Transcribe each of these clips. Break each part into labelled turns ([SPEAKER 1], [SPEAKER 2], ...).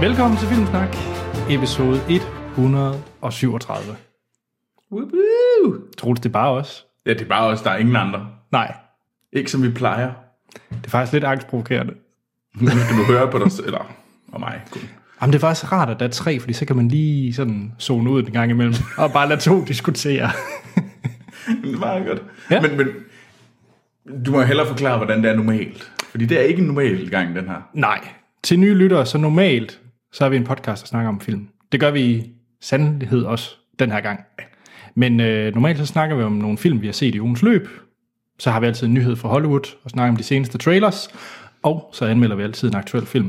[SPEAKER 1] Velkommen til Filmsnak, episode 137.
[SPEAKER 2] Woohoo!
[SPEAKER 1] Troels, det er bare os.
[SPEAKER 2] Ja, det er bare os, der er ingen andre.
[SPEAKER 1] Nej,
[SPEAKER 2] Ikke som vi plejer.
[SPEAKER 1] det er faktisk lidt angstprovokerende.
[SPEAKER 2] Nu skal du høre på dig selv, eller og mig. Kun.
[SPEAKER 1] Jamen, det er faktisk rart, at der er 3, fordi så kan man lige sådan zone ud en gang imellem, og bare lade 2 diskutere.
[SPEAKER 2] Det er meget godt.
[SPEAKER 1] Ja.
[SPEAKER 2] Men du må hellere forklare, hvordan det er normalt. Fordi det er ikke en normal gang, den her.
[SPEAKER 1] Nej, til nye lyttere, så normalt, så har vi en podcast, der snakker om film. Det gør vi i sandhed også den her gang. Men normalt så snakker vi om nogle film, vi har set i ugens løb. Så har vi altid en nyhed fra Hollywood, og snakker om de seneste trailers. Og så anmelder vi altid en aktuel film.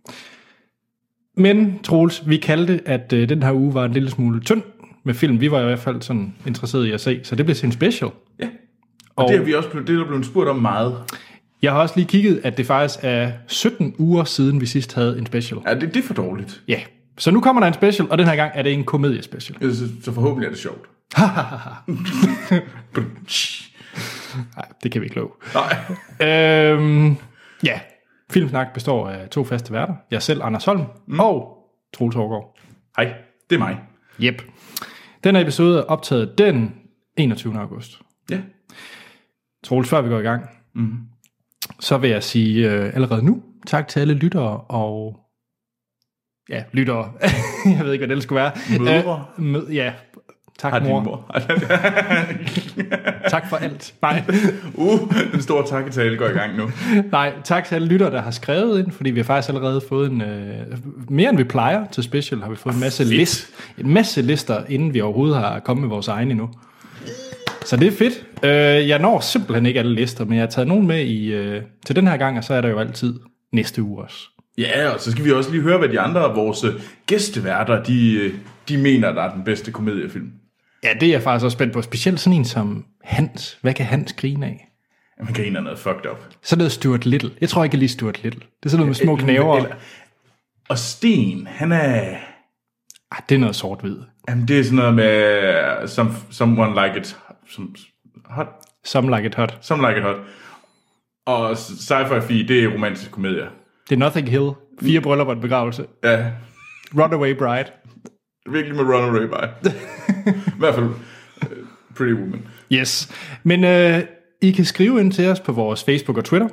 [SPEAKER 1] Men Troels, vi kaldte, at den her uge var en lille smule tynd med film. Vi var i hvert fald sådan interesseret i at se, så det blev en special.
[SPEAKER 2] Ja. Og det har vi også det er der blevet spurgt om meget.
[SPEAKER 1] Jeg har også lige kigget, at det faktisk er 17 uger siden, vi sidst havde en special.
[SPEAKER 2] Ja, det er for dårligt.
[SPEAKER 1] Ja, så nu kommer der en special, og den her gang er det en komediespecial.
[SPEAKER 2] Så forhåbentlig er det sjovt.
[SPEAKER 1] Nej, det kan vi ikke love.
[SPEAKER 2] Nej.
[SPEAKER 1] Ja, Filmsnak består af 2 faste værter. Jeg selv, Anders Holm, og Troels Hårgaard.
[SPEAKER 2] Hej, det er mig.
[SPEAKER 1] Yep. Den her episode er optaget den 21. august.
[SPEAKER 2] Ja.
[SPEAKER 1] Troels, før vi går i gang, så vil jeg sige allerede nu tak til alle lyttere og... Ja, lyttere. Jeg ved ikke, hvad det skulle være.
[SPEAKER 2] Mødre.
[SPEAKER 1] Ja, tak
[SPEAKER 2] Har
[SPEAKER 1] mor.
[SPEAKER 2] din mor.
[SPEAKER 1] Tak for alt. Nej.
[SPEAKER 2] Den store takketale går i gang nu.
[SPEAKER 1] Nej, tak til alle lyttere, der har skrevet ind, fordi vi har faktisk allerede fået en... mere end vi plejer til special, har vi fået en masse lister, inden vi overhovedet har kommet med vores egne endnu. Så det er fedt. Jeg når simpelthen ikke alle lister, men jeg har taget nogen med til den her gang, og så er der jo altid næste uge også.
[SPEAKER 2] Ja, og så skal vi også lige høre, hvad de andre af vores gæsteværter, de mener, der er den bedste komediefilm.
[SPEAKER 1] Ja, det er jeg faktisk også spændt på. Specielt sådan en som Hans. Hvad kan Hans grine af?
[SPEAKER 2] Man griner noget fucked up.
[SPEAKER 1] Så noget Stuart Little. Jeg tror ikke, jeg lige Stuart Little. Det er sådan noget med små knæver.
[SPEAKER 2] Og Sten, han er...
[SPEAKER 1] Det er noget sort-hvid.
[SPEAKER 2] Jamen, det er sådan noget med... Someone like it... Hot?
[SPEAKER 1] Some like it hot.
[SPEAKER 2] Some like it hot. Og Sci-Fi, det er romantisk komedie.
[SPEAKER 1] Det er Nothing Hill. 4 bryllupper og en begravelse.
[SPEAKER 2] Ja.
[SPEAKER 1] Runaway Bride.
[SPEAKER 2] Virkelig med Runaway Bride. I hvert fald Pretty Woman.
[SPEAKER 1] Yes. Men I kan skrive ind til os på vores Facebook og Twitter.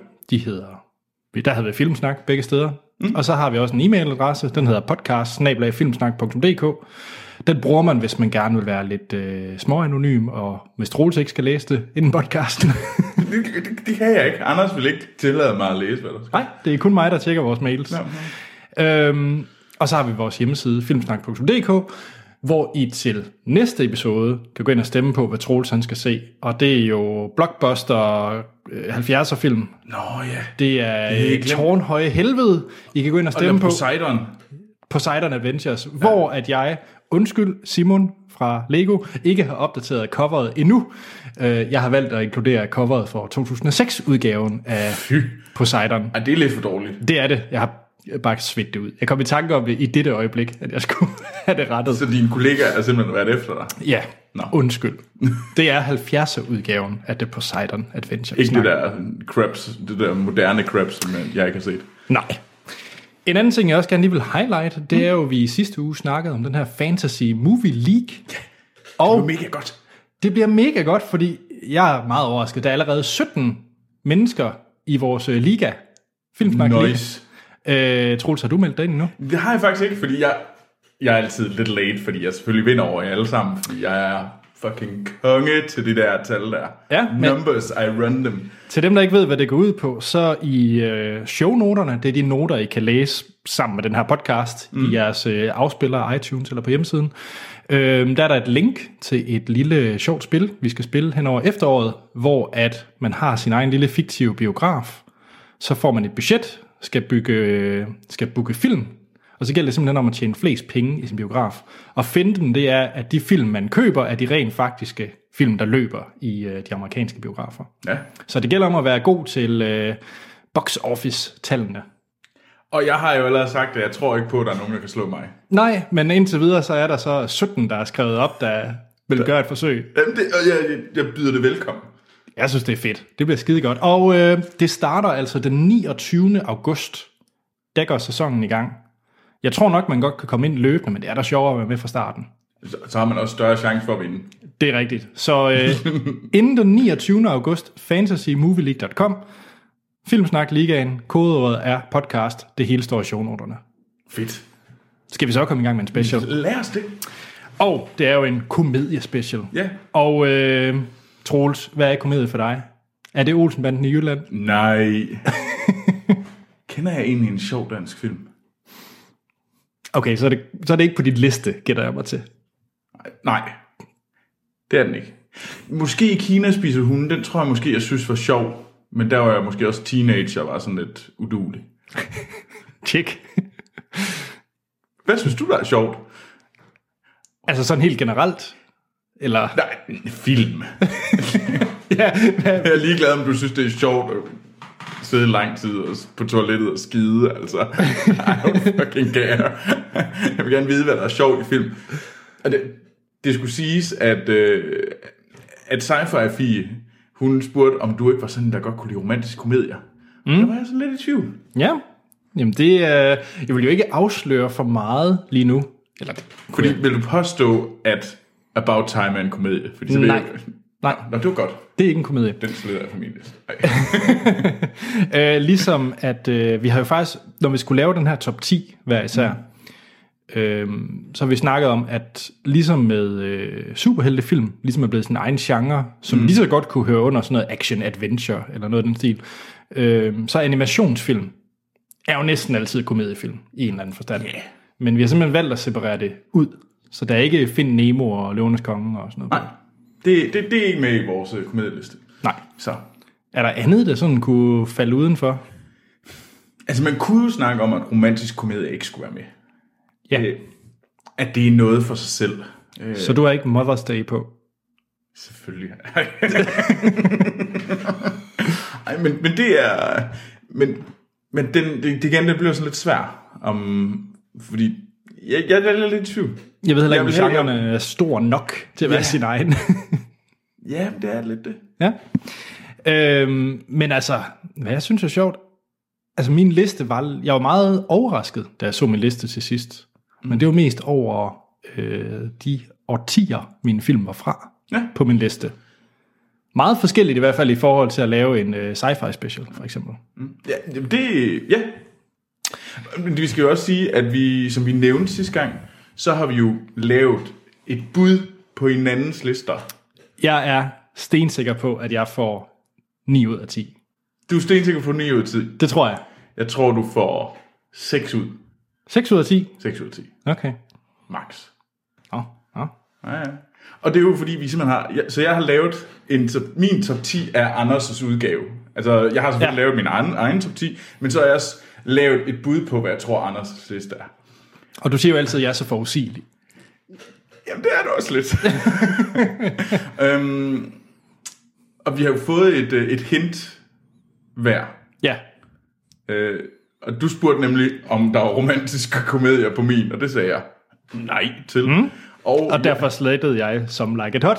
[SPEAKER 1] Der hedder vi Filmsnak begge steder. Og så har vi også en e-mailadresse. Den hedder podcast@filmsnak.dk. Den bruger man, hvis man gerne vil være lidt småanonym, og hvis Troels ikke skal læse det inden podcasten.
[SPEAKER 2] det kan jeg ikke. Anders vil ikke tillade mig at læse, hvad der skal.
[SPEAKER 1] Nej, det er kun mig, der tjekker vores mails.
[SPEAKER 2] Ja.
[SPEAKER 1] Og så har vi vores hjemmeside, filmsnak.dk, hvor I til næste episode kan gå ind og stemme på, hvad Troels han skal se. Og det er jo blockbuster 70'er film.
[SPEAKER 2] Nå ja.
[SPEAKER 1] Det er Tårnhøje Helvede. I kan gå ind og stemme på Poseidon Adventures, hvor at jeg, Simon fra Lego, ikke har opdateret coveret endnu. Jeg har valgt at inkludere coveret for 2006-udgaven af Poseidon.
[SPEAKER 2] Det er lidt for dårligt.
[SPEAKER 1] Det er det. Jeg har bare svedt det ud. Jeg kom i tanke om det i dette øjeblik, at jeg skulle have det rettet.
[SPEAKER 2] Så dine kollegaer er simpelthen været efter dig?
[SPEAKER 1] Ja, undskyld. Det er 70'er-udgaven af The Poseidon Adventure.
[SPEAKER 2] Ikke det der crabs, det der moderne crabs, som jeg ikke har set.
[SPEAKER 1] Nej. En anden ting, jeg også gerne lige vil highlight, det er jo, at vi i sidste uge snakkede om den her Fantasy Movie League.
[SPEAKER 2] Og det bliver mega godt.
[SPEAKER 1] Det bliver mega godt, fordi jeg er meget overrasket. Der er allerede 17 mennesker i vores liga. Filmsnak
[SPEAKER 2] nice.
[SPEAKER 1] Troels, har du meldt dig ind nu?
[SPEAKER 2] Det har jeg faktisk ikke, fordi jeg er altid lidt late, fordi jeg selvfølgelig vinder over jer alle sammen, fordi jeg er fucking konge til de der tal der.
[SPEAKER 1] Ja,
[SPEAKER 2] Numbers, I run them.
[SPEAKER 1] Til dem, der ikke ved, hvad det går ud på, så i shownoterne, det er de noter, I kan læse sammen med den her podcast i jeres afspiller, iTunes eller på hjemmesiden. Der er der et link til et lille sjovt spil, vi skal spille hen over efteråret, hvor at man har sin egen lille fiktive biograf. Så får man et budget, skal booke film, og så gælder det simpelthen om at tjene flest penge i sin biograf. Og finden, det er, at de film, man køber, er de rent faktiske film, der løber i de amerikanske biografer.
[SPEAKER 2] Ja.
[SPEAKER 1] Så det gælder om at være god til box office-tallene.
[SPEAKER 2] Og jeg har jo allerede sagt, at jeg tror ikke på, at der er nogen, der kan slå mig.
[SPEAKER 1] Nej, men indtil videre, så er der så 17, der er skrevet op, der vil gøre et forsøg.
[SPEAKER 2] Jamen jeg byder det velkommen.
[SPEAKER 1] Jeg synes, det er fedt. Det bliver skide godt. Og det starter altså den 29. august. Der går sæsonen i gang. Jeg tror nok, man godt kan komme ind løbende, men det er da sjovere at være med fra starten.
[SPEAKER 2] Så har man også større chance for at vinde.
[SPEAKER 1] Det er rigtigt. Så inden den 29. august, fantasymovieleague.com, Filmsnak Ligaen, kodeordet er podcast, det hele står i shownoterne.
[SPEAKER 2] Fedt.
[SPEAKER 1] Skal vi så komme i gang med en special?
[SPEAKER 2] Lad os det.
[SPEAKER 1] Og det er jo en komediespecial.
[SPEAKER 2] Ja.
[SPEAKER 1] Og Troels, hvad er komedie for dig? Er det Olsenbanden i Jylland?
[SPEAKER 2] Nej. Kender jeg egentlig en sjov dansk film?
[SPEAKER 1] Okay, så er det ikke på dit liste, gætter jeg mig til.
[SPEAKER 2] Nej, det er den ikke. Måske i Kina spiser hunde, den tror jeg måske, jeg synes var sjov. Men der var jeg måske også teenager og var sådan lidt uduelig.
[SPEAKER 1] Tjek.
[SPEAKER 2] Hvad synes du, der er sjovt?
[SPEAKER 1] Altså sådan helt generelt? Eller?
[SPEAKER 2] Nej, film.
[SPEAKER 1] Ja,
[SPEAKER 2] Jeg er ligeglad, om du synes, det er sjovt at sidde lang tid på toilettet og skide. Altså, I don't fucking care. Jeg vil gerne vide, hvad der er sjovt i film. Og det skulle siges, at Sci-Fi-Fie, hun spurgte, om du ikke var sådan, der godt kunne lide romantiske komedier. Der var jeg sådan lidt i tvivl.
[SPEAKER 1] Ja, jamen det jeg vil jo ikke afsløre for meget lige nu. Eller,
[SPEAKER 2] Fordi vil du påstå, at About Time er en komedie? Fordi så
[SPEAKER 1] Nej.
[SPEAKER 2] Nej. Nå, det var godt.
[SPEAKER 1] Det er ikke en komedie.
[SPEAKER 2] Den sletter jeg fra min liste.
[SPEAKER 1] Ligesom at vi har jo faktisk, når vi skulle lave den her top 10 hver især, så har vi snakket om, at ligesom med superheltefilm, ligesom er blevet sådan en egen genre, som lige så godt kunne høre under sådan noget action-adventure, eller noget af den stil, så animationsfilm er jo næsten altid komediefilm, i en eller anden forstand.
[SPEAKER 2] Yeah.
[SPEAKER 1] Men vi har simpelthen valgt at separere det ud, så der er ikke Find Nemo og Løvenes Konge og sådan noget.
[SPEAKER 2] Nej, det er ikke med i vores komedieliste.
[SPEAKER 1] Nej.
[SPEAKER 2] Så.
[SPEAKER 1] Er der andet, der sådan kunne falde udenfor?
[SPEAKER 2] Altså, man kunne jo snakke om, at romantisk komedie ikke skulle være med.
[SPEAKER 1] Ja.
[SPEAKER 2] At det er noget for sig selv.
[SPEAKER 1] Så du har ikke Mother's Day på?
[SPEAKER 2] Selvfølgelig. Ej, men det er... Men det igen, det bliver sådan lidt svært. Fordi jeg er lidt i tvivl.
[SPEAKER 1] Jeg ved heller ikke, om genren er stor nok til at være sin egen.
[SPEAKER 2] Ja, det er lidt det.
[SPEAKER 1] Ja. Men altså, hvad jeg synes er sjovt, altså min liste var, jeg var meget overrasket, da jeg så min liste til sidst. Men det var mest over de årtier, min film var fra på min liste. Meget forskelligt i hvert fald i forhold til at lave en sci-fi special, for eksempel.
[SPEAKER 2] Ja. Men vi skal jo også sige, at vi, som vi nævnte sidste gang, så har vi jo lavet et bud på hinandens lister.
[SPEAKER 1] Jeg er stensikker på, at jeg får 9 ud af 10.
[SPEAKER 2] Du er stensikker på 9 ud af 10?
[SPEAKER 1] Det tror jeg.
[SPEAKER 2] Jeg tror, du får 6 ud.
[SPEAKER 1] 6 ud af 10?
[SPEAKER 2] 6 ud af 10.
[SPEAKER 1] Okay.
[SPEAKER 2] Max.
[SPEAKER 1] Ja.
[SPEAKER 2] Og det er jo fordi, vi simpelthen har... Så jeg har lavet min top 10 er Anders' udgave. Altså, jeg har selvfølgelig lavet min egen top 10, men så har jeg også lavet et bud på, hvad jeg tror, Anders' liste er.
[SPEAKER 1] Og du siger jo altid, at jeg er så forudsigelig.
[SPEAKER 2] Jamen, det er du også lidt. Og vi har jo fået et hint hver.
[SPEAKER 1] Ja.
[SPEAKER 2] Og du spurgte nemlig, om der var romantiske komedier på min, og det sagde jeg nej til. Og
[SPEAKER 1] derfor slettede jeg som like it hot.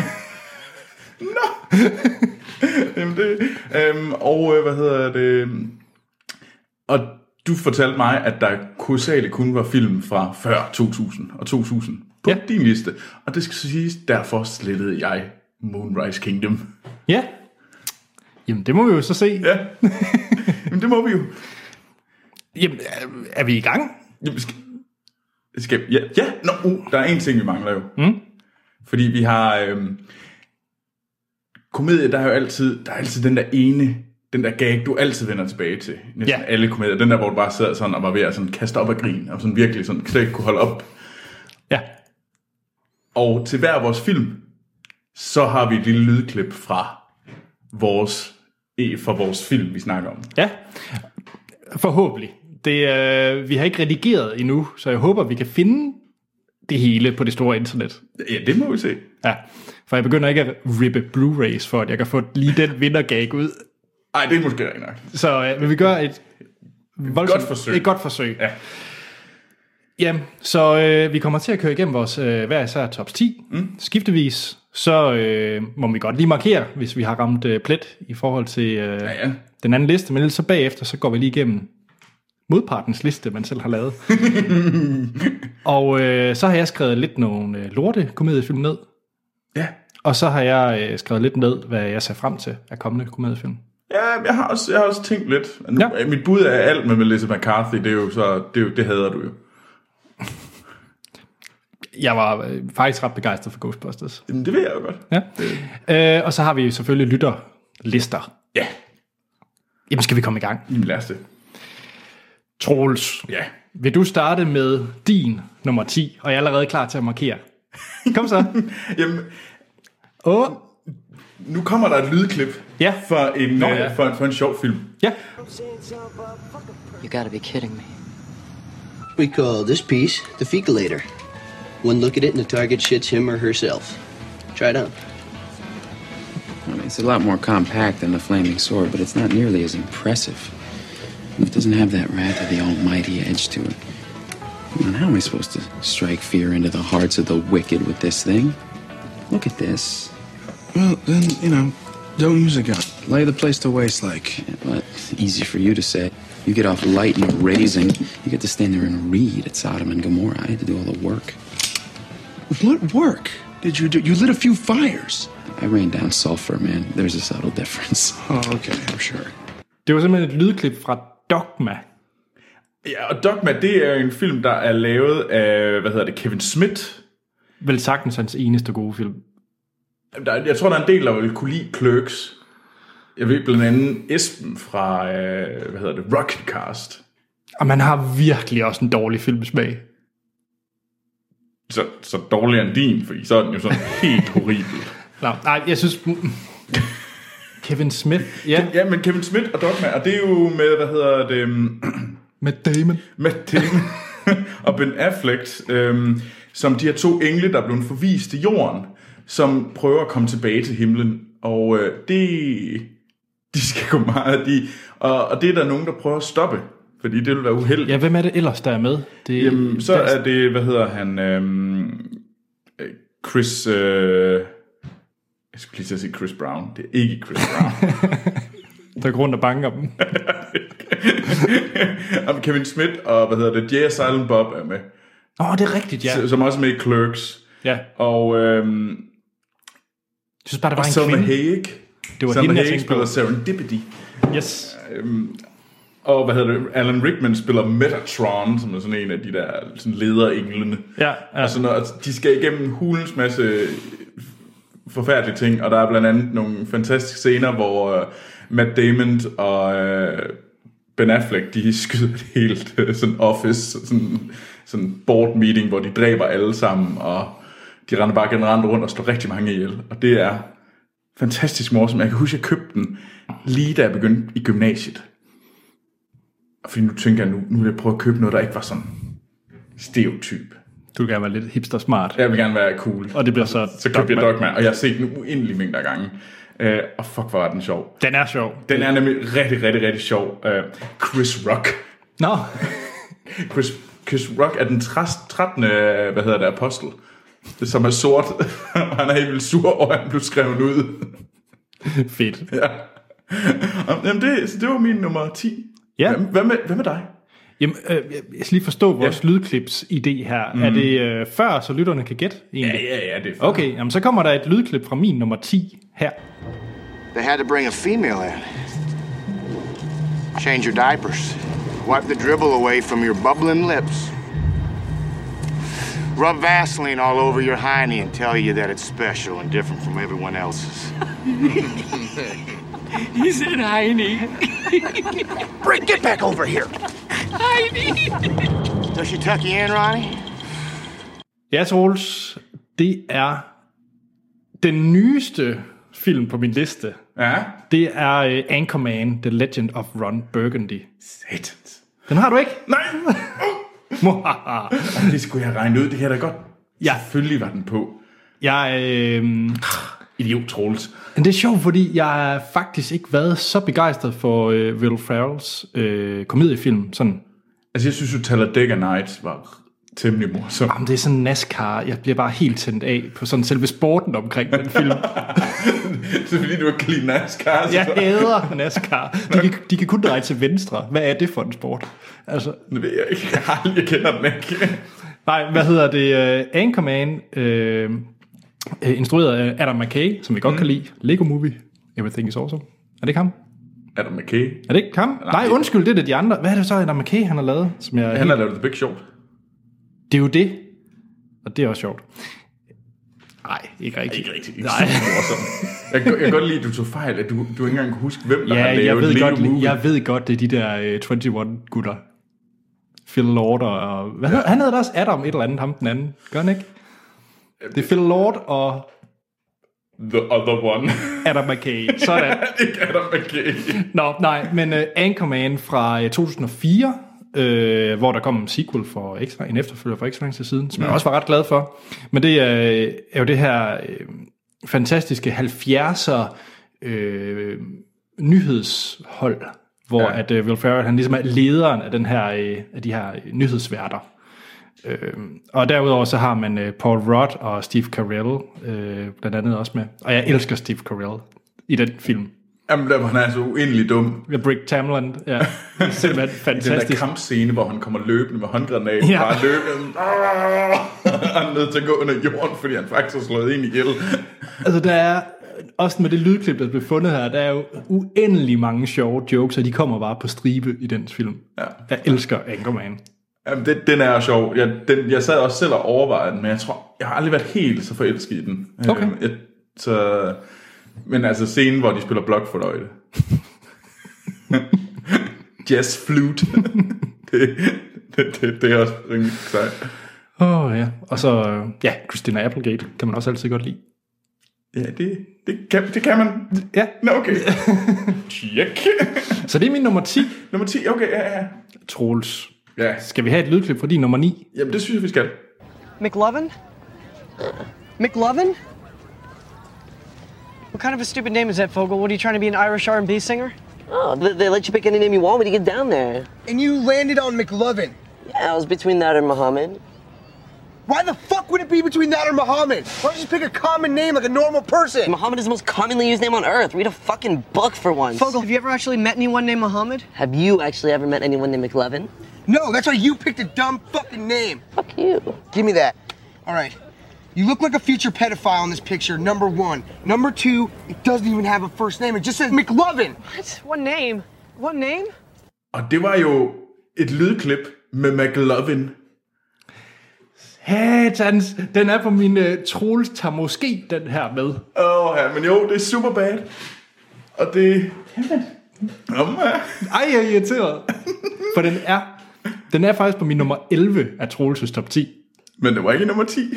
[SPEAKER 2] Nå! Jamen det... Og hvad hedder det... Og du fortalte mig, at der kolossalt kun var film fra før 2000 og 2000 på din liste. Og det skal så siges, derfor slettede jeg Moonrise Kingdom.
[SPEAKER 1] Ja. Jamen, det må vi jo så se.
[SPEAKER 2] Ja. Jamen, det må vi jo.
[SPEAKER 1] Jamen, er vi i gang?
[SPEAKER 2] Jamen, ja. Nå, der er en ting, vi mangler jo. Fordi vi har... komedie, der er jo altid den der ene... Den der gag, du altid vender tilbage til. Næsten alle komedier. Den der, hvor du bare sad sådan og var ved at sådan kaste op af grin. Og sådan virkelig sådan, slet ikke kunne holde op.
[SPEAKER 1] Ja.
[SPEAKER 2] Og til hver vores film, så har vi et lille lydklip fra vores film, vi snakker om.
[SPEAKER 1] Ja. Forhåbentlig. Vi har ikke redigeret endnu, så jeg håber, vi kan finde det hele på det store internet.
[SPEAKER 2] Ja, det må vi se.
[SPEAKER 1] Ja. For jeg begynder ikke at rippe Blu-rays for, at jeg kan få lige den vindergag ud.
[SPEAKER 2] Nej, det er måske ikke nok.
[SPEAKER 1] Så vil vi gøre et godt forsøg.
[SPEAKER 2] Ja.
[SPEAKER 1] Jamen, så vi kommer til at køre igennem vores hver især top 10 skiftevis. Så må vi godt lige markere, hvis vi har ramt plet i forhold til den anden liste. Men ellers så bagefter, så går vi lige igennem modpartens liste, man selv har lavet. Og så har jeg skrevet lidt nogle lorte-komediefilm ned.
[SPEAKER 2] Ja.
[SPEAKER 1] Og så har jeg skrevet lidt ned, hvad jeg ser frem til af kommende komediefilm.
[SPEAKER 2] Ja, jeg har også tænkt lidt. Nu, mit bud er alt med Melissa McCarthy, det hader du jo.
[SPEAKER 1] Jeg var faktisk ret begejstret for Ghostbusters.
[SPEAKER 2] Jamen, det ved jeg jo godt.
[SPEAKER 1] Ja. Og så har vi selvfølgelig lytterlister.
[SPEAKER 2] Ja.
[SPEAKER 1] Jamen, skal vi komme i gang?
[SPEAKER 2] Jamen, lad os det.
[SPEAKER 1] Troels.
[SPEAKER 2] Ja.
[SPEAKER 1] Vil du starte med din nummer 10, og jeg er allerede klar til at markere? Kom så.
[SPEAKER 2] Jamen, nu kommer der et lydklip for en sjov film.
[SPEAKER 1] Ja.
[SPEAKER 3] You gotta be kidding me.
[SPEAKER 4] We call this piece the fecalator. One look at it and the target shits him or herself. Try it on.
[SPEAKER 5] I mean, it's a lot more compact than the flaming sword, but it's not nearly as impressive. It doesn't have that wrath of the almighty edge to it. I mean, how am I supposed to strike fear into the hearts of the wicked with this thing? Look at this.
[SPEAKER 6] Well, then, don't use a gun.
[SPEAKER 5] Lay the place to waste like. Yeah, but easy for you to say. You get off light and raising. You get to stand there and read at Sodom and Gomorrah. I had to do all the work.
[SPEAKER 6] What work did you do? You lit a few fires.
[SPEAKER 5] I rained down sulfur, man. There's a subtle difference.
[SPEAKER 6] Oh, okay, I'm sure.
[SPEAKER 1] Det var simpelthen et lydklip fra Dogma.
[SPEAKER 2] Ja, og Dogma, det er en film, der er lavet af, Kevin Smith.
[SPEAKER 1] Vel sagtens hans eneste gode film.
[SPEAKER 2] Jeg tror, der er en del, der vil kunne lide Clerks. Jeg ved blandt andet Esben fra, Rocketcast.
[SPEAKER 1] Og man har virkelig også en dårlig filmsmag.
[SPEAKER 2] Så dårligere end din, fordi så er den jo sådan helt horribel.
[SPEAKER 1] Nej, jeg synes... Kevin Smith, ja.
[SPEAKER 2] Ja, men Kevin Smith og Dogma, og det er jo med,
[SPEAKER 1] Matt Damon.
[SPEAKER 2] Og Ben Affleck, som de her to engle, der er blevet forvist til jorden, som prøver at komme tilbage til himlen. Og de skal gå meget, og det er der nogen, der prøver at stoppe, fordi det vil være uheldigt.
[SPEAKER 1] Ja, hvem er det ellers, der er med?
[SPEAKER 2] Jamen, så er det, Chris... jeg skulle lige til at sige Chris Brown. Det er ikke Chris Brown.
[SPEAKER 1] Der går rundt og banker dem.
[SPEAKER 2] Og Kevin Smith og, Jay Silent Bob er med.
[SPEAKER 1] Det er rigtigt, ja.
[SPEAKER 2] Som også er med i Clerks.
[SPEAKER 1] Ja.
[SPEAKER 2] Og
[SPEAKER 1] jeg synes bare, der var en
[SPEAKER 2] Salma
[SPEAKER 1] kvinde.
[SPEAKER 2] Hayek.
[SPEAKER 1] Det var
[SPEAKER 2] Salma
[SPEAKER 1] hende, jeg
[SPEAKER 2] Hayek
[SPEAKER 1] tænkte på.
[SPEAKER 2] spiller Serendipity.
[SPEAKER 1] Yes.
[SPEAKER 2] Og Alan Rickman spiller Metatron, som er sådan en af de der sådan lederenglene.
[SPEAKER 1] Ja.
[SPEAKER 2] Og sådan noget, de skal igennem hulens masse forfærdelige ting, og der er blandt andet nogle fantastiske scener, hvor Matt Damon og Ben Affleck, de skyder et helt sådan office, sådan board meeting, hvor de dræber alle sammen, og de render bare generelt rundt og slår rigtig mange ihjel. Og det er fantastisk morsomt. Jeg kan huske, at jeg købte den lige da jeg begyndte i gymnasiet. Fordi nu tænker jeg, nu vil jeg prøve at købe noget, der ikke var sådan stereotyp.
[SPEAKER 1] Du vil gerne være lidt hipster-smart.
[SPEAKER 2] Jeg vil gerne være cool.
[SPEAKER 1] Og det bliver så
[SPEAKER 2] købte jeg Dogma, og jeg har set den uendelig mængder af gange. Og fuck, hvor var den sjov.
[SPEAKER 1] Den er sjov.
[SPEAKER 2] Den er nemlig rigtig, rigtig, rigtig sjov. Chris Rock.
[SPEAKER 1] Nå.
[SPEAKER 2] Chris Rock er den 13. apostel. Det som er sort. Og han er helt vildt sur over, at han blev skrevet ud.
[SPEAKER 1] Fedt.
[SPEAKER 2] Ja. Jamen det var min nummer 10.
[SPEAKER 1] Ja.
[SPEAKER 2] Hvad med dig?
[SPEAKER 1] Jamen, jeg skal lige forstå vores lydklips-idé her. Er det før, så lytterne kan gætte?
[SPEAKER 2] Ja, det er før.
[SPEAKER 1] Okay, jamen, så kommer der et lydklip fra min nummer 10 her.
[SPEAKER 7] They had to bring a female in. Change your diapers. Wipe the dribble away from your bubbling lips. Rub Vaseline all over your hiney and tell you that it's special and different from everyone else's.
[SPEAKER 3] He said hiney.
[SPEAKER 7] Get back over here.
[SPEAKER 3] Hiney.
[SPEAKER 7] Does she tuck you in, Ronnie?
[SPEAKER 1] Ja, Troels, det er den nyeste film på min liste.
[SPEAKER 2] Ja.
[SPEAKER 1] Det er Anchorman, The Legend of Ron Burgundy.
[SPEAKER 2] Satans.
[SPEAKER 1] Den har du ikke?
[SPEAKER 2] Nej. Det skulle jeg regne ud. Det her da godt.
[SPEAKER 1] Ja.
[SPEAKER 2] Selvfølgelig var den på. Idiot Troels.
[SPEAKER 1] Men det er sjovt, fordi jeg har faktisk ikke været så begejstret for Will Ferrells komediefilm. Sådan.
[SPEAKER 2] Altså, jeg synes jo, Talladega Nights var temmelig morsom.
[SPEAKER 1] Jamen, det er sådan NASCAR. Jeg bliver bare helt tændt af på sådan selve sporten omkring den film.
[SPEAKER 2] det er fordi, du ikke kan lide NASCAR.
[SPEAKER 1] Jeg hader NASCAR. De kan kun dreje til venstre. Hvad er det for en sport? Altså,
[SPEAKER 2] Det ved jeg ikke. Jeg kender den ikke.
[SPEAKER 1] nej, hvad hedder det? Anchorman, instrueret af Adam McKay, som vi godt kan lide. Lego Movie, Everything is Awesome. Er det ikke ham?
[SPEAKER 2] Adam McKay.
[SPEAKER 1] Er det ikke ham? Nej, undskyld, det er de andre. Hvad er det så, Adam McKay, han har lavet? Som jeg
[SPEAKER 2] Han har lavet The Big Short.
[SPEAKER 1] Det er jo det. Og det er også sjovt. Nej, ikke rigtigt.
[SPEAKER 2] Ikke rigtigt.
[SPEAKER 1] Nej.
[SPEAKER 2] Jeg kan godt lide, at du tog fejl, at du ikke engang kunne huske, hvem der har
[SPEAKER 1] Ja,
[SPEAKER 2] lavet Lego Movie.
[SPEAKER 1] jeg ved godt, det er de der 21 gutter. Phil Lord og... Hvad hedder, han hedder da også Adam et eller andet, ham den anden. Gør han ikke? Det er Phil Lord og...
[SPEAKER 2] The other one.
[SPEAKER 1] Adam McKay. Sådan.
[SPEAKER 2] Ikke Adam McKay.
[SPEAKER 1] Nå, nej, men Anchorman fra 2004, hvor der kom en sequel for en efterfølger for X-Files til siden, som jeg også var ret glad for. Men det er jo det her fantastiske 70'er nyhedshold, hvor at Will Ferrell, han ligesom er lederen af den her af de her nyhedsværter. Og derudover så har man Paul Rudd og Steve Carell blandt andet også med. Og jeg elsker Steve Carell i den film.
[SPEAKER 2] Jamen, der var han altså uendelig dum.
[SPEAKER 1] Brick Tamland, ja. Simpelthen fantastisk.
[SPEAKER 2] Den der kampscene, hvor han kommer løbende med håndgranaten,
[SPEAKER 1] Ja.
[SPEAKER 2] bare løbende. Han er nødt til at gå under jorden, fordi han faktisk har slået ind ihjel.
[SPEAKER 1] Altså, der er også med det lydklip, der blev fundet her, der er jo uendelig mange sjove jokes, og de kommer bare på stribe i den film.
[SPEAKER 2] Ja.
[SPEAKER 1] Jeg elsker Anchorman.
[SPEAKER 2] Jamen, den er sjov. Jeg sad også selv og overvejede den, men jeg tror, jeg har aldrig været helt så forelsket i den.
[SPEAKER 1] Okay.
[SPEAKER 2] Men altså scenen, hvor de spiller blokfløjte. Jazz flute. det er også rimelig sejt.
[SPEAKER 1] Ja. Og så, Christina Applegate kan man også altid godt lide.
[SPEAKER 2] Ja, det kan man.
[SPEAKER 1] Ja.
[SPEAKER 2] Nå, okay. Check.
[SPEAKER 1] Så det er min nummer 10.
[SPEAKER 2] Nummer 10, okay, ja.
[SPEAKER 1] Troels.
[SPEAKER 2] Ja.
[SPEAKER 1] Skal vi have et lydklip fra din nummer 9?
[SPEAKER 2] Jamen, det synes jeg, vi skal.
[SPEAKER 8] McLovin? McLovin? What kind of a stupid name is that, Fogel? What, are you trying to be an Irish R&B singer?
[SPEAKER 9] Oh, they let you pick any name you want when you get down there.
[SPEAKER 6] And you landed on McLovin.
[SPEAKER 9] Yeah, I was between that and Muhammad.
[SPEAKER 6] Why the fuck would it be between that or Muhammad? Why don't you just pick a common name like a normal person?
[SPEAKER 9] Muhammad is the most commonly used name on earth. Read a fucking book for once.
[SPEAKER 8] Fogel, have you ever actually met anyone named Muhammad?
[SPEAKER 9] Have you actually ever met anyone named McLovin?
[SPEAKER 6] No, that's why you picked a dumb fucking name.
[SPEAKER 9] Fuck you.
[SPEAKER 6] Give me that. All right. You look like a future pedophile in this picture, number one. Number two, it doesn't even have a first name. It just says McLovin.
[SPEAKER 8] What? What name? What name?
[SPEAKER 2] Og det var jo et lydklip med McLovin.
[SPEAKER 1] Hatans, den er på min Troels tager måske den her med.
[SPEAKER 2] Ja, men jo, det er super bad. Og det...
[SPEAKER 1] Ej, jeg er irriteret. For den er faktisk på min nummer 11 af Troels' top 10.
[SPEAKER 2] Men det var ikke nummer 10.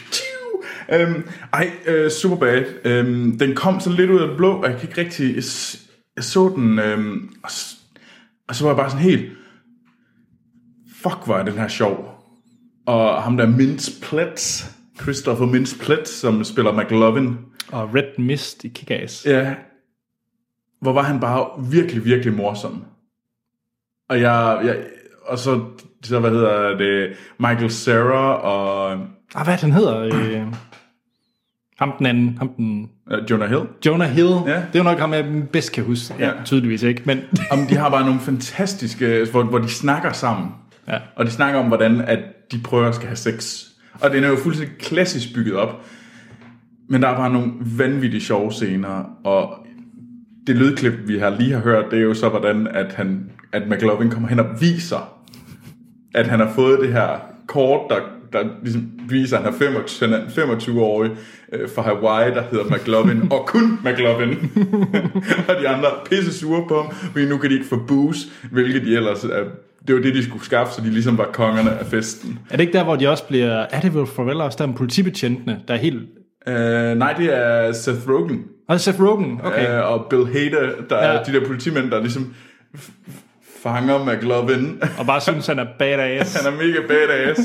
[SPEAKER 2] Super bad. Den kom sådan lidt ud af det blå, og jeg kan ikke rigtig... Jeg så den, og så var jeg bare sådan helt... Fuck, var den her sjov. Og ham der Mintz-Pletz, Christopher Mintz-Pletz, som spiller McLovin.
[SPEAKER 1] Og Red Mist i Kick-Ass.
[SPEAKER 2] Ja. Hvor var han bare virkelig, virkelig morsom. Og og så hvad hedder det, Michael Cera og...
[SPEAKER 1] Hvad den hedder? Ham den anden.
[SPEAKER 2] Jonah Hill.
[SPEAKER 1] Jonah Hill.
[SPEAKER 2] Ja.
[SPEAKER 1] Det er jo nok ham, jeg bedst kan huske. Ja, tydeligvis ikke, men...
[SPEAKER 2] De har bare nogle fantastiske, hvor de snakker sammen.
[SPEAKER 1] Ja.
[SPEAKER 2] Og de snakker om, hvordan at de prøver at skal have sex. Og den er jo fuldstændig klassisk bygget op. Men der er bare nogle vanvittige sjove scener. Og det lydklip, vi lige har hørt, det er jo så, hvordan at McLovin kommer hen og viser, at han har fået det her kort, der ligesom viser, at han er 25-årig fra Hawaii, der hedder McLovin, og kun McLovin. Og de andre er pisse sure på ham, fordi nu kan de ikke få booze, hvilket de ellers... Det var det, de skulle skaffe, så de ligesom var kongerne af festen.
[SPEAKER 1] Er det ikke der, hvor de også bliver... Er det Will Ferrell også, der er politibetjentene, der er helt...
[SPEAKER 2] Nej, det er Seth Rogen.
[SPEAKER 1] Seth Rogen, okay.
[SPEAKER 2] Og Bill Hader, der er de der politimænd, der ligesom fanger McLovin.
[SPEAKER 1] Og bare synes, han er badass.
[SPEAKER 2] Han er mega badass.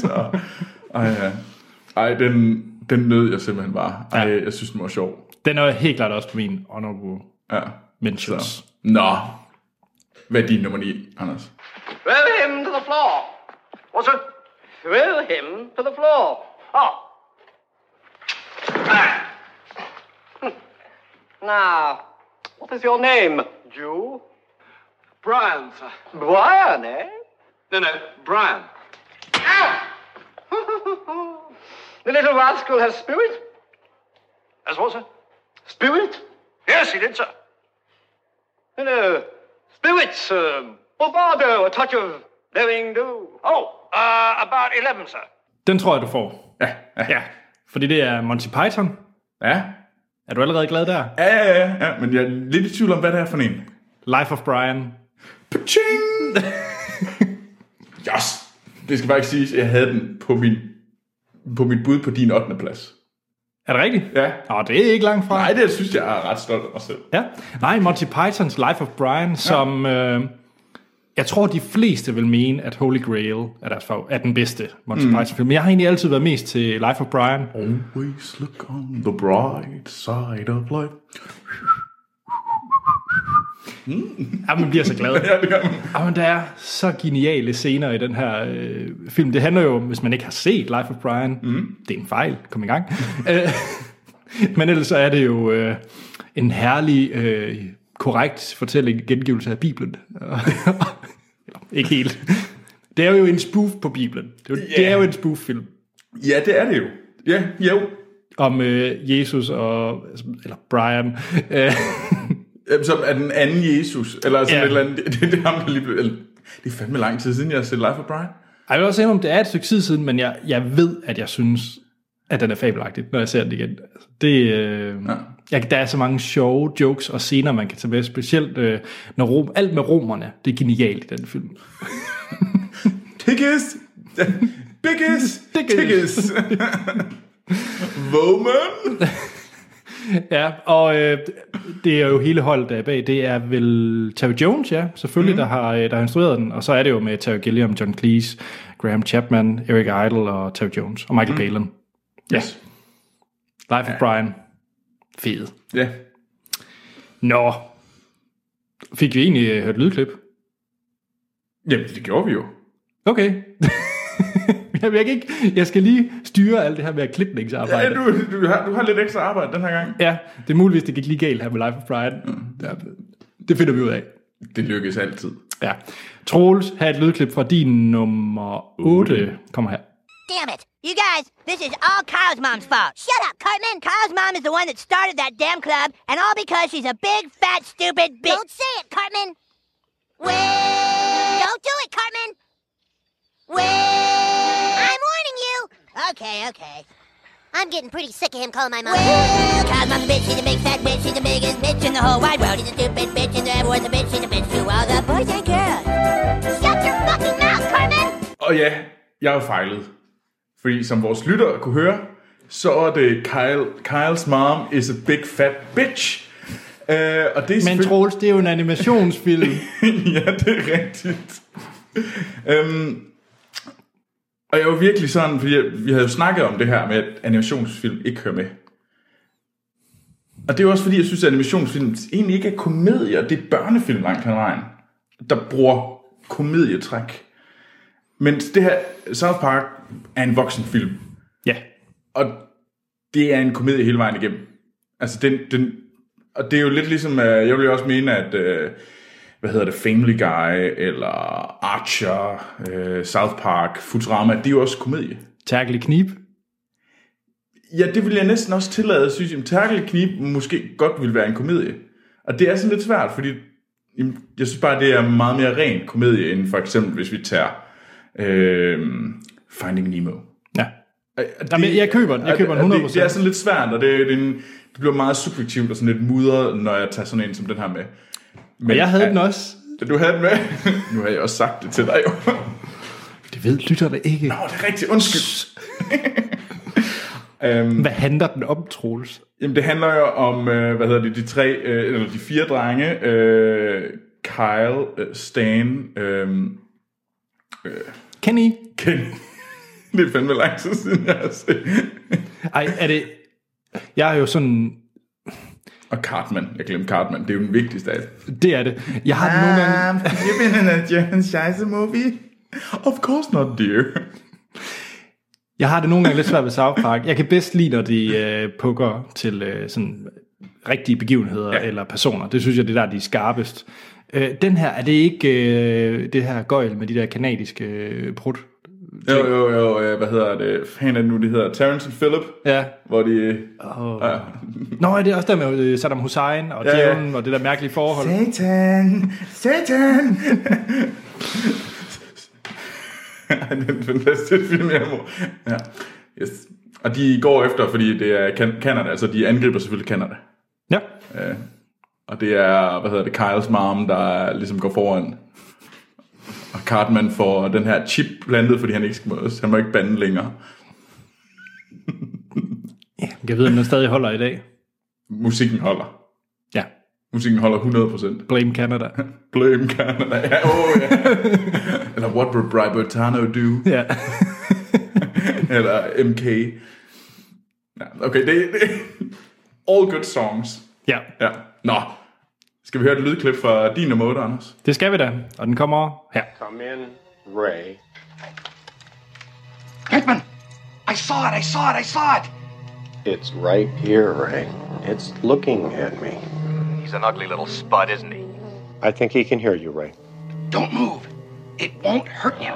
[SPEAKER 2] Den nød jeg simpelthen bare. Jeg synes, den var sjov.
[SPEAKER 1] Den er helt klart også på min honorable mentions.
[SPEAKER 2] Så. Nå. Hvad er din nummer 9, Anders?
[SPEAKER 10] Throw him to the floor. What's it? Throw him to the floor. Oh. Now, what is your name, Jew?
[SPEAKER 11] Brian, sir.
[SPEAKER 10] Brian, eh?
[SPEAKER 11] No, Brian.
[SPEAKER 10] The little rascal has spirit?
[SPEAKER 11] As what, sir?
[SPEAKER 10] Spirit?
[SPEAKER 11] Yes, he did, sir.
[SPEAKER 10] Hello. Spirits, bravado, a touch of daring do.
[SPEAKER 11] Oh, about 11, sir.
[SPEAKER 1] Den tror jeg, du får.
[SPEAKER 2] Ja.
[SPEAKER 1] Fordi det er Monty Python.
[SPEAKER 2] Ja.
[SPEAKER 1] Er du allerede glad der?
[SPEAKER 2] Ja, men jeg er lidt i tvivl om, hvad det er for en.
[SPEAKER 1] Life of Brian.
[SPEAKER 2] Paching! Yes! Det skal bare ikke siges, at jeg havde den på mit bud på din 8. plads.
[SPEAKER 1] Er det rigtigt?
[SPEAKER 2] Ja.
[SPEAKER 1] Det er ikke langt fra.
[SPEAKER 2] Nej, det synes jeg er ret stolt af mig selv.
[SPEAKER 1] Ja. Nej, Monty Pythons Life of Brian, som jeg tror, de fleste vil mene, at Holy Grail er den bedste Monty Python-film. Men jeg har egentlig altid været mest til Life of Brian.
[SPEAKER 2] Always look on the bright side of life.
[SPEAKER 1] Ja, man bliver så glad.
[SPEAKER 2] Ja, det gør man.
[SPEAKER 1] Men der er så geniale scener i den her film. Det handler jo, hvis man ikke har set Life of Brian, det er en fejl, kom i gang. Men ellers så er det jo en herlig, korrekt fortælling, gengivelse af Bibelen. Ikke helt. Det er jo en spoof på Bibelen. Det er jo en spoof-film.
[SPEAKER 2] Ja, det er det jo. Ja, jo.
[SPEAKER 1] Om Jesus eller Brian.
[SPEAKER 2] Som er den anden Jesus, eller sådan et eller andet. Det er ham, der lige blev... Det er fandme lang tid siden, jeg har set Life of Brian.
[SPEAKER 1] Jeg vil også sige, om det er et stykke tid siden, men jeg ved, at jeg synes, at den er fabelagtig, når jeg ser den igen. Der er så mange sjove jokes og scener, man kan tage med, specielt når alt med romerne, det er genialt i den film.
[SPEAKER 2] Biggest. Woman.
[SPEAKER 1] Ja, og det er jo hele holdet der bag. Det er vel Terry Jones, ja, selvfølgelig, der har instrueret den. Og så er det jo med Terry Gilliam, John Cleese, Graham Chapman, Eric Idle og Terry Jones. Og Michael Palin.
[SPEAKER 2] Yes.
[SPEAKER 1] Life of Brian. Fed.
[SPEAKER 2] Ja.
[SPEAKER 1] Nå. Fik vi egentlig hørt lydklip?
[SPEAKER 2] Jamen, det gjorde vi jo.
[SPEAKER 1] Okay. Jeg skal lige styre alt det her med klipningsarbejde.
[SPEAKER 2] Ja, du har lidt ekstra arbejde den her gang.
[SPEAKER 1] Ja, det er muligvis, det gik lige galt her med Life of Brian. Det finder vi ud af.
[SPEAKER 2] Det lykkes altid.
[SPEAKER 1] Ja. Troels, have et lydklip fra din nummer 8. Kommer her.
[SPEAKER 12] Damn it. You guys, this is all Kyle's mom's fault. Shut up, Cartman. Kyle's mom is the one that started that damn club, and all because she's a big, fat, stupid bitch. Don't say it, Cartman. Well... Don't do it, Cartman. Well... I'm warning you. Okay. I'm getting pretty sick of him calling my mom. Well, Kyle's mom's a bitch. She's a big, fat bitch. She's the biggest bitch in the whole wide world. She's a stupid bitch, and everyone's a bitch. She's a bitch to all the boys and girls. Shut your fucking mouth, Cartman.
[SPEAKER 2] Og ja, jeg har fejlet. Fordi som vores lyttere kunne høre, så er det Kyle's mom is a big fat bitch. Og det er
[SPEAKER 1] men Troels, det er jo en animationsfilm.
[SPEAKER 2] Ja, det er rigtigt. Og jeg var virkelig sådan, fordi vi havde jo snakket om det her med, at animationsfilm ikke hører med. Og det er også fordi, jeg synes, at animationsfilm egentlig ikke er komedier. Det er børnefilm langt hen ad vejen, der bruger komedietræk. Men det her, South Park, er en voksenfilm.
[SPEAKER 1] Ja.
[SPEAKER 2] Og det er en komedie hele vejen igennem. Altså, og det er jo lidt ligesom, jeg vil jo også mene, at, Family Guy, eller Archer, South Park, Futurama, det er jo også komedie.
[SPEAKER 1] Terkel Knib?
[SPEAKER 2] Ja, det vil jeg næsten også tillade, synes jeg. Terkel Knib måske godt vil være en komedie. Og det er sådan lidt svært, fordi jeg synes bare, det er meget mere ren komedie, end for eksempel, hvis vi tager Finding Nemo.
[SPEAKER 1] Ja. Jeg køber den 100%.
[SPEAKER 2] Det er sådan lidt svært, og det bliver meget subjektivt og sådan lidt mudret, når jeg tager sådan en som den her med.
[SPEAKER 1] Men jeg havde den også.
[SPEAKER 2] Du havde den med? Nu har jeg også sagt det til dig jo.
[SPEAKER 1] Det ved lytterne ikke.
[SPEAKER 2] Nå, det er rigtigt. Undskyld.
[SPEAKER 1] Hvad handler den om, Troels?
[SPEAKER 2] Jamen, det handler jo om, de 4 drenge. Kyle, Stan,
[SPEAKER 1] Kenny.
[SPEAKER 2] Det er fandme lang tid siden, jeg har set.
[SPEAKER 1] Ej, er det... Jeg er jo sådan...
[SPEAKER 2] Og Cartman. Jeg glemte Cartman. Det er jo den vigtigste af det.
[SPEAKER 1] Det er det. Jeg har nogle gange...
[SPEAKER 2] You've been in a German Scheisse movie? Of course not, dear.
[SPEAKER 1] Jeg har det nogle gange lidt svært ved South Park. Jeg kan bedst lide, når de pukker til sådan rigtige begivenheder eller personer. Det synes jeg, det der de er skarpest. Den her, er det ikke det her gøjl med de der kanadiske prut?
[SPEAKER 2] Jo, hvad hedder det? Fan er det nu, det hedder Terrence and Phillip.
[SPEAKER 1] Ja.
[SPEAKER 2] Hvor de...
[SPEAKER 1] Nå, det er også der med Saddam Hussein og djævlen og det der mærkelige forhold.
[SPEAKER 2] Satan! Det er en fantastisk film, ja. Yes. Og de går efter, fordi det er Canada, altså de angriber selvfølgelig Canada.
[SPEAKER 1] Ja.
[SPEAKER 2] Og det er, Kyles mom, der ligesom går foran. Og Cartman får den her chip plantet, fordi han må ikke bande længere.
[SPEAKER 1] Ja, jeg ved, om den stadig holder i dag.
[SPEAKER 2] Musikken holder.
[SPEAKER 1] Ja.
[SPEAKER 2] Musikken holder 100%.
[SPEAKER 1] Blame Canada.
[SPEAKER 2] Blame Canada, ja. Eller What Would Bribertano Do?
[SPEAKER 1] Ja.
[SPEAKER 2] Eller MK. Ja, okay, det all good songs.
[SPEAKER 1] Ja.
[SPEAKER 2] Nå, skal vi høre et lydklip fra din nummer 8, Anders?
[SPEAKER 1] Det skal vi da, og den kommer her.
[SPEAKER 13] Come in, Ray.
[SPEAKER 10] Hickman! I saw it!
[SPEAKER 13] It's right here, Ray. It's looking at me.
[SPEAKER 11] He's an ugly little spud, isn't he?
[SPEAKER 13] I think he can hear you, Ray.
[SPEAKER 10] Don't move. It won't hurt you.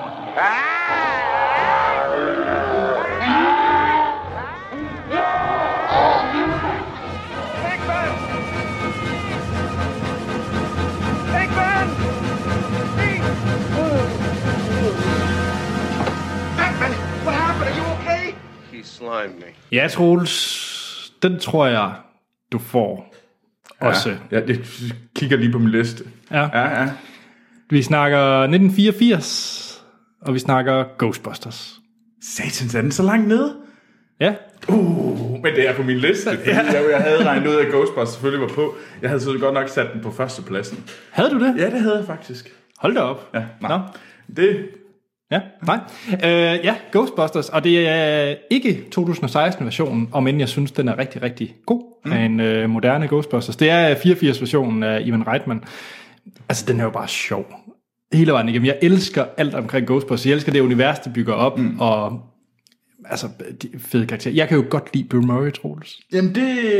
[SPEAKER 13] Slime me.
[SPEAKER 1] Ja, Troels, den tror jeg, du får også.
[SPEAKER 2] Ja, jeg kigger lige på min liste.
[SPEAKER 1] Ja. Vi snakker 1984, og vi snakker Ghostbusters.
[SPEAKER 2] Satans, er den så langt nede?
[SPEAKER 1] Ja.
[SPEAKER 2] Men det er på min liste, fordi jeg havde regnet ud, at Ghostbusters selvfølgelig var på. Jeg havde så godt nok sat den på førstepladsen.
[SPEAKER 1] Havde du det?
[SPEAKER 2] Ja, det havde jeg faktisk.
[SPEAKER 1] Hold da op.
[SPEAKER 2] Ja,
[SPEAKER 1] Nå.
[SPEAKER 2] Det...
[SPEAKER 1] Ja, nej. Ghostbusters, og det er ikke 2016-versionen, om end jeg synes, den er rigtig, rigtig god af en moderne Ghostbusters. Det er 84-versionen af Ivan Reitman. Altså, den er jo bare sjov. Hele vejen igennem. Jeg elsker alt omkring Ghostbusters. Jeg elsker det univers, det bygger op, og altså, de fede karakterer. Jeg kan jo godt lide Bill Murray, Troels.
[SPEAKER 2] Jamen,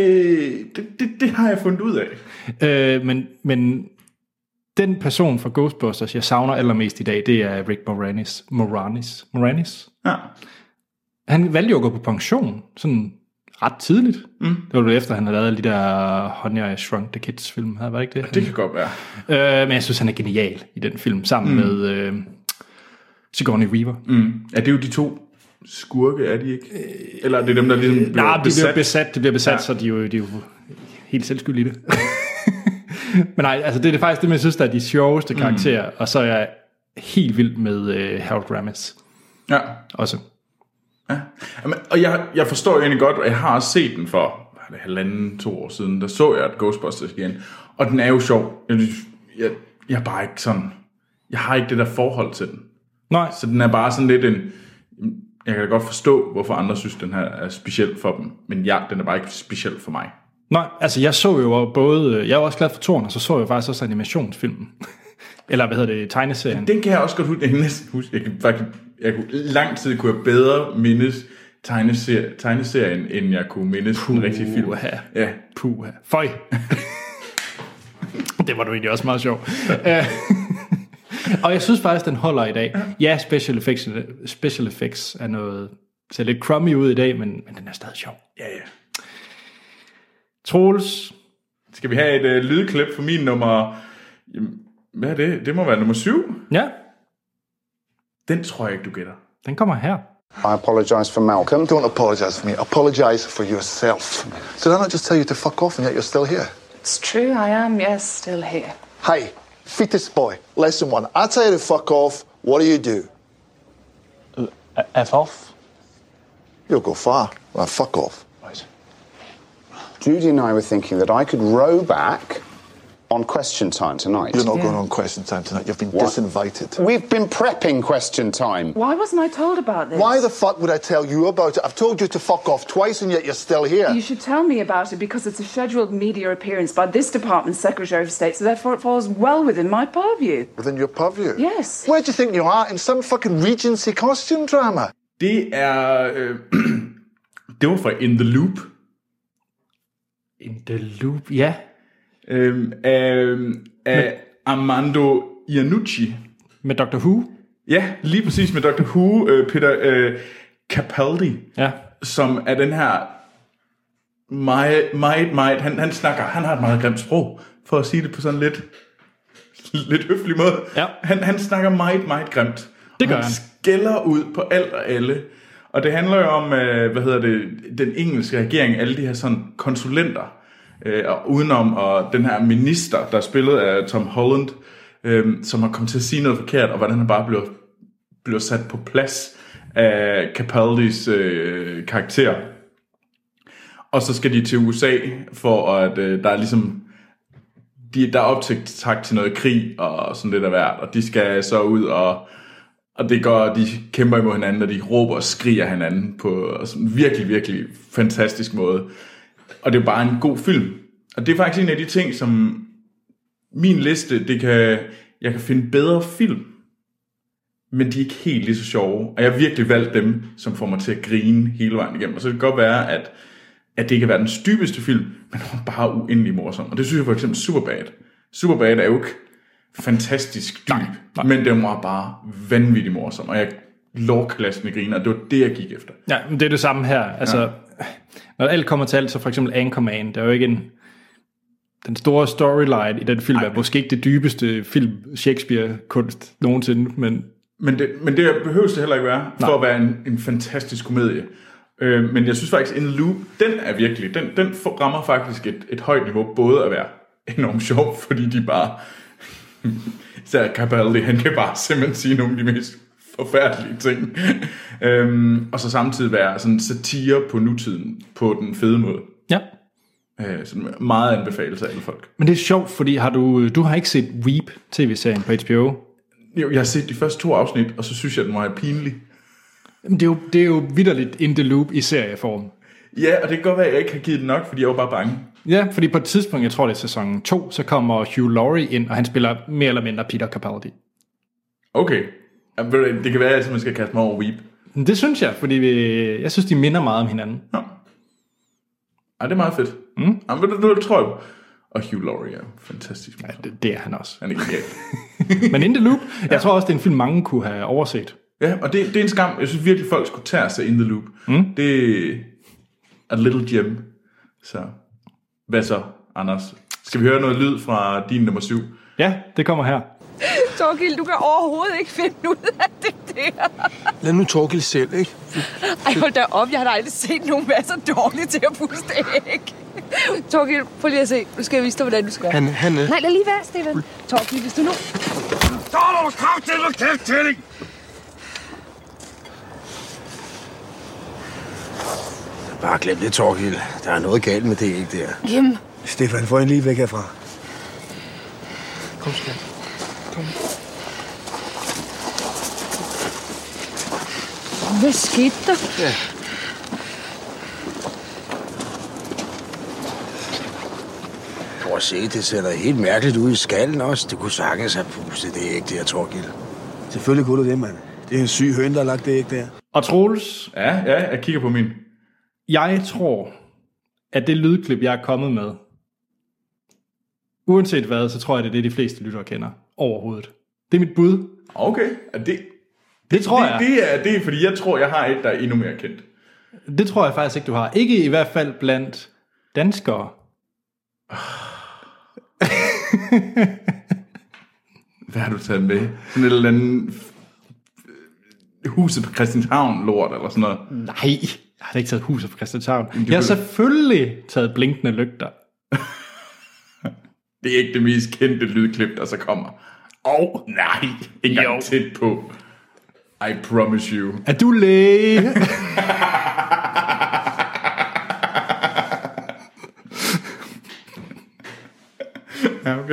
[SPEAKER 2] det har jeg fundet ud af.
[SPEAKER 1] Men den person fra Ghostbusters, jeg savner allermest i dag, det er Rick Moranis.
[SPEAKER 2] Ja.
[SPEAKER 1] Han valgte jo at gå på pension, sådan ret tidligt. Det var det efter, han havde lavet alle de der Honey, I Shrunk the Kids film. Var det ikke det?
[SPEAKER 2] Det kan godt være.
[SPEAKER 1] Men jeg synes, han er genial i den film, sammen med Sigourney Weaver.
[SPEAKER 2] Ja, det er jo de to skurke, er de ikke? Eller er det dem, der ligesom
[SPEAKER 1] bliver besat? Det bliver besat, så de er jo helt selvskyldige i det. Men nej, altså det er faktisk det, man synes, der er de sjoveste karakterer, og så er jeg helt vild med Harold Ramis.
[SPEAKER 2] Ja.
[SPEAKER 1] Også.
[SPEAKER 2] Ja. Og jeg forstår jo egentlig godt, og jeg har også set den for 1,5-2 år siden, der så jeg Ghostbusters igen, og den er jo sjov. Jeg er bare ikke sådan, jeg har ikke det der forhold til den.
[SPEAKER 1] Nej.
[SPEAKER 2] Så den er bare sådan lidt en, jeg kan da godt forstå, hvorfor andre synes, den her er speciel for dem, men den er bare ikke speciel for mig.
[SPEAKER 1] Nej, altså jeg så jo både, jeg var også glad for toren, og så jeg faktisk også animationsfilmen. Eller tegneserien.
[SPEAKER 2] Den kan jeg også godt huske. Jeg kan næsten huske. Lang tid kunne jeg bedre mindes tegneserien, end jeg kunne mindes den rigtige film.
[SPEAKER 1] Ja. Puha. Føj. Det var du egentlig også meget sjov. Og jeg synes faktisk, den holder i dag. Ja, special effects er noget, ser lidt crummy ud i dag, men den er stadig sjov.
[SPEAKER 2] Ja.
[SPEAKER 1] Troels.
[SPEAKER 2] Skal vi have et lydklip for min nummer... Hvad er det? Det må være nummer 7.
[SPEAKER 1] Ja.
[SPEAKER 2] Den tror jeg ikke, du gætter.
[SPEAKER 1] Den kommer her.
[SPEAKER 14] I apologize for Malcolm.
[SPEAKER 15] Don't apologize for me. Apologize for yourself. Did I not just tell you to fuck off and yet you're still here?
[SPEAKER 16] It's true, I am, yes, still here.
[SPEAKER 15] Hi, fetus boy. Lesson 1. I tell you to fuck off. What do?
[SPEAKER 16] F off?
[SPEAKER 15] You'll go far. Well, fuck off.
[SPEAKER 16] Right.
[SPEAKER 14] Judy and I were thinking that I could row back on Question Time tonight.
[SPEAKER 15] You're not going on Question Time tonight. You've been disinvited.
[SPEAKER 14] We've been prepping Question Time.
[SPEAKER 16] Why wasn't I told about this?
[SPEAKER 15] Why the fuck would I tell you about it? I've told you to fuck off twice and yet you're still here.
[SPEAKER 16] You should tell me about it because it's a scheduled media appearance by this department's Secretary of State, so therefore it falls well within my purview.
[SPEAKER 15] Within your purview?
[SPEAKER 16] Yes.
[SPEAKER 15] Where do you think you are? In some fucking Regency costume drama?
[SPEAKER 2] Det er... det var fra In the Loop.
[SPEAKER 1] In the Loop, ja.
[SPEAKER 2] Af Armando Iannucci.
[SPEAKER 1] Med Dr. Who?
[SPEAKER 2] Ja, lige præcis med Dr. Who, Peter Capaldi, som er den her meget, han snakker, han har et meget grimt sprog, for at sige det på sådan lidt høflig måde.
[SPEAKER 1] Ja.
[SPEAKER 2] Han snakker meget grimt.
[SPEAKER 1] Det gør
[SPEAKER 2] han skælder ud på alt og alle. Og det handler jo om, den engelske regering, alle de her sådan konsulenter, og udenom, og den her minister, der er spillet af Tom Holland, som har kommet til at sige noget forkert, og hvordan han bare bliver sat på plads af Capaldis karakter. Og så skal de til USA, for at der er ligesom, der er optakt til noget krig, og sådan lidt af hvert, og de skal så ud, og det går, de kæmper imod hinanden, og de råber og skriger hinanden på sådan virkelig, virkelig fantastisk måde. Og det er jo bare en god film. Og det er faktisk en af de ting, som min liste, jeg kan finde bedre film, men de er ikke helt lige så sjove. Og jeg har virkelig valgt dem, som får mig til at grine hele vejen igennem. Og så kan det godt være, at det ikke er verdens dybeste film, men den er bare uendelig morsom. Og det synes jeg for eksempel Superbad. Superbad er jo ikke fantastisk dyb, men den var bare vanvittig morsom. Og jeg lårklassende griner, og det var det, jeg gik efter.
[SPEAKER 1] Ja, men det er det samme her. Altså, når alt kommer til alt, så for eksempel Anchorman, der er jo ikke den store storyline i den film, er måske ikke det dybeste film Shakespeare-kunst nogensinde,
[SPEAKER 2] Men det behøver det heller ikke være, for at være en fantastisk komedie. Men jeg synes faktisk, In the Loop, den er virkelig, den rammer faktisk et højt niveau, både at være enormt sjov, fordi de bare, især Capaldi, han kan bare simpelthen sige nogle af de mest forfærdelige ting. Og så samtidig være sådan satire på nutiden, på den fede måde.
[SPEAKER 1] Ja.
[SPEAKER 2] Sådan meget anbefalet af alle folk.
[SPEAKER 1] Men det er sjovt, fordi du har ikke set Weep, tv-serien på HBO?
[SPEAKER 2] Jo, jeg har set de første 2 afsnit, og så synes jeg, den var pinlig.
[SPEAKER 1] Det er jo vitterligt In the Loop i serieform.
[SPEAKER 2] Ja, og det kan godt være, at jeg ikke har givet den nok, fordi jeg var bare bange.
[SPEAKER 1] Ja, fordi på et tidspunkt, jeg tror det er sæson 2, så kommer Hugh Laurie ind, og han spiller mere eller mindre Peter Capaldi.
[SPEAKER 2] Okay. Det kan være, at man skal kaste mig over Weep.
[SPEAKER 1] Det synes jeg, fordi jeg synes, de minder meget om hinanden.
[SPEAKER 2] Ja. Ej, det er meget fedt. Jamen, det tror jeg. Og Hugh Laurie er fantastisk.
[SPEAKER 1] Ja, det er han også.
[SPEAKER 2] Han er genial.
[SPEAKER 1] Men In the Loop, jeg tror også, det er en film, mange kunne have overset.
[SPEAKER 2] Ja, og det er en skam. Jeg synes virkelig, folk skulle tage sig In the Loop. Det er a little gem. Så hvad så, Anders? Skal vi høre noget lyd fra din nummer 7?
[SPEAKER 1] Ja, det kommer her.
[SPEAKER 17] Torgild, du kan overhovedet ikke finde ud af det der.
[SPEAKER 6] Lad nu Torgild selv, ikke?
[SPEAKER 17] Ej, hold da op. Jeg har da aldrig set nogen være så dårlige til at puste æg. Torgild, prøv lige at se. Nu skal jeg vise dig, hvordan du skal.
[SPEAKER 6] Han
[SPEAKER 17] Nej, lad lige være, Steven. Torgild, hvis du nu...
[SPEAKER 7] Så er du kraft til at kæft, Tælling!
[SPEAKER 6] Bare glem det, Torgild. Der er noget galt med det ikke der.
[SPEAKER 17] Jamen.
[SPEAKER 6] Stefan, få en lige væk herfra. Kom, skat. Kom.
[SPEAKER 17] Hvad skete der?
[SPEAKER 6] Ja. Prøv at se, det ser da helt mærkeligt ud i skallen også. Det kunne sagtens have pustet det æg der, Torgild. Selvfølgelig kunne du det, mand. Det er en syg høn, der har lagt det æg der.
[SPEAKER 1] Og Troels?
[SPEAKER 2] Ja, jeg kigger på min.
[SPEAKER 1] Jeg tror, at det lydklip, jeg er kommet med, uanset hvad, så tror jeg, det er det, de fleste lyttere kender overhovedet. Det er mit bud.
[SPEAKER 2] Okay,
[SPEAKER 1] det tror jeg.
[SPEAKER 2] Det er, fordi jeg tror, jeg har et, der er endnu mere kendt.
[SPEAKER 1] Det tror jeg faktisk ikke, du har. Ikke i hvert fald blandt danskere.
[SPEAKER 2] Hvad har du taget med? Sådan et eller andet Huset på Christianshavn lort eller sådan noget?
[SPEAKER 1] Nej, jeg har ikke taget Huset på Christianshavn. Jeg har selvfølgelig taget Blinkende Lygter.
[SPEAKER 2] Det er ikke det mest kendte lydklip, der så kommer. Nej, ikke engang tæt på. I promise you.
[SPEAKER 1] Er du læge?
[SPEAKER 2] Ja, okay.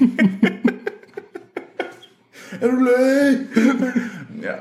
[SPEAKER 2] Er du læge? Ja.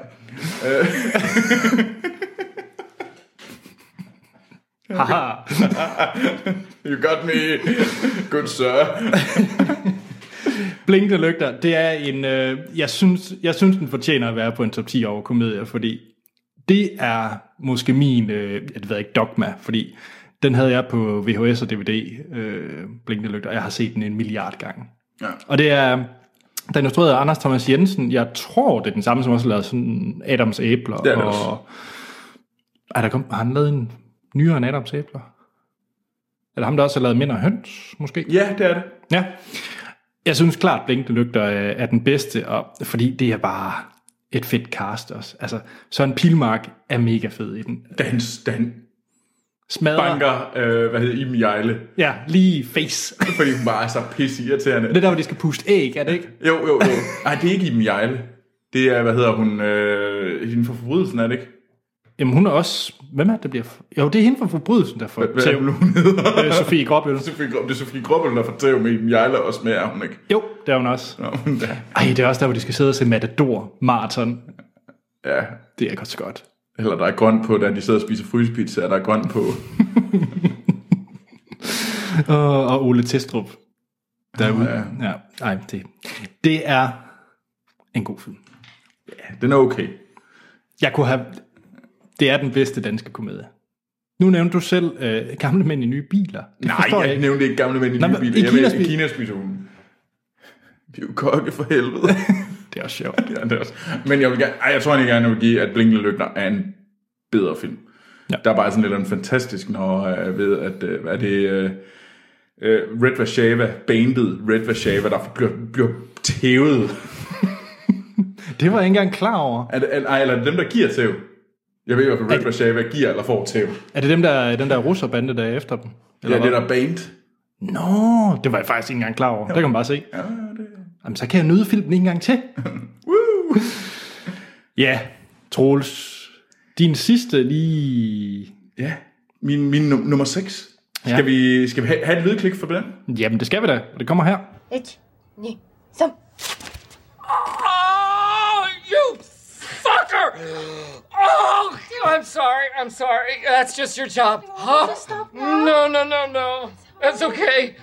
[SPEAKER 2] You got me. Good sir.
[SPEAKER 1] Blinkende Lygter, det er en... jeg synes, den fortjener at være på en top 10 over komedier, fordi det er måske min... jeg ved ikke, dogma, fordi Den havde jeg på VHS og DVD, Blinkende Lygter, og jeg har set den 1 milliard gange.
[SPEAKER 2] Ja.
[SPEAKER 1] Og det er, den er instrueret af Anders Thomas Jensen. Jeg tror, det er den samme, som også har lavet sådan Adams Æbler.
[SPEAKER 2] Det er det
[SPEAKER 1] og har han lavet en nyere end Adams Æbler? Eller ham, der også har lavet Mænd og Høns, måske?
[SPEAKER 2] Ja, det er det.
[SPEAKER 1] Ja. Jeg synes klart, Blinkende Lygter er den bedste, og fordi det er bare et fedt cast også. Altså, Søren Pilmark er mega fed i den.
[SPEAKER 2] Da han
[SPEAKER 1] smadrer
[SPEAKER 2] banker, Iben Hjejle.
[SPEAKER 1] Ja, lige face.
[SPEAKER 2] Fordi hun bare er så pisse-irriterende.
[SPEAKER 1] Det er der, hvor de skal puste æg, er det ikke?
[SPEAKER 2] Jo. Nej, det er ikke Iben Hjejle. Det er, hende for forbrydelsen, er det ikke?
[SPEAKER 1] Jamen hun er også... Hvem er det, der bliver... Jo, det er hende for forbrydelsen, der får
[SPEAKER 2] tæv. Hvad hun hedder?
[SPEAKER 1] Sofie Gråbøl.
[SPEAKER 2] Det er Sofie Gråbøl, der får tæv med Iben Hjejle også med, er hun ikke?
[SPEAKER 1] Jo, det er hun også. Ej, det er også der, hvor de skal sidde og se Matador Marathon.
[SPEAKER 2] Ja.
[SPEAKER 1] Det er godt så godt.
[SPEAKER 2] Eller der er grønt på, da de sidder og spiser frysepizza, og der er grønt på.
[SPEAKER 1] og Ole Testrup. Derude. Ja. Ej, det er en god film.
[SPEAKER 2] Ja, den er okay.
[SPEAKER 1] Jeg kunne have... Det er den bedste danske komedie. Nu nævnte du selv gamle mænd i nye biler.
[SPEAKER 2] Nej, jeg nævnte ikke gamle mænd i nye biler. I Kina spiser hun. Vi er jo kokke for helvede.
[SPEAKER 1] Det er også sjovt.
[SPEAKER 2] Ja, det er også. Men jeg tror ikke gerne, vil give, at Blinkende Lygter er en bedre film. Ja. Der er bare sådan lidt en fantastisk, når jeg ved, at hvad det Red Warszawa, bandet Red Warszawa, der bliver tævet.
[SPEAKER 1] Det var jeg ikke engang klar over.
[SPEAKER 2] Eller dem, der giver tæv. Jeg ved i hvert fald, Red Warszawa giver eller får tæv.
[SPEAKER 1] Er det den der russerbande, der er efter dem?
[SPEAKER 2] Eller det der band.
[SPEAKER 1] Nå, det var jeg faktisk ikke engang klar over. Det kan man bare se.
[SPEAKER 2] Ja, det...
[SPEAKER 1] Jamen, så kan jeg nyde filmen en gang til.
[SPEAKER 2] Woo!
[SPEAKER 1] Ja, Troels. Din sidste lige...
[SPEAKER 2] Ja, min nummer 6. Skal vi have et lydklik for den?
[SPEAKER 1] Jamen, det skal vi da. Og det kommer her.
[SPEAKER 12] 1, 2, 3.
[SPEAKER 3] Oh, you fucker! Oh, I'm sorry. That's just your job. Huh? No. That's okay.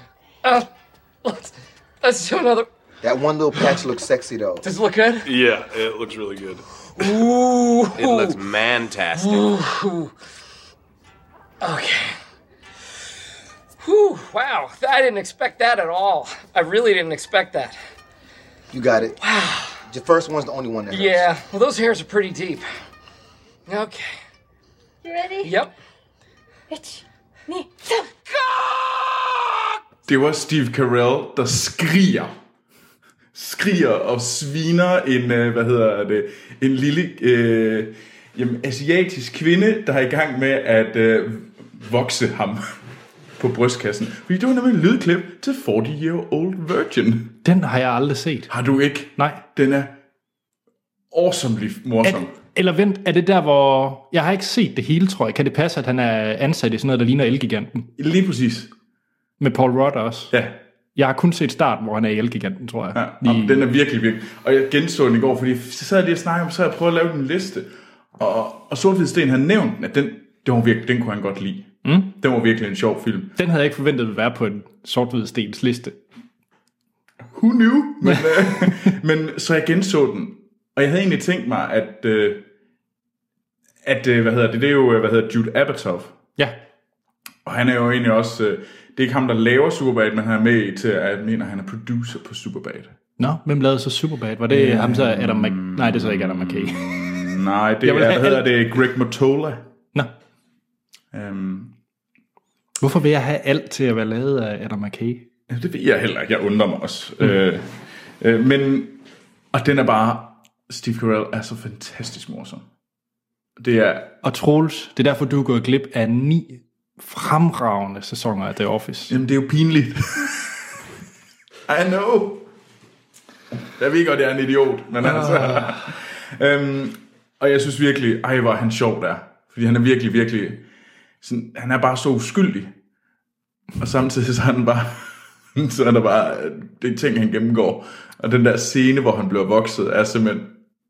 [SPEAKER 3] Let's do another.
[SPEAKER 18] That one little patch looks sexy, though.
[SPEAKER 3] Does it look good?
[SPEAKER 19] Yeah, it looks really good.
[SPEAKER 3] Ooh.
[SPEAKER 19] It looks mantastic.
[SPEAKER 3] Ooh. Okay. Whew, wow, I didn't expect that at all. I really didn't expect that.
[SPEAKER 18] You got it.
[SPEAKER 3] Wow.
[SPEAKER 18] The first one's the only one that hurts.
[SPEAKER 3] Yeah, well, those hairs are pretty deep. Okay.
[SPEAKER 12] You ready?
[SPEAKER 3] Yep.
[SPEAKER 12] 1, 2, 3.
[SPEAKER 2] Det var Steve Carell, der skriger og sviner en lille asiatisk kvinde, der er i gang med at vokse ham på brystkassen. Fordi det var nemlig en lydklip til 40-Year-Old Virgin.
[SPEAKER 1] Den har jeg aldrig set.
[SPEAKER 2] Har du ikke?
[SPEAKER 1] Nej.
[SPEAKER 2] Den er awesomely morsom.
[SPEAKER 1] Eller vent, er det der, hvor... Jeg har ikke set det hele, tror jeg. Kan det passe, at han er ansat i sådan noget, der ligner Elgiganten?
[SPEAKER 2] Lige præcis.
[SPEAKER 1] Med Paul Rudd også?
[SPEAKER 2] Ja.
[SPEAKER 1] Jeg har kun set starten, hvor han er i Elgiganten, tror jeg.
[SPEAKER 2] Ja, den er virkelig. Og jeg genså den i går, fordi så sad jeg lige og snakkede om, så jeg prøvede at lave en liste. Og Sort-Hvid Sten havde nævnt den, at den kunne han godt lide. Mm. Den var virkelig en sjov film.
[SPEAKER 1] Den havde jeg ikke forventet at være på en Sort-Hvid Stens liste.
[SPEAKER 2] Who knew? Men så jeg genså den. Og jeg havde egentlig tænkt mig, at det er jo, Judd Apatow.
[SPEAKER 1] Ja.
[SPEAKER 2] Og han er jo egentlig også, det er ikke ham, der laver Superbad, men han er med til, at jeg mener, han er producer på Superbad.
[SPEAKER 1] Nå, hvem lavede så Superbad? Var det ham så Adam Nej, det er så ikke Adam McKay.
[SPEAKER 2] Nej, det er, det er Greg Mottola.
[SPEAKER 1] Nå. Hvorfor vil jeg have alt til at være lavet af Adam McKay?
[SPEAKER 2] Det ved jeg heller ikke, jeg undrer mig også. Og den er bare, Steve Carell er så fantastisk morsom. Det er...
[SPEAKER 1] Og Troels, det er derfor, du er gået glip af 9 fremragende sæsoner af The Office.
[SPEAKER 2] Jamen, det er jo pinligt. I know. Jeg ved godt, jeg er en idiot, men altså... og jeg synes virkelig, hvor han sjov der. Fordi han er virkelig, virkelig... Sådan, han er bare så uskyldig. Og samtidig så er han bare... så er der bare... Det er ting, han gennemgår. Og den der scene, hvor han bliver vokset, er simpelthen...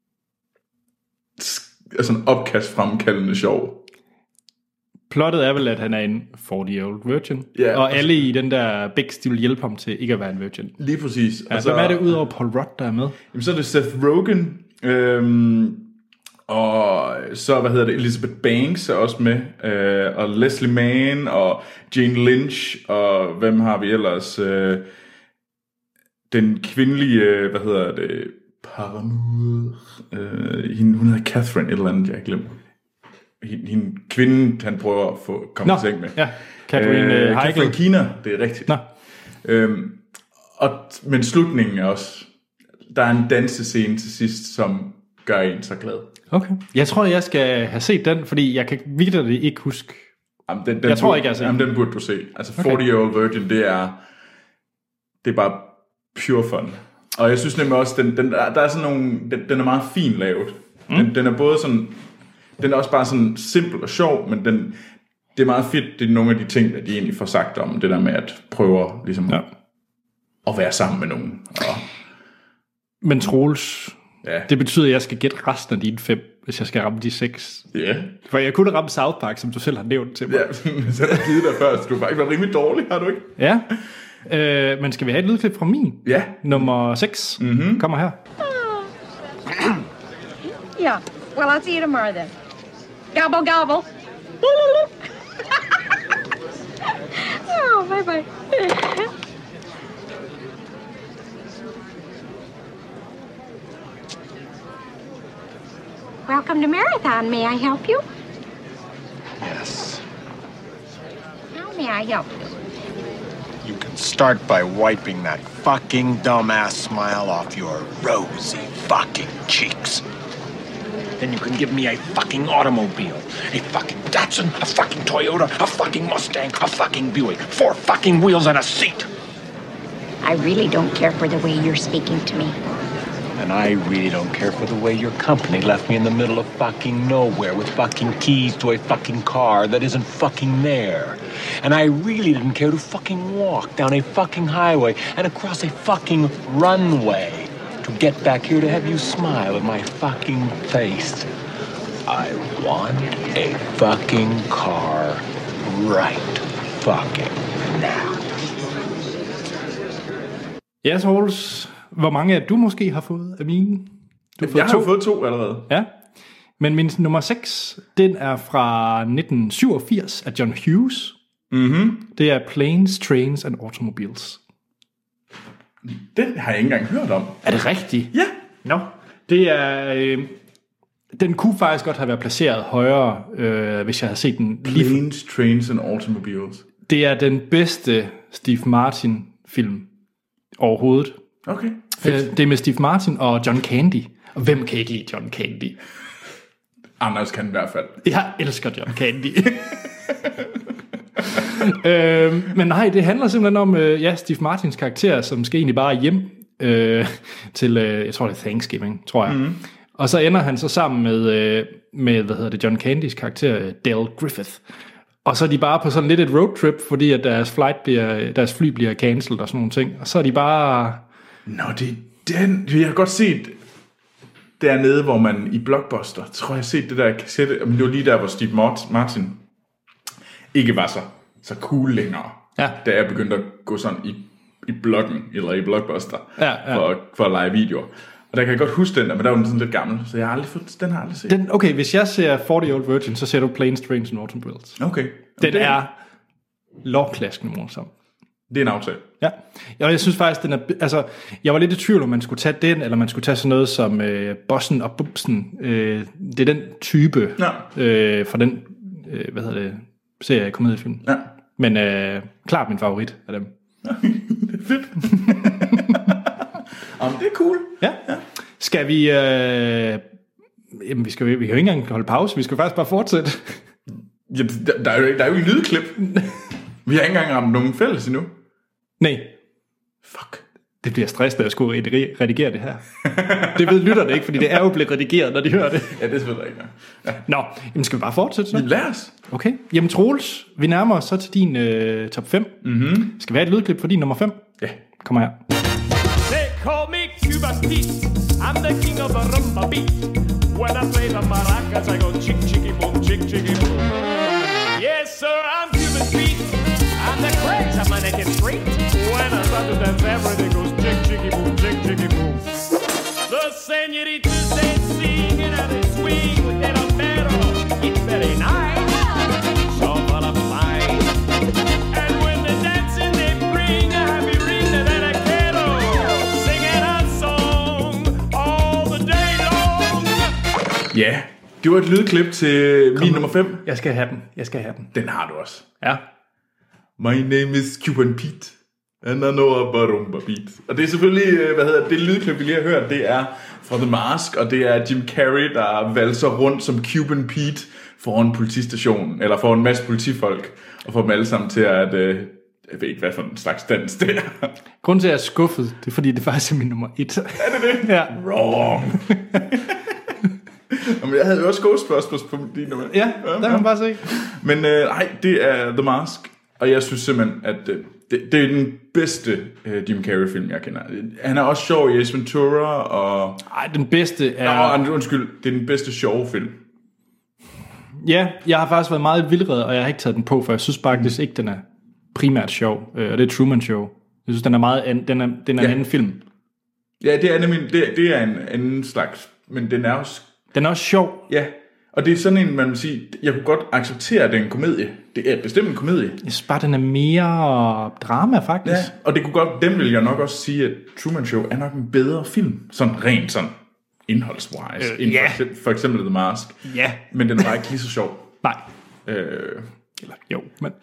[SPEAKER 2] sådan opkast fremkaldende sjov.
[SPEAKER 1] Plottet er vel, at han er en 40-year-old virgin.
[SPEAKER 2] Ja,
[SPEAKER 1] og alle i den der Bix, de vil hjælpe ham til ikke at være en virgin.
[SPEAKER 2] Lige præcis.
[SPEAKER 1] Ja, hvem er det udover Paul Rudd, der er med?
[SPEAKER 2] Jamen, så er det Seth Rogen. Og så, Elizabeth Banks er også med, og Leslie Mann, og Jane Lynch, og hvem har vi ellers? Den kvindelige, Paramour, hun hedder Catherine, et eller andet, jeg har glemt. Hende kvinden, han prøver at komme i seng med.
[SPEAKER 1] Ja, Catherine
[SPEAKER 2] Keener, det er rigtigt. Men slutningen er også, der er en dansescene til sidst, som gør en så glad.
[SPEAKER 1] Okay. Jeg tror, jeg skal have set den, fordi jeg kan virkelig ikke huske.
[SPEAKER 2] Den
[SPEAKER 1] jeg tror ikke, jeg har set den.
[SPEAKER 2] Den burde du se. Altså 40-Year-Old Virgin, det er bare pure fun. Og jeg synes nemlig også, der er sådan nogle, den er meget fin lavet. Den er både sådan, den er også bare sådan simpel og sjov, men det er meget fedt, det er nogle af de ting, der de egentlig får sagt om det der med at prøve ligesom at være sammen med nogen.
[SPEAKER 1] Men Troels, det betyder, at jeg skal gætte resten af dine 5, hvis jeg skal ramme de 6.
[SPEAKER 2] Ja.
[SPEAKER 1] For jeg kunne ramme South Park, som du selv har nævnt til mig.
[SPEAKER 2] Ja, så har jeg givet dig først. Du har faktisk været rimelig dårlig, har du ikke?
[SPEAKER 1] Ja. Men skal vi have et lydklip fra min?
[SPEAKER 2] Ja.
[SPEAKER 1] Nummer 6 kommer her.
[SPEAKER 20] Yeah. Well, I'll see you tomorrow then. Gobble, gobble. Oh, bye-bye. Welcome to Marathon. May I help you?
[SPEAKER 21] Yes.
[SPEAKER 20] How may I help you?
[SPEAKER 21] You can start by wiping that fucking dumbass smile off your rosy fucking cheeks. Then you can give me a fucking automobile, a fucking Datsun, a fucking Toyota, a fucking Mustang, a fucking Buick, 4 fucking wheels and a seat.
[SPEAKER 20] I really don't care for the way you're speaking to me.
[SPEAKER 21] And I really don't care for the way your company left me in the middle of fucking nowhere with fucking keys to a fucking car that isn't fucking there. And I really didn't care to fucking walk down a fucking highway and across a fucking runway to get back here to have you smile in my fucking face. I want a fucking car right fucking now.
[SPEAKER 1] Ja, Troels. Hvor mange af du måske har fået af mine?
[SPEAKER 2] Jeg har fået 2 allerede.
[SPEAKER 1] Ja. Men min nummer 6, den er fra 1987 af John Hughes. Det er Planes, Trains and Automobiles.
[SPEAKER 2] Den har jeg ikke engang hørt om.
[SPEAKER 1] Er det rigtigt?
[SPEAKER 2] Ja.
[SPEAKER 1] Nå. Det er... den kunne faktisk godt have været placeret højere, hvis jeg havde set den lige...
[SPEAKER 2] Planes, Trains and Automobiles.
[SPEAKER 1] Det er den bedste Steve Martin-film overhovedet.
[SPEAKER 2] Okay.
[SPEAKER 1] Det er med Steve Martin og John Candy. Og hvem kan ikke lide John Candy?
[SPEAKER 2] Anders kan i hvert fald.
[SPEAKER 1] Jeg elsker John Candy. Men nej, det handler simpelthen om Steve Martins karakter, som skal egentlig bare hjem til, jeg tror det er Thanksgiving, tror jeg. Og så ender han så sammen med John Candys karakter, Dale Griffith. Og så er de bare på sådan lidt et roadtrip, fordi at deres fly bliver cancelled og sådan nogle ting. Og så er de bare...
[SPEAKER 2] Nå, det er den... Jeg har godt set dernede, hvor man i Blockbuster, tror jeg har set det der kassette, men det var lige der, hvor Steve Martin ikke var så cool længere. Ja. Da jeg begyndte at gå sådan i bloggen, eller i Blockbuster, for at lege videoer. Og der kan jeg godt huske den der, men der var den sådan lidt gammel, så jeg har aldrig fået, den har jeg aldrig set.
[SPEAKER 1] Okay, hvis jeg ser 40-Year-Old Virgin, så ser du Planes, Trains and Automobiles.
[SPEAKER 2] Okay.
[SPEAKER 1] Den er lovklaskende morsom.
[SPEAKER 2] Det er en aftale.
[SPEAKER 1] Ja, og jeg synes faktisk, den er... Altså, jeg var lidt i tvivl, om man skulle tage den, eller man skulle tage sådan noget som Bossen og Bubsen. Det er den type fra den, serie komediefilm. Ja. Men klart min favorit af dem.
[SPEAKER 2] Det er fedt. Jamen, det er cool.
[SPEAKER 1] Ja. Skal vi... Jamen, vi kan jo ikke engang holde pause. Vi skal faktisk bare fortsætte.
[SPEAKER 2] Jamen, der er jo en lydklip. Vi har ikke engang ramt nogen fælles endnu.
[SPEAKER 1] Nej.
[SPEAKER 2] Fuck.
[SPEAKER 1] Det bliver stressende at skulle redigere det her. Det ved lytterne ikke, fordi det er jo blevet redigeret, når de hører det.
[SPEAKER 2] Ja, det er selvfølgelig ikke. Ja.
[SPEAKER 1] Nå, jamen skal vi bare fortsætte så?
[SPEAKER 2] Lad os.
[SPEAKER 1] Okay. Jamen Troels, vi nærmer os så til din top 5. Skal vi have et lydklip for din nummer 5?
[SPEAKER 2] Ja.
[SPEAKER 1] Kom her.
[SPEAKER 22] They call me Cuba's Pete. I'm the king of the rumba beat. When I play the maracas, I go chick, chicky, boom, chick, chicky, boom. Yes, sir, I'm Cuba's Pete. I'm the craze, I'm a naked street. When I start to dance, everything goes chick, chicky, boom, chick, chicky, boom. The senoritas, they sing and they swing.
[SPEAKER 2] Ja, det var et lydklip til min nummer 5.
[SPEAKER 1] Jeg skal have den.
[SPEAKER 2] Den har du også.
[SPEAKER 1] Ja.
[SPEAKER 2] My name is Cuban Pete, and I know about rumba beat. Og det er selvfølgelig, det lydklip, vi lige har hørt, det er fra The Mask, og det er Jim Carrey, der valser rundt som Cuban Pete foran en politistation, eller foran en masse politifolk, og får dem alle sammen til at, jeg ved ikke, hvad for en slags dans det er.
[SPEAKER 1] Grunden til, at jeg er skuffet, det er, fordi det faktisk er min nummer 1.
[SPEAKER 2] Er det?
[SPEAKER 1] Ja.
[SPEAKER 2] Wrong. Men jeg havde jo også Ghostbusters på din nummer.
[SPEAKER 1] Ja, der kan man bare se.
[SPEAKER 2] Men nej, det er The Mask, og jeg synes simpelthen, at det er den bedste Jim Carrey-film, jeg kender. Han er også sjov i Ace Ventura, og...
[SPEAKER 1] Nej, den bedste er...
[SPEAKER 2] Undskyld, det er den bedste sjove film.
[SPEAKER 1] Ja, jeg har faktisk været meget vildred, og jeg har ikke taget den på, for jeg synes faktisk ikke, den er primært sjov. Og det er Truman Show. Jeg synes, den er meget den er en anden film.
[SPEAKER 2] Ja, det er nemlig, det er en anden slags, men den er også...
[SPEAKER 1] Den er også sjov.
[SPEAKER 2] Ja, og det er sådan en, man vil sige, jeg kunne godt acceptere, at det er en komedie. Det er bestemt en komedie.
[SPEAKER 1] Jeg synes bare, den er mere drama, faktisk.
[SPEAKER 2] Ja, og det kunne godt, dem vil jeg nok også sige, at Truman Show er nok en bedre film. Sådan rent sådan indholdswise. For eksempel The Mask.
[SPEAKER 1] Ja.
[SPEAKER 2] Men den er bare ikke lige så sjov.
[SPEAKER 1] Nej. Eller jo, men...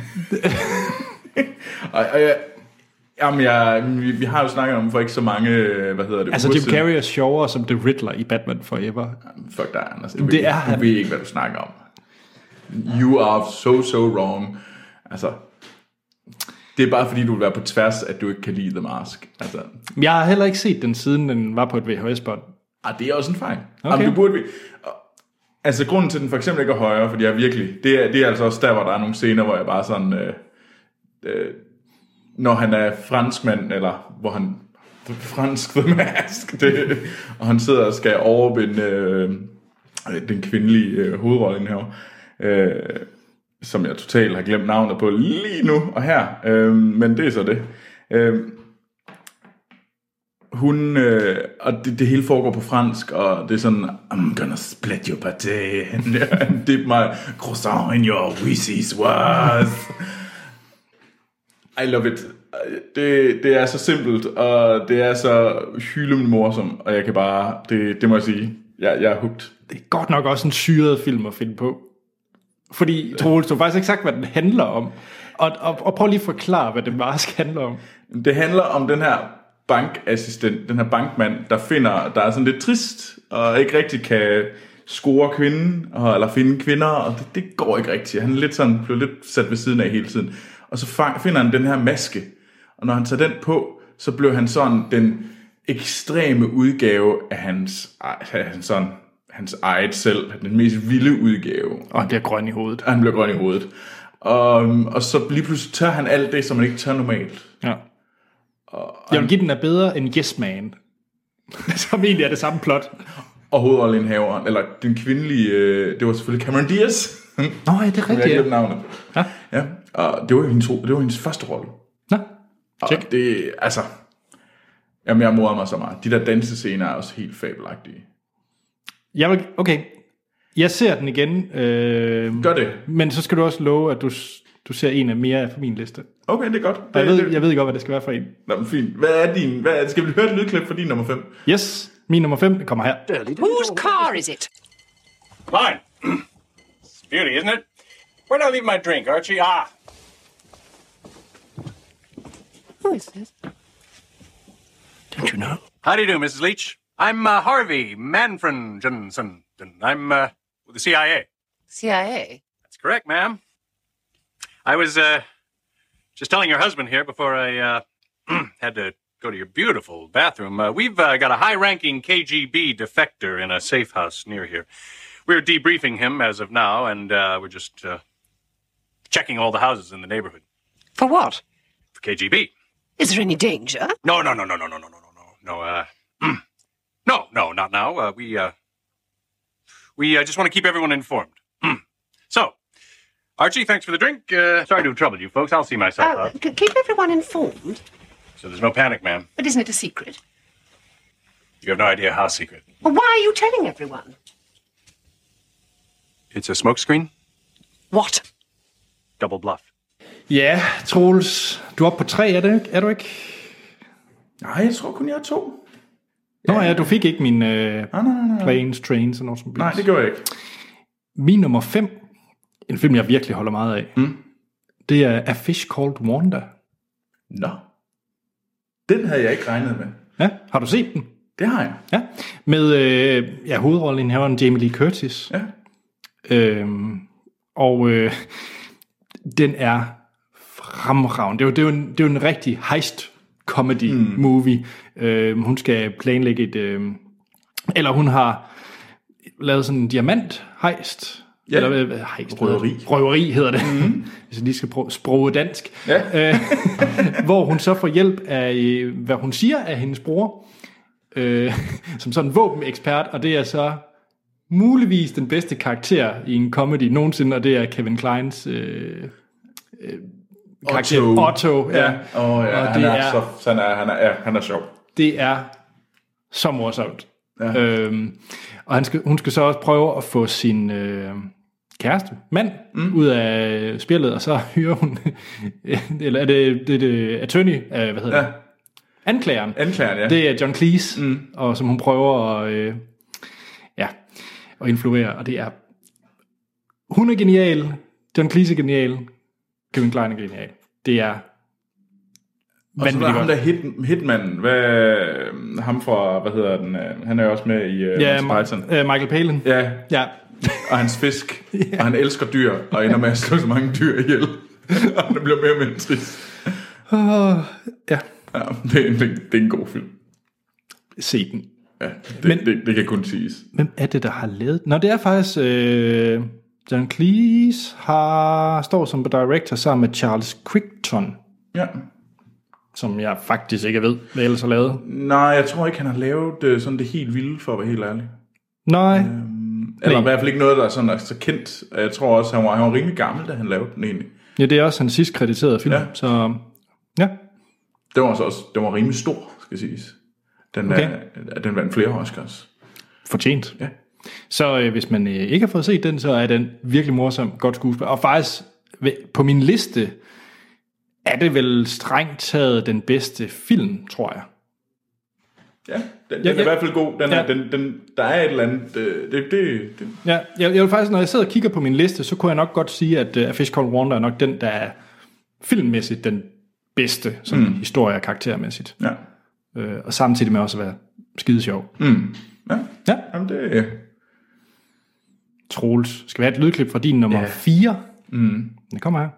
[SPEAKER 2] vi har jo snakket om for ikke så mange,
[SPEAKER 1] Altså Jim Carrey er sjovere som The Riddler i Batman Forever.
[SPEAKER 2] Fuck dig, Anders. Du ved ikke, hvad du snakker om. You are so wrong. Altså, det er bare fordi, du vil være på tværs, at du ikke kan lide The Mask. Altså.
[SPEAKER 1] Jeg har heller ikke set den, siden den var på et VHS-bånd.
[SPEAKER 2] Det er også en fejl.
[SPEAKER 1] Okay.
[SPEAKER 2] Jamen, du burde... Altså, grunden til, den for eksempel ikke er højere, fordi jeg virkelig... Det er altså også der, hvor der er nogle scener, hvor jeg bare sådan... når han er franskmand, eller hvor han... Fransk The Mask, og han sidder og skal overvinde den kvindelige hovedrolle her, som jeg totalt har glemt navnet på lige nu og her, men det er så det. Hun, og det hele foregår på fransk, og det er sådan, I'm gonna split your pâté and dip my croissant in your Wheaties was. I love it. Det er så simpelt, og det er så hyldende morsomt, og jeg kan bare, det må jeg sige, jeg er hooked.
[SPEAKER 1] Det er godt nok også en syret film at finde på. Fordi, Troels, du har faktisk ikke sagt, hvad den handler om. Og prøv lige at forklare, hvad det Mask handler om.
[SPEAKER 2] Det handler om den her bankassistent, den her bankmand, der er sådan lidt trist, og ikke rigtig kan score kvinden, eller finde kvinder, og det går ikke rigtigt. Han er lidt sådan, blev lidt sat ved siden af hele tiden. Og så finder han den her maske, og når han tager den på, så blev han sådan den ekstreme udgave af hans eget selv, den mest vilde udgave.
[SPEAKER 1] Og han bliver grøn i hovedet.
[SPEAKER 2] Han bliver grøn i hovedet. Og så lige pludselig tør han alt det, som man ikke tør normalt.
[SPEAKER 1] Ja. Jeg vil give den er bedre end Yes Man, som egentlig er det samme plot.
[SPEAKER 2] Og hovedrolleindhaveren, eller den kvindelige, det var selvfølgelig Cameron Diaz.
[SPEAKER 1] Nå, ja, det er rigtigt.
[SPEAKER 2] Jeg navnet. Ja. Og det var hendes første rolle.
[SPEAKER 1] Nå,
[SPEAKER 2] check. Og det, altså, jeg morder mig så meget. De der dansescener er også helt fabelagtige.
[SPEAKER 1] Okay, jeg ser den igen.
[SPEAKER 2] Gør det.
[SPEAKER 1] Men så skal du også love, at du ser en af mere på min liste.
[SPEAKER 2] Okay, det er godt.
[SPEAKER 1] Jeg ved godt, hvad det skal være for en.
[SPEAKER 2] Nå, men fint. Skal vi høre et lydklip for din nummer 5?
[SPEAKER 1] Yes, min nummer 5 kommer her.
[SPEAKER 20] Whose car is it?
[SPEAKER 21] Mine. It's beauty, isn't it? Where did I leave my drink, Archie?
[SPEAKER 20] Who is this?
[SPEAKER 21] Don't you know? How do you do, Mrs. Leach? I'm Harvey Manfred Johnson. I'm with the CIA.
[SPEAKER 20] CIA?
[SPEAKER 21] That's correct, ma'am. I was just telling your husband here before I had to go to your beautiful bathroom. We've got a high-ranking KGB defector in a safe house near here. We're debriefing him as of now, and we're just checking all the houses in the neighborhood.
[SPEAKER 20] For what?
[SPEAKER 21] For KGB.
[SPEAKER 20] Is there any danger?
[SPEAKER 21] No, not now. We just want to keep everyone informed. So, Archie, thanks for the drink. Sorry to have troubled you folks. I'll see myself out.
[SPEAKER 20] Keep everyone informed?
[SPEAKER 21] So there's no panic, ma'am.
[SPEAKER 20] But isn't it a secret?
[SPEAKER 21] You have no idea how secret.
[SPEAKER 20] Well, why are you telling everyone?
[SPEAKER 21] It's a smokescreen.
[SPEAKER 20] What?
[SPEAKER 21] Double bluff.
[SPEAKER 1] Ja, Troels, du er oppe på 3, er du ikke?
[SPEAKER 2] Nej, jeg tror kun, jeg er 2.
[SPEAKER 1] Nå ja, du fik ikke min Planes, Trains og Automobiles.
[SPEAKER 2] Nej, det gjorde jeg ikke.
[SPEAKER 1] Min nummer 5, en film, jeg virkelig holder meget af, det er A Fish Called Wanda.
[SPEAKER 2] Nå. Den havde jeg ikke regnet med.
[SPEAKER 1] Ja, har du set den?
[SPEAKER 2] Det har jeg.
[SPEAKER 1] Ja, med hovedrollen her var Jamie Lee Curtis.
[SPEAKER 2] Ja.
[SPEAKER 1] Den er fremragende. Det er jo en rigtig heist comedy movie. Hun skal planlægge eller hun har lavet sådan en diamanthejst.
[SPEAKER 2] Ja.
[SPEAKER 1] Eller røveri hedder det. Hvis jeg lige skal sproge dansk.
[SPEAKER 2] Ja.
[SPEAKER 1] Hvor hun så får hjælp af, hvad hun siger af hendes bror, som sådan en våbenekspert, og det er så muligvis den bedste karakter i en comedy nogensinde, og det er Kevin Klines karakter Otto. Ja.
[SPEAKER 2] Og han er sjov.
[SPEAKER 1] Det er så morsomt. Ja. Og hun skal så også prøve at få sin kæreste, mand, ud af spillet, og så hyrer hun, eller er det attorney, hvad hedder det? Anklageren,
[SPEAKER 2] ja.
[SPEAKER 1] Det er John Cleese, og som hun prøver at influere, og det er, hun er genial, John Cleese er genial, Kevin Kline er genial. Det er
[SPEAKER 2] og så er ham der Hitman, ham fra, hvad hedder den, han er jo også med i Monty Python.
[SPEAKER 1] Michael Palin.
[SPEAKER 2] Ja. Og hans fisk, og han elsker dyr, og ender med at slå så mange dyr ihjel. Og det bliver mere og mere trist.
[SPEAKER 1] Ja,
[SPEAKER 2] det er en god film.
[SPEAKER 1] Se den.
[SPEAKER 2] Ja, det kan kun siges.
[SPEAKER 1] Hvem er det, der har lavet? Nå, det er faktisk John Cleese står som director sammen med Charles Crichton.
[SPEAKER 2] Ja.
[SPEAKER 1] Som jeg faktisk ikke ved, hvad ellers har lavet.
[SPEAKER 2] Nej, jeg tror ikke, han har lavet sådan det helt vilde, for at være helt ærlig.
[SPEAKER 1] Nej.
[SPEAKER 2] Eller i hvert fald ikke noget, der er sådan så kendt. Jeg tror også, han var rimelig gammel, da han lavede den egentlig.
[SPEAKER 1] Ja, det er også hans sidst krediterede film. Ja. Så ja.
[SPEAKER 2] Den var rimelig stor, skal siges. Den vandt flere Oscars.
[SPEAKER 1] Fortjent.
[SPEAKER 2] Ja.
[SPEAKER 1] Så hvis man ikke har fået set den, så er den virkelig morsom, godt skuespil. Og faktisk på min liste er det vel strengt taget den bedste film, tror jeg.
[SPEAKER 2] Ja, den er i hvert fald god. Der er et eller andet.
[SPEAKER 1] Ja, jeg vil faktisk, når jeg sidder og kigger på min liste, så kunne jeg nok godt sige, at A Fish Called Wanda er nok den, der er filmmæssigt den bedste, sådan historie- og karaktermæssigt.
[SPEAKER 2] Ja.
[SPEAKER 1] Og samtidig med også at være skide sjov.
[SPEAKER 2] Ja. Jamen det.
[SPEAKER 1] Troels, skal vi have et lydklip fra din nummer 4? Det kommer her.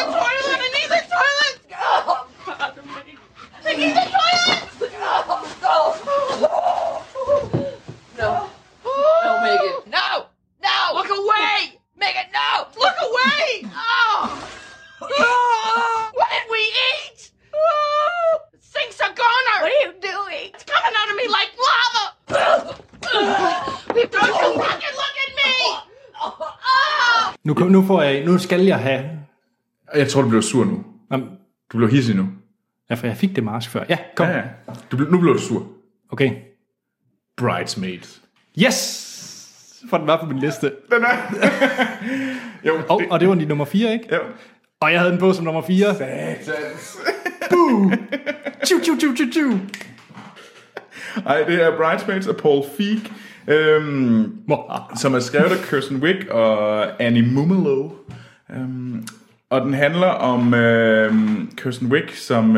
[SPEAKER 1] Nu skal jeg have...
[SPEAKER 2] Jeg tror, du bliver sur nu. Du bliver hissig nu.
[SPEAKER 1] Ja, for jeg fik det marsk før. Ja, kom.
[SPEAKER 2] Ja. Nu bliver du sur.
[SPEAKER 1] Okay.
[SPEAKER 2] Bridesmaids.
[SPEAKER 1] Yes! For den var på min liste.
[SPEAKER 2] Den er...
[SPEAKER 1] jo, og det var din nummer 4, ikke?
[SPEAKER 2] Jo.
[SPEAKER 1] Og jeg havde den på som nummer 4.
[SPEAKER 2] Satans.
[SPEAKER 1] Boo! Tju.
[SPEAKER 2] Ej, det er Bridesmaids af Paul Feig. Som er skrevet af Kirsten Wiig og Annie Mumolo. Og den handler om Kirsten Wiig, som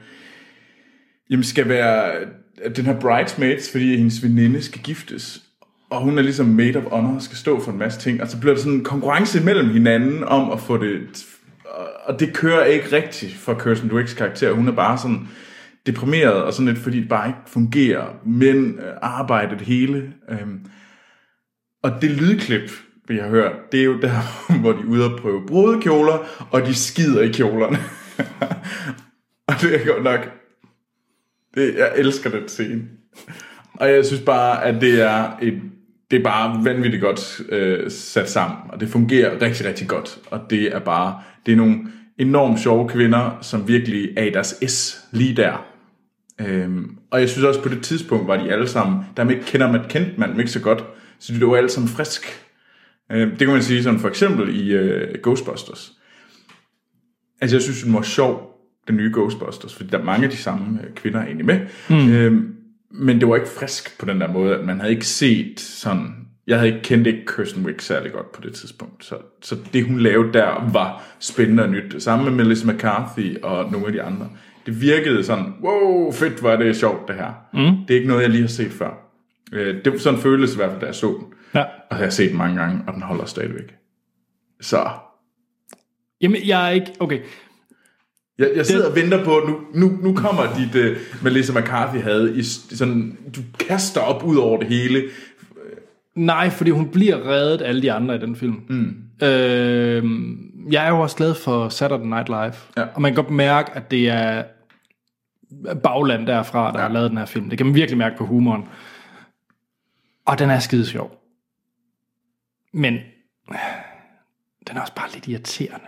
[SPEAKER 2] skal være den her bridesmaids, fordi hendes veninde skal giftes. Og hun er ligesom maid of honor og skal stå for en masse ting. Og så bliver der sådan en konkurrence mellem hinanden om at få det... Og det kører ikke rigtigt for Kirsten Wiggs karakter. Hun er bare sådan deprimeret og sådan lidt, fordi det bare ikke fungerer. Men arbejdet det hele... Og det lydklip, vi har hørt, det er jo der, hvor de er ude at prøve brudekjoler, og de skider i kjolerne. Og det er godt nok... jeg elsker den scene. Og jeg synes bare, at det er bare vanvittigt godt sat sammen, og det fungerer rigtig, rigtig godt. Og det er nogle enormt sjove kvinder, som virkelig er i deres S lige der. Og jeg synes også, på det tidspunkt var de alle sammen, der man ikke kendte man ikke så godt, så det var alle sammen frisk. Det kan man sige sådan for eksempel i Ghostbusters. Altså jeg synes, den var sjov, den nye Ghostbusters, fordi der er mange af de samme kvinder egentlig med. Men det var ikke frisk på den der måde, at man havde ikke set sådan... Jeg havde ikke kendt Kirsten Wiig særlig godt på det tidspunkt. Så det, hun lavede der, var spændende og nyt. Sammen med Melissa McCarthy og nogle af de andre. Det virkede sådan, wow, fedt, var det sjovt det her. Det er ikke noget, jeg lige har set før. Det var sådan en følelse i hvert fald, da jeg så den.
[SPEAKER 1] Ja.
[SPEAKER 2] Og jeg har set den mange gange, og den holder stadigvæk. Så...
[SPEAKER 1] Jamen, jeg er ikke... Okay.
[SPEAKER 2] Jeg sidder og venter på, nu kommer dit Melissa McCarthy havde i sådan, du kaster op ud over det hele.
[SPEAKER 1] Nej, fordi hun bliver reddet alle de andre i den film. Jeg er jo også glad for Saturday Night Live. Ja. Og man kan godt mærke, at det er bagland derfra, der har lavet den her film. Det kan man virkelig mærke på humoren. Og den er skide sjov. Men den er også bare lidt irriterende.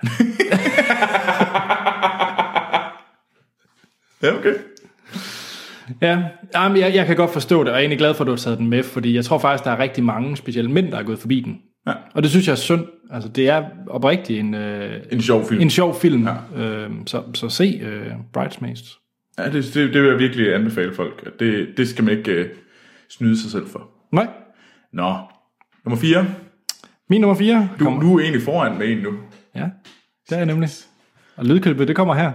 [SPEAKER 2] Ja, okay.
[SPEAKER 1] Ja, jamen, jeg kan godt forstå det, og jeg er egentlig glad for, at du har taget den med, fordi jeg tror faktisk, der er rigtig mange, specielt mænd, der er gået forbi den. Ja. Og det synes jeg er synd. Altså, det er oprigtigt en
[SPEAKER 2] sjov film.
[SPEAKER 1] En sjov film. Ja. Så se Bridesmaids.
[SPEAKER 2] Ja, det vil jeg virkelig anbefale folk. Det skal man ikke snyde sig selv for.
[SPEAKER 1] Nej.
[SPEAKER 2] Nå, nummer 4.
[SPEAKER 1] Min nummer 4.
[SPEAKER 2] Du er egentlig foran med en nu.
[SPEAKER 1] Ja, det er nemlig. Og lydkøbet, det kommer her.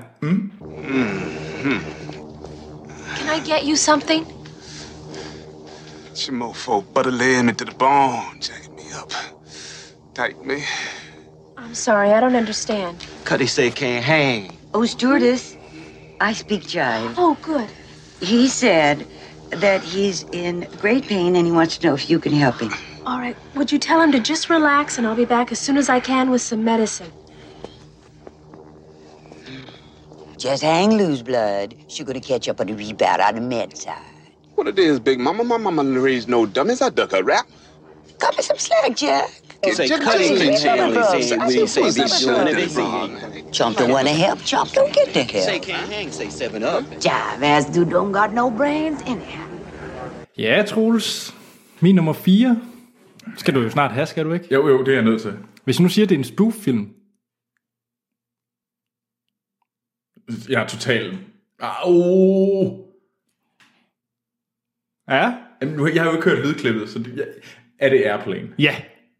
[SPEAKER 4] Can I get you something?
[SPEAKER 5] It's your mofo butter laying me to the bone, jacking me up. Tight me.
[SPEAKER 4] I'm sorry, I don't understand.
[SPEAKER 18] Cuddy say can't hang.
[SPEAKER 23] Oh, stewardess, I speak jive.
[SPEAKER 4] Oh, good.
[SPEAKER 23] He said that he's in great pain and he wants to know if you can help him.
[SPEAKER 4] All right, would you tell him to just relax and I'll be back as soon as I can with some medicine?
[SPEAKER 23] Just hang loose, blood. She's gonna catch up on the rebound on the med side.
[SPEAKER 5] What it is, Big Mama? My mama raised no dummies. I duck a rap.
[SPEAKER 23] Cut me some slack, Jack.
[SPEAKER 18] Say Cuddy can say anything. We say be doing everything.
[SPEAKER 23] Chomp don't wanna help. Chomp don't get the help.
[SPEAKER 18] Say can't hang. Say 7-Up.
[SPEAKER 23] Jive ass dude don't got no brains anyhow.
[SPEAKER 1] Ja, Troels. Min nummer 4. Skal du jo snart have, skal du ikke?
[SPEAKER 2] Jo, det er jeg nødt til.
[SPEAKER 1] Hvis nu siger, at det er en spoof-film.
[SPEAKER 2] Jeg er totalt...
[SPEAKER 1] Ja?
[SPEAKER 2] Jeg har jo ikke hørt lydklippet, så er det Airplane?
[SPEAKER 1] Ja.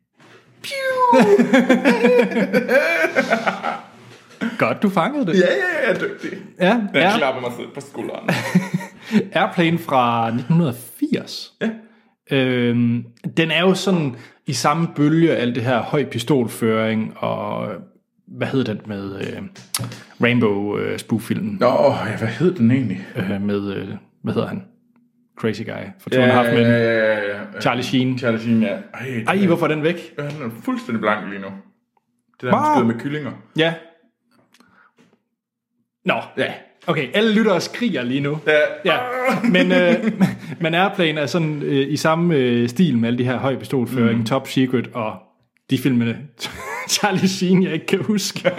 [SPEAKER 1] Godt, du fangede det.
[SPEAKER 2] Ja, jeg er dygtig.
[SPEAKER 1] Ja,
[SPEAKER 2] jeg klapper mig selv på skulderen.
[SPEAKER 1] Airplane fra 1980. Ja. Den er jo sådan i samme bølge af alt det her høj pistolføring og hvad hed den med Rainbow spoof-filmen?
[SPEAKER 2] Hvad hed den egentlig?
[SPEAKER 1] Med hvad hedder han? Crazy Guy for 2,5 Men.
[SPEAKER 2] Ja.
[SPEAKER 1] Charlie Sheen.
[SPEAKER 2] Charlie Sheen, ja.
[SPEAKER 1] Ej, hvorfor er den væk?
[SPEAKER 2] Den er fuldstændig blank lige nu. Det der, han skyder med kyllinger.
[SPEAKER 1] Ja. Nå, ja. Okay, alle lyttere skriger lige nu. Ja. Men Airplane er sådan i samme stil med alle de her høj pistolføring, Top Secret og de filmene Charlie Sheen, jeg ikke kan huske.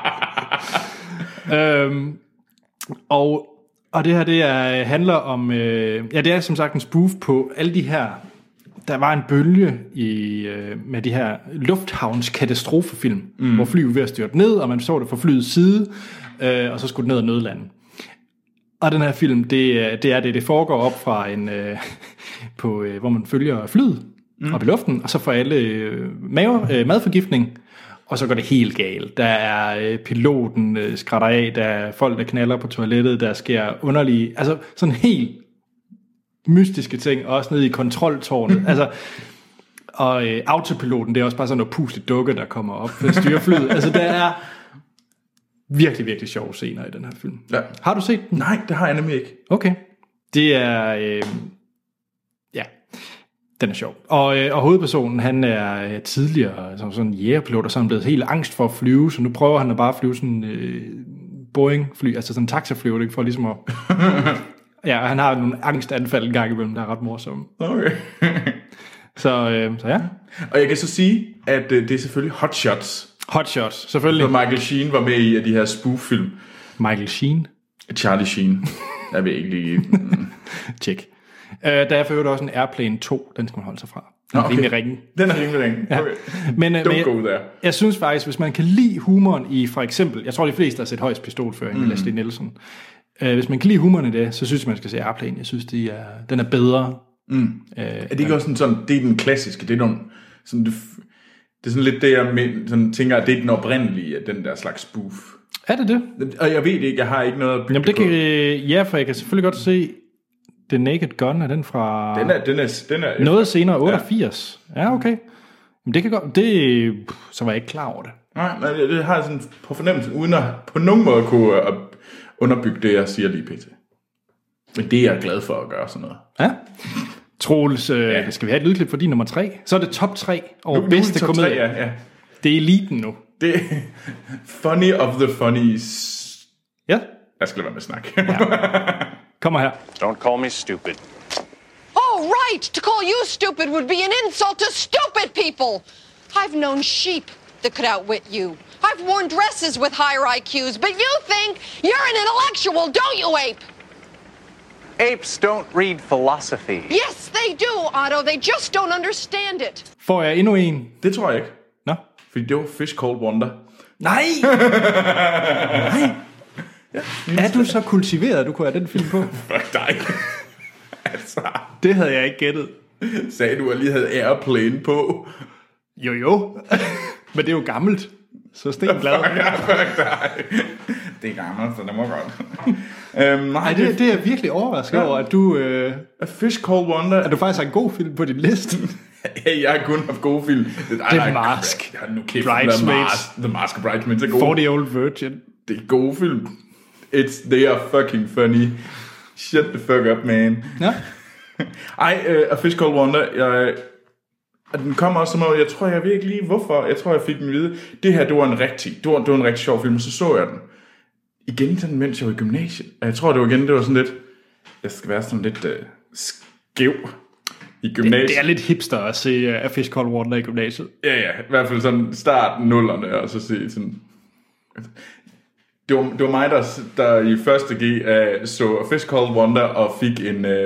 [SPEAKER 1] Og det her, handler om... det er som sagt en spoof på alle de her... Der var en bølge med de her lufthavnskatastrofefilm, hvor fly var ved at styrte ned, og man så det fra flyets side, og så skulle det ned og nødlande. Og den her film, det foregår op fra en... hvor man følger flyet op i luften, og så får alle madforgiftning, og så går det helt galt. Der er piloten skrætter af, der er folk, der knalder på toilettet, der sker underlige... Altså sådan helt mystiske ting, også nede i kontroltårnet. Altså, og autopiloten, det er også bare sådan noget pusligt dukke, der kommer op for at styre flyet. Altså, der er virkelig, virkelig sjove scener i den her film.
[SPEAKER 2] Ja.
[SPEAKER 1] Har du set den?
[SPEAKER 2] Nej, det har jeg nemlig ikke.
[SPEAKER 1] Okay. Det er... den er sjov. Og hovedpersonen, han er tidligere sådan en jægerpilot, og så er han blevet helt angst for at flyve, så nu prøver han at bare flyve sådan Boeing-fly, altså sådan en taxafly, for ligesom at... Ja, han har nogle angstanfald en gang imellem, der er ret morsomme.
[SPEAKER 2] Okay.
[SPEAKER 1] så ja.
[SPEAKER 2] Og jeg kan så sige, at det er selvfølgelig Hot Shots.
[SPEAKER 1] Hot Shots, selvfølgelig.
[SPEAKER 2] Så Michael Sheen var med i af de her spoof-film.
[SPEAKER 1] Michael Sheen?
[SPEAKER 2] Charlie Sheen. Jeg ved ikke lige...
[SPEAKER 1] Tjek. Der er for øvrigt også en Airplane 2, den skal man holde sig fra. Den er rimelig ringe.
[SPEAKER 2] Den er rimelig ringe. Okay.
[SPEAKER 1] Ja. Men
[SPEAKER 2] go there.
[SPEAKER 1] Jeg synes faktisk, hvis man kan lide humoren i for eksempel, jeg tror de fleste har set Højst pistolføring med Leslie Nielsen, Hvis man kan lide humoren i det, så synes jeg, man skal se Airplane. Jeg synes, den er bedre.
[SPEAKER 2] Er det ikke også sådan, det er den klassiske, det er nogle, sådan, det er sådan lidt det, jeg sådan tænker, at det er den oprindelige af den der slags spoof.
[SPEAKER 1] Er det det?
[SPEAKER 2] Og jeg ved ikke, jeg har ikke noget at bygge
[SPEAKER 1] på. Ja, for jeg kan selvfølgelig godt se, The Naked Gun, er den fra...
[SPEAKER 2] Den er
[SPEAKER 1] noget senere, 88. Ja, okay. Men det kan godt... så var jeg ikke klar over det.
[SPEAKER 2] Nej, men det har sådan på fornemmelse, uden at på nogen måde kunne underbygge det, jeg siger lige pt. Men det er jeg glad for at gøre sådan noget.
[SPEAKER 1] Ja. Troels, skal vi have et lydklip for din nummer 3? Så er det top 3 over bedste komedie.
[SPEAKER 2] Ja.
[SPEAKER 1] Det er eliten nu.
[SPEAKER 2] Det er funny of the funnies.
[SPEAKER 1] Ja.
[SPEAKER 2] Jeg skal lade være med at snakke.
[SPEAKER 1] Ja. Kommer her.
[SPEAKER 13] Don't call me stupid.
[SPEAKER 8] Oh, right! To call you stupid would be an insult to stupid people! I've known sheep that could outwit you. I've worn dresses with higher IQs, but you think you're an intellectual, don't you, ape?
[SPEAKER 13] Apes don't read philosophy.
[SPEAKER 8] Yes, they do, Otto. They just don't understand it.
[SPEAKER 1] Får jeg endnu en?
[SPEAKER 2] Det tror jeg ikke.
[SPEAKER 1] Nå?
[SPEAKER 2] Fordi det var Fish Called Wonder.
[SPEAKER 1] Nej! Nej! Ja, er du så kultiveret, at du kunne have den film på?
[SPEAKER 2] Fuck dig. Altså.
[SPEAKER 1] Det havde jeg ikke gættet.
[SPEAKER 2] Sagde du, at lige havde Airplane på?
[SPEAKER 1] Jo. Men det er jo gammelt. Så sten glad.
[SPEAKER 2] Fuck dig. Det er gammelt, så det må godt.
[SPEAKER 1] Nej, det er jeg virkelig overrasket over, at du...
[SPEAKER 2] A Fish Called Wonder.
[SPEAKER 1] At du faktisk har en god film på din liste.
[SPEAKER 2] Jeg har kun haft gode film.
[SPEAKER 1] The Mask.
[SPEAKER 2] Ja, nu kæft.
[SPEAKER 1] Bridesmaids.
[SPEAKER 2] The Mask og Bridesmaids er gode.
[SPEAKER 1] 40 Old Virgin.
[SPEAKER 2] Det er gode film. They are fucking funny. Shut the fuck up, man.
[SPEAKER 1] Ja.
[SPEAKER 2] A Fish Called Wonder, den kommer også som, jeg tror, jeg ved ikke lige hvorfor, jeg tror, jeg fik den vide. Det her, det var en rigtig sjov film, og så jeg den. Igen sådan, mens jeg var i gymnasiet. Og jeg tror, det var sådan lidt, jeg skal være sådan lidt skæv i gymnasiet.
[SPEAKER 1] Det er lidt hipster at se A Fish Called Wonder i gymnasiet.
[SPEAKER 2] Ja, i hvert fald sådan starten nullerne, og så se sådan... Det var mig, der i første G så A Fish Called Wonder og fik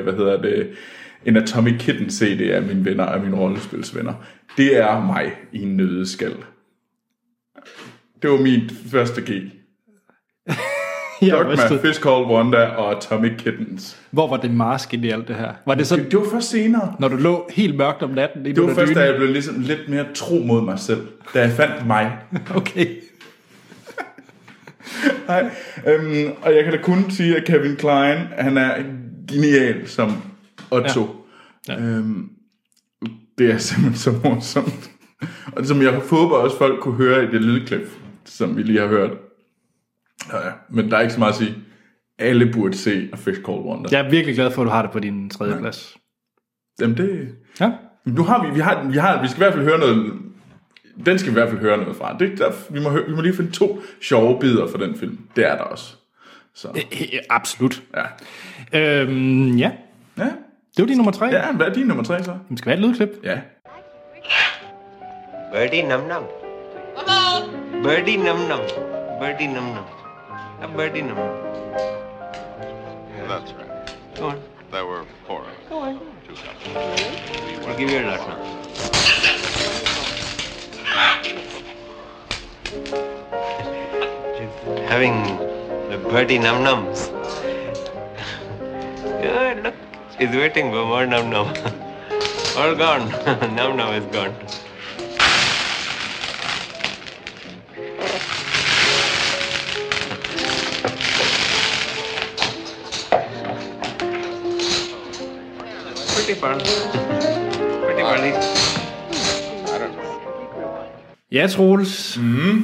[SPEAKER 2] en Atomic Kitten CD af mine venner, af mine rollespilsvenner. Det er mig i en nøddeskal. Det var min første G. Dogma, Fish Called Wonder og Atomic Kittens.
[SPEAKER 1] Hvor var det Mask i alt det her? Var det,
[SPEAKER 2] det var først senere.
[SPEAKER 1] Når du lå helt mørkt om natten?
[SPEAKER 2] Det var først, da jeg blev ligesom lidt mere tro mod mig selv. Da jeg fandt mig.
[SPEAKER 1] Okay.
[SPEAKER 2] Nej, og jeg kan da kun sige, at Kevin Kline, han er genial som Otto. Ja. Det er simpelthen så morsomt. Og det som jeg håber også folk kunne høre i det lydklip, som vi lige har hørt. Ja, men der er ikke så meget at sige. Alle burde se A Fish Called Wonder.
[SPEAKER 1] Jeg er virkelig glad for, at du har det på din tredje plads.
[SPEAKER 2] Jamen det...
[SPEAKER 1] Ja.
[SPEAKER 2] Nu har vi skal i hvert fald høre noget... Den skal vi i hvert fald høre noget fra. Vi må lige finde 2 sjove bidder for den film. Det er der også. Så.
[SPEAKER 1] Absolut.
[SPEAKER 2] Ja.
[SPEAKER 1] Ja. Det var din nummer 3.
[SPEAKER 2] Ja, hvad er din nummer 3 så?
[SPEAKER 1] Skal vi have et lydklip?
[SPEAKER 2] Ja.
[SPEAKER 9] Birdie num num. Birdie num num. Birdie num num. A birdie num num.
[SPEAKER 11] That's right.
[SPEAKER 9] Go on.
[SPEAKER 11] There were 4 of us.
[SPEAKER 9] Go on.
[SPEAKER 11] 2 cups.
[SPEAKER 9] I'll give you a lot now. Having the birdie num nums. Yeah, look, he's waiting for more num num. All gone. Num num is gone. Pretty fun. Pretty funny.
[SPEAKER 1] Ja, Troels.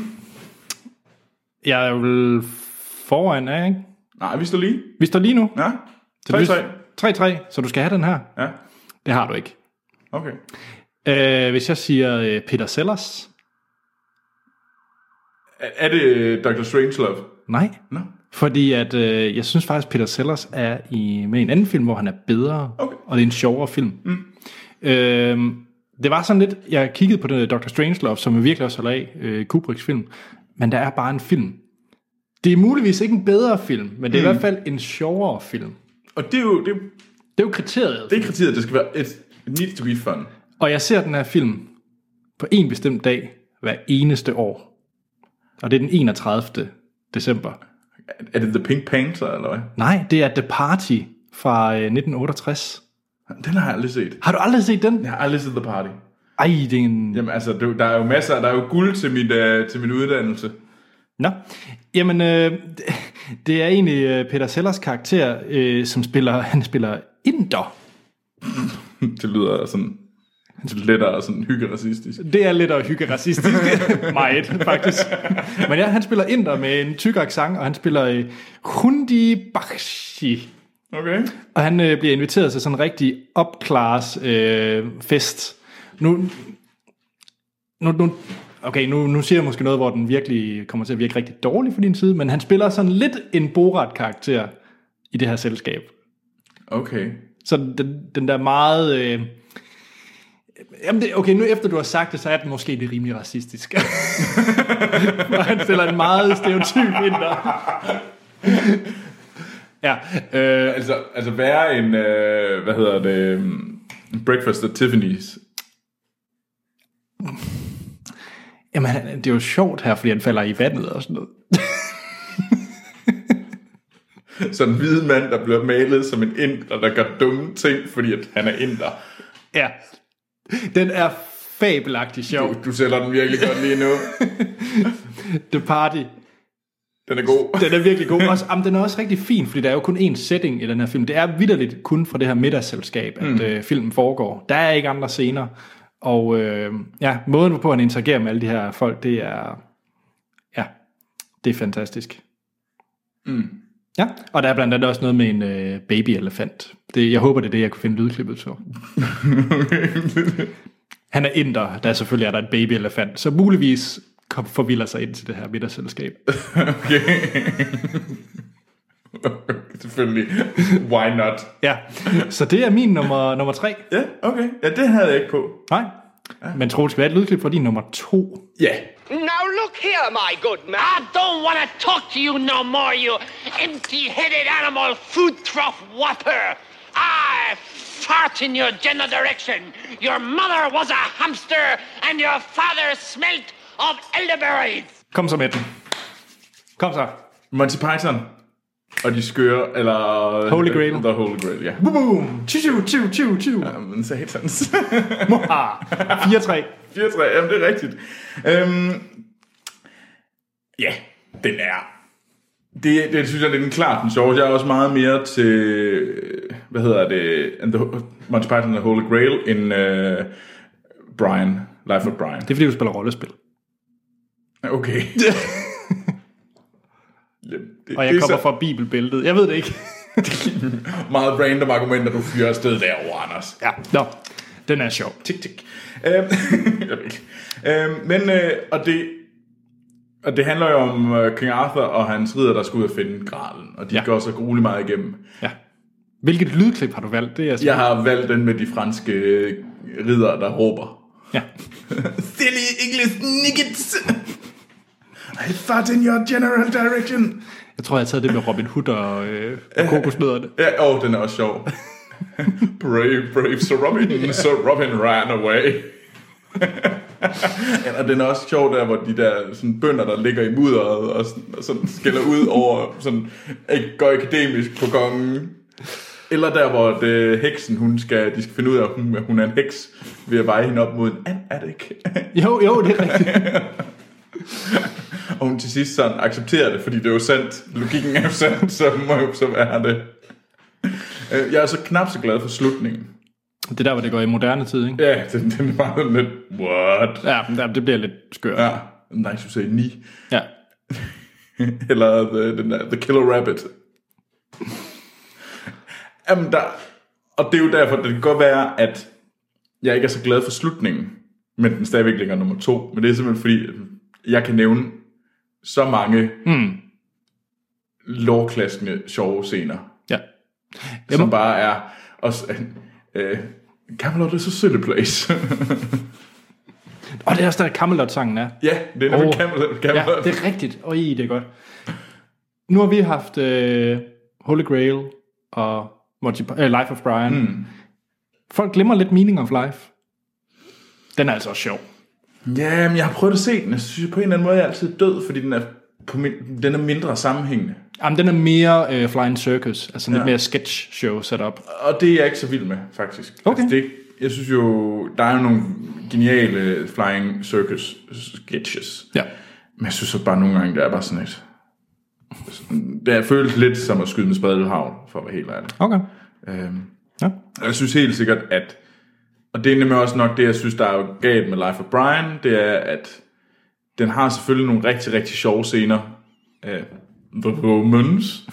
[SPEAKER 1] Jeg er vel foran af, ikke?
[SPEAKER 2] Nej, vi står lige.
[SPEAKER 1] Vi står lige nu?
[SPEAKER 2] Ja.
[SPEAKER 1] 3-3. Så du skal have den her?
[SPEAKER 2] Ja.
[SPEAKER 1] Det har du ikke.
[SPEAKER 2] Okay.
[SPEAKER 1] Hvis jeg siger Peter Sellers.
[SPEAKER 2] Er det Dr. Strangelove?
[SPEAKER 1] Nej.
[SPEAKER 2] No.
[SPEAKER 1] Fordi at jeg synes faktisk, Peter Sellers er med en anden film, hvor han er bedre.
[SPEAKER 2] Okay.
[SPEAKER 1] Og det er en sjovere film. Det var sådan lidt, jeg kiggede på det Dr. Strangelove, som jeg virkelig også holder af, Kubricks film. Men der er bare en film. Det er muligvis ikke en bedre film, men det er i hvert fald en sjovere film.
[SPEAKER 2] Og det er jo
[SPEAKER 1] kriteriet.
[SPEAKER 2] Det er kriteriet, det skal være, it needs to be fun.
[SPEAKER 1] Og jeg ser den her film på en bestemt dag hver eneste år. Og det er den 31. december.
[SPEAKER 2] Er det The Pink Panther, eller hvad?
[SPEAKER 1] Nej, det er The Party fra 1968.
[SPEAKER 2] Den har jeg aldrig set.
[SPEAKER 1] Har du aldrig set den?
[SPEAKER 2] Jeg har aldrig set The Party.
[SPEAKER 1] Ej, det er en...
[SPEAKER 2] Jamen altså, der er jo masser, der er jo guld til min uddannelse.
[SPEAKER 1] Nå, jamen, det er egentlig Peter Sellers karakter, som spiller inder.
[SPEAKER 2] Det lyder sådan... lettere sådan hyggeracistisk.
[SPEAKER 1] Det er lettere hyggeracistisk. Meget, faktisk. Men ja, han spiller inder med en tyk accent, og han spiller Hundi Bakshi.
[SPEAKER 2] Okay.
[SPEAKER 1] Og han bliver inviteret til sådan en rigtig upclass fest. Nu siger jeg måske noget, hvor den virkelig kommer til at virke rigtig dårlig for din side, men han spiller sådan lidt en Borat-karakter i det her selskab.
[SPEAKER 2] Okay.
[SPEAKER 1] Så den der meget... okay, nu efter du har sagt det, så er den måske lidt rimelig racistisk. Og han stiller en meget stereotyp ind der. Ja.
[SPEAKER 2] Altså være en, breakfast at Tiffany's.
[SPEAKER 1] Jamen, det er jo sjovt her, fordi han falder i vandet og sådan noget.
[SPEAKER 2] Sådan en hvid mand, der bliver malet som en inder, der gør dumme ting, fordi at han er inder.
[SPEAKER 1] Ja. Den er fabelagtig sjov.
[SPEAKER 2] Du sælger den virkelig godt lige nu.
[SPEAKER 1] The Party.
[SPEAKER 2] Den er god.
[SPEAKER 1] Den er virkelig god. Også, den er også rigtig fin, fordi der er jo kun én setting i den her film. Det er vitterligt kun fra det her middagsselskab, at filmen foregår. Der er ikke andre scener. Og måden hvorpå han interagerer med alle de her folk, det er fantastisk. Ja, og der er blandt andet også noget med en babyelefant. Jeg håber, det er det, jeg kunne finde lydklippet til. Han er inder, der selvfølgelig er der en babyelefant, så muligvis forvilder sig ind til det her middagsselskab.
[SPEAKER 2] Okay. Selvfølgelig. Why not?
[SPEAKER 1] Ja, så det er min nummer 3.
[SPEAKER 2] Ja, okay. Ja, det havde jeg ikke på.
[SPEAKER 1] Nej. Men Troels, skal vi have et lydklip for din nummer 2?
[SPEAKER 2] Ja.
[SPEAKER 10] Now look here, my good man. I don't want to talk to you no more, you empty-headed animal food trough whopper. I fart in your general direction. Your mother was a hamster, and your father smelt of elderberries.
[SPEAKER 1] Kom så med den. Kom så.
[SPEAKER 2] Monty Python. Og de skøre, eller...
[SPEAKER 1] Holy Grail.
[SPEAKER 2] The Holy Grail, ja.
[SPEAKER 1] Boom! Chiu.
[SPEAKER 2] Jamen, satans.
[SPEAKER 1] 4-3.
[SPEAKER 2] 4-3, jamen det er rigtigt. Ja, den er... Det synes jeg, det er den klart den sjove. Jeg er også meget mere til... Monty Python and the Holy Grail end Brian. Life of Brian.
[SPEAKER 1] Det er fordi, du spiller rollespil.
[SPEAKER 2] Okay.
[SPEAKER 1] Og jeg kommer fra bibelbæltet. Jeg ved det ikke.
[SPEAKER 2] Meget random argumenter, du fyrer afsted derovre, Anders.
[SPEAKER 1] Ja, nå. Den er sjov.
[SPEAKER 2] Tik. Jeg ved ikke. Og det handler jo om King Arthur og hans ridder, der skal ud og finde gralen. Og de går så grueligt meget igennem.
[SPEAKER 1] Ja. Hvilket lydklip har du valgt? Det er
[SPEAKER 2] jeg har valgt den med de franske ridder, der råber.
[SPEAKER 1] Ja.
[SPEAKER 2] Silly English niggets! I fart in your general direction.
[SPEAKER 1] Jeg tror, jeg har taget det med Robin Hood og kokosnødderne.
[SPEAKER 2] Ja, den er også sjov. Brave Sir Robin. Sir Robin ran away. Og den er også sjov der, hvor de der sådan, bønder, der ligger i mudderet og sådan skælder ud over, sådan, går akademisk på kongen. Eller der, hvor heksen, de skal finde ud af, at hun er en heks, ved at veje hende op mod en and addict.
[SPEAKER 1] Jo, det er rigtigt.
[SPEAKER 2] Og hun til sidst sådan accepterer det, fordi det er jo sandt. Logikken er jo sandt, så må jo så være det. Jeg er så knap så glad for slutningen.
[SPEAKER 1] Det er der, hvor det går i moderne tid, ikke?
[SPEAKER 2] Ja, den er bare lidt, what?
[SPEAKER 1] Ja, men det bliver lidt skørt.
[SPEAKER 2] Ja, nice to say ni.
[SPEAKER 1] Ja.
[SPEAKER 2] Eller The Killer Rabbit. Jamen, og det er jo derfor, det kan godt være, at jeg ikke er så glad for slutningen, men den stadigvæk ligger nummer 2. Men det er simpelthen fordi, jeg kan nævne så mange lårklaskende sjove scener.
[SPEAKER 1] Ja.
[SPEAKER 2] Som bare er også... Camelot is a silly place.
[SPEAKER 1] Det er også der Camelot-sangen er.
[SPEAKER 2] Ja, det er nemlig Camelot.
[SPEAKER 1] Ja, det er rigtigt. Det er godt. Nu har vi haft Holy Grail og Life of Brian. Folk glemmer lidt Meaning of Life. Den er altså også sjov.
[SPEAKER 2] Ja, men jeg har prøvet at se den. Jeg synes på en eller anden måde, jeg er altid død, fordi den er mindre sammenhængende.
[SPEAKER 1] Jamen, den er mere Flying Circus, altså lidt mere sketch show setup.
[SPEAKER 2] Og det er jeg ikke så vild med, faktisk.
[SPEAKER 1] Okay.
[SPEAKER 2] Altså, jeg synes jo, der er jo nogle geniale Flying Circus sketches.
[SPEAKER 1] Ja. Men
[SPEAKER 2] jeg synes så bare nogle gange, det er bare sådan et... Det føles lidt som at skyde med spredelhavn, for at være helt ærlig.
[SPEAKER 1] Okay.
[SPEAKER 2] Ja. Jeg synes helt sikkert, at... Og det er nemlig også nok det, jeg synes, der er jo galt med Life of Brian, det er, at den har selvfølgelig nogle rigtig, rigtig sjove scener. The Romans.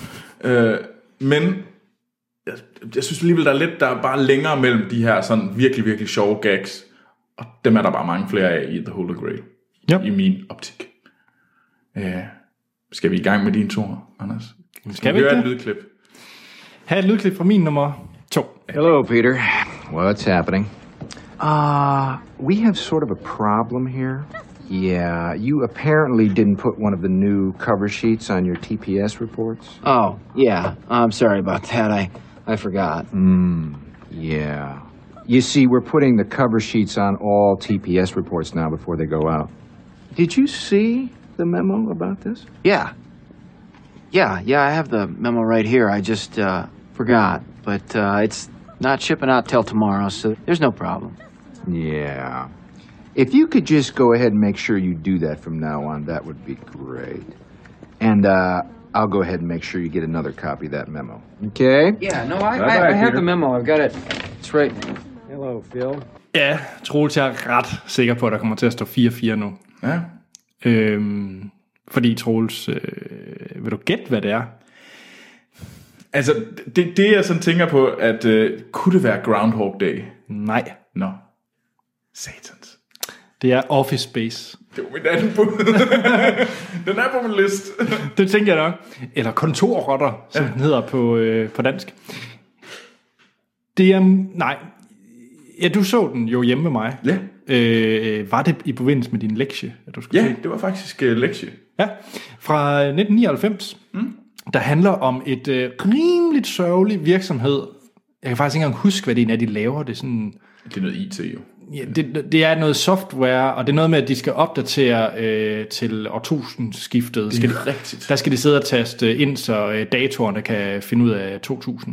[SPEAKER 2] Men jeg synes alligevel, der er bare længere mellem de her sådan virkelig, virkelig sjove gags, og dem er der bare mange flere af i The Holy Grail.
[SPEAKER 1] Yep.
[SPEAKER 2] I min optik. Skal vi i gang med dine toer, Anders?
[SPEAKER 1] Skal vi
[SPEAKER 2] høre
[SPEAKER 1] det?
[SPEAKER 2] Et lydklip?
[SPEAKER 1] Her er et lydklip fra min nummer 2.
[SPEAKER 11] Hello, Peter. What's happening? We have sort of a problem here. Yeah, you apparently didn't put one of the new cover sheets on your TPS reports.
[SPEAKER 14] Oh, yeah. I'm sorry about that. I forgot.
[SPEAKER 11] Yeah. You see, we're putting the cover sheets on all TPS reports now before they go out. Did you see the memo about this?
[SPEAKER 14] Yeah. Yeah, I have the memo right here. I just forgot. But it's not shipping out till tomorrow, so there's no problem.
[SPEAKER 11] Yeah. If you could just go ahead and make sure you do that from now on, that would be great. And I'll go ahead and make sure you get another copy of that memo. Okay?
[SPEAKER 14] Yeah, no, I have the memo. I've got it. It's right. Hello, Phil.
[SPEAKER 1] Ja, Troels, jeg er ret sikker på, at der kommer til at stå 4-4 nu.
[SPEAKER 2] Ja.
[SPEAKER 1] Fordi Troels, vil du gætte, hvad det er?
[SPEAKER 2] Altså, det jeg sådan tænker på, at kunne det være Groundhog Day?
[SPEAKER 1] Nej.
[SPEAKER 2] Nå. Satans.
[SPEAKER 1] Det er Office Space.
[SPEAKER 2] Det var mit andet bud. Den er på min liste.
[SPEAKER 1] Det tænker jeg nok. Eller Kontorrotter, som den hedder på dansk. Det er... Nej. Ja, du så den jo hjemme med mig.
[SPEAKER 2] Ja.
[SPEAKER 1] Var det i forbindelse med din lektie? At du skulle
[SPEAKER 2] ja,
[SPEAKER 1] se?
[SPEAKER 2] Det var faktisk lektie.
[SPEAKER 1] Ja, fra 1999. Der handler om et rimeligt sørgelig virksomhed. Jeg kan faktisk ikke engang huske, hvad det er, de laver. Det er sådan...
[SPEAKER 2] Det er noget IT jo.
[SPEAKER 1] Ja, det er noget software, og det er noget med, at de skal opdatere til årtusindskiftet.
[SPEAKER 2] Det er rigtigt.
[SPEAKER 1] Der skal de sidde og taste ind, så datorerne kan finde ud af 2000.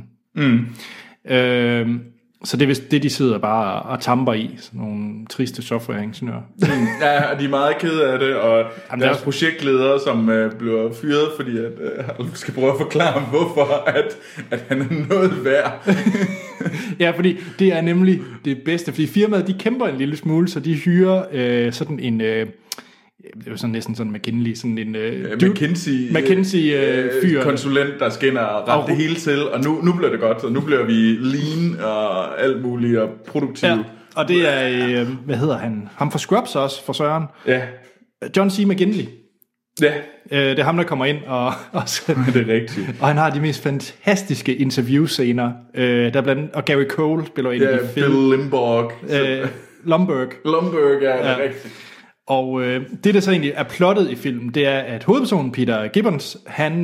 [SPEAKER 1] Så det er vist det, de sidder bare og tamper i. Sådan nogle triste softwareingeniører.
[SPEAKER 2] Ja, og de er meget kede af det, og deres projektleder, som bliver fyret, fordi at du skal prøve at forklare ham, hvorfor at han er noget værd.
[SPEAKER 1] Ja, fordi det er nemlig det bedste, fordi firmaet, de kæmper en lille smule, så de hyrer sådan en... det var sådan næsten sådan McKinsey, sådan en McKinsey-fyr.
[SPEAKER 2] Konsulent, der skal ind og rette det hele til, og nu bliver det godt, og nu bliver vi lean og alt muligt og produktiv. Ja,
[SPEAKER 1] og det er, hvad hedder han? Ham fra Scrubs også, for Søren.
[SPEAKER 2] Ja.
[SPEAKER 1] John C. McGinley.
[SPEAKER 2] Ja.
[SPEAKER 1] Det er ham, der kommer ind og
[SPEAKER 2] det er rigtigt.
[SPEAKER 1] Og han har de mest fantastiske interviewscener. Der blandt og Gary Cole spiller ind i
[SPEAKER 2] Phil Lindborg.
[SPEAKER 1] Lumberg,
[SPEAKER 2] ja, det er rigtigt.
[SPEAKER 1] Og det, der så egentlig er plottet i filmen, det er, at hovedpersonen Peter Gibbons, han,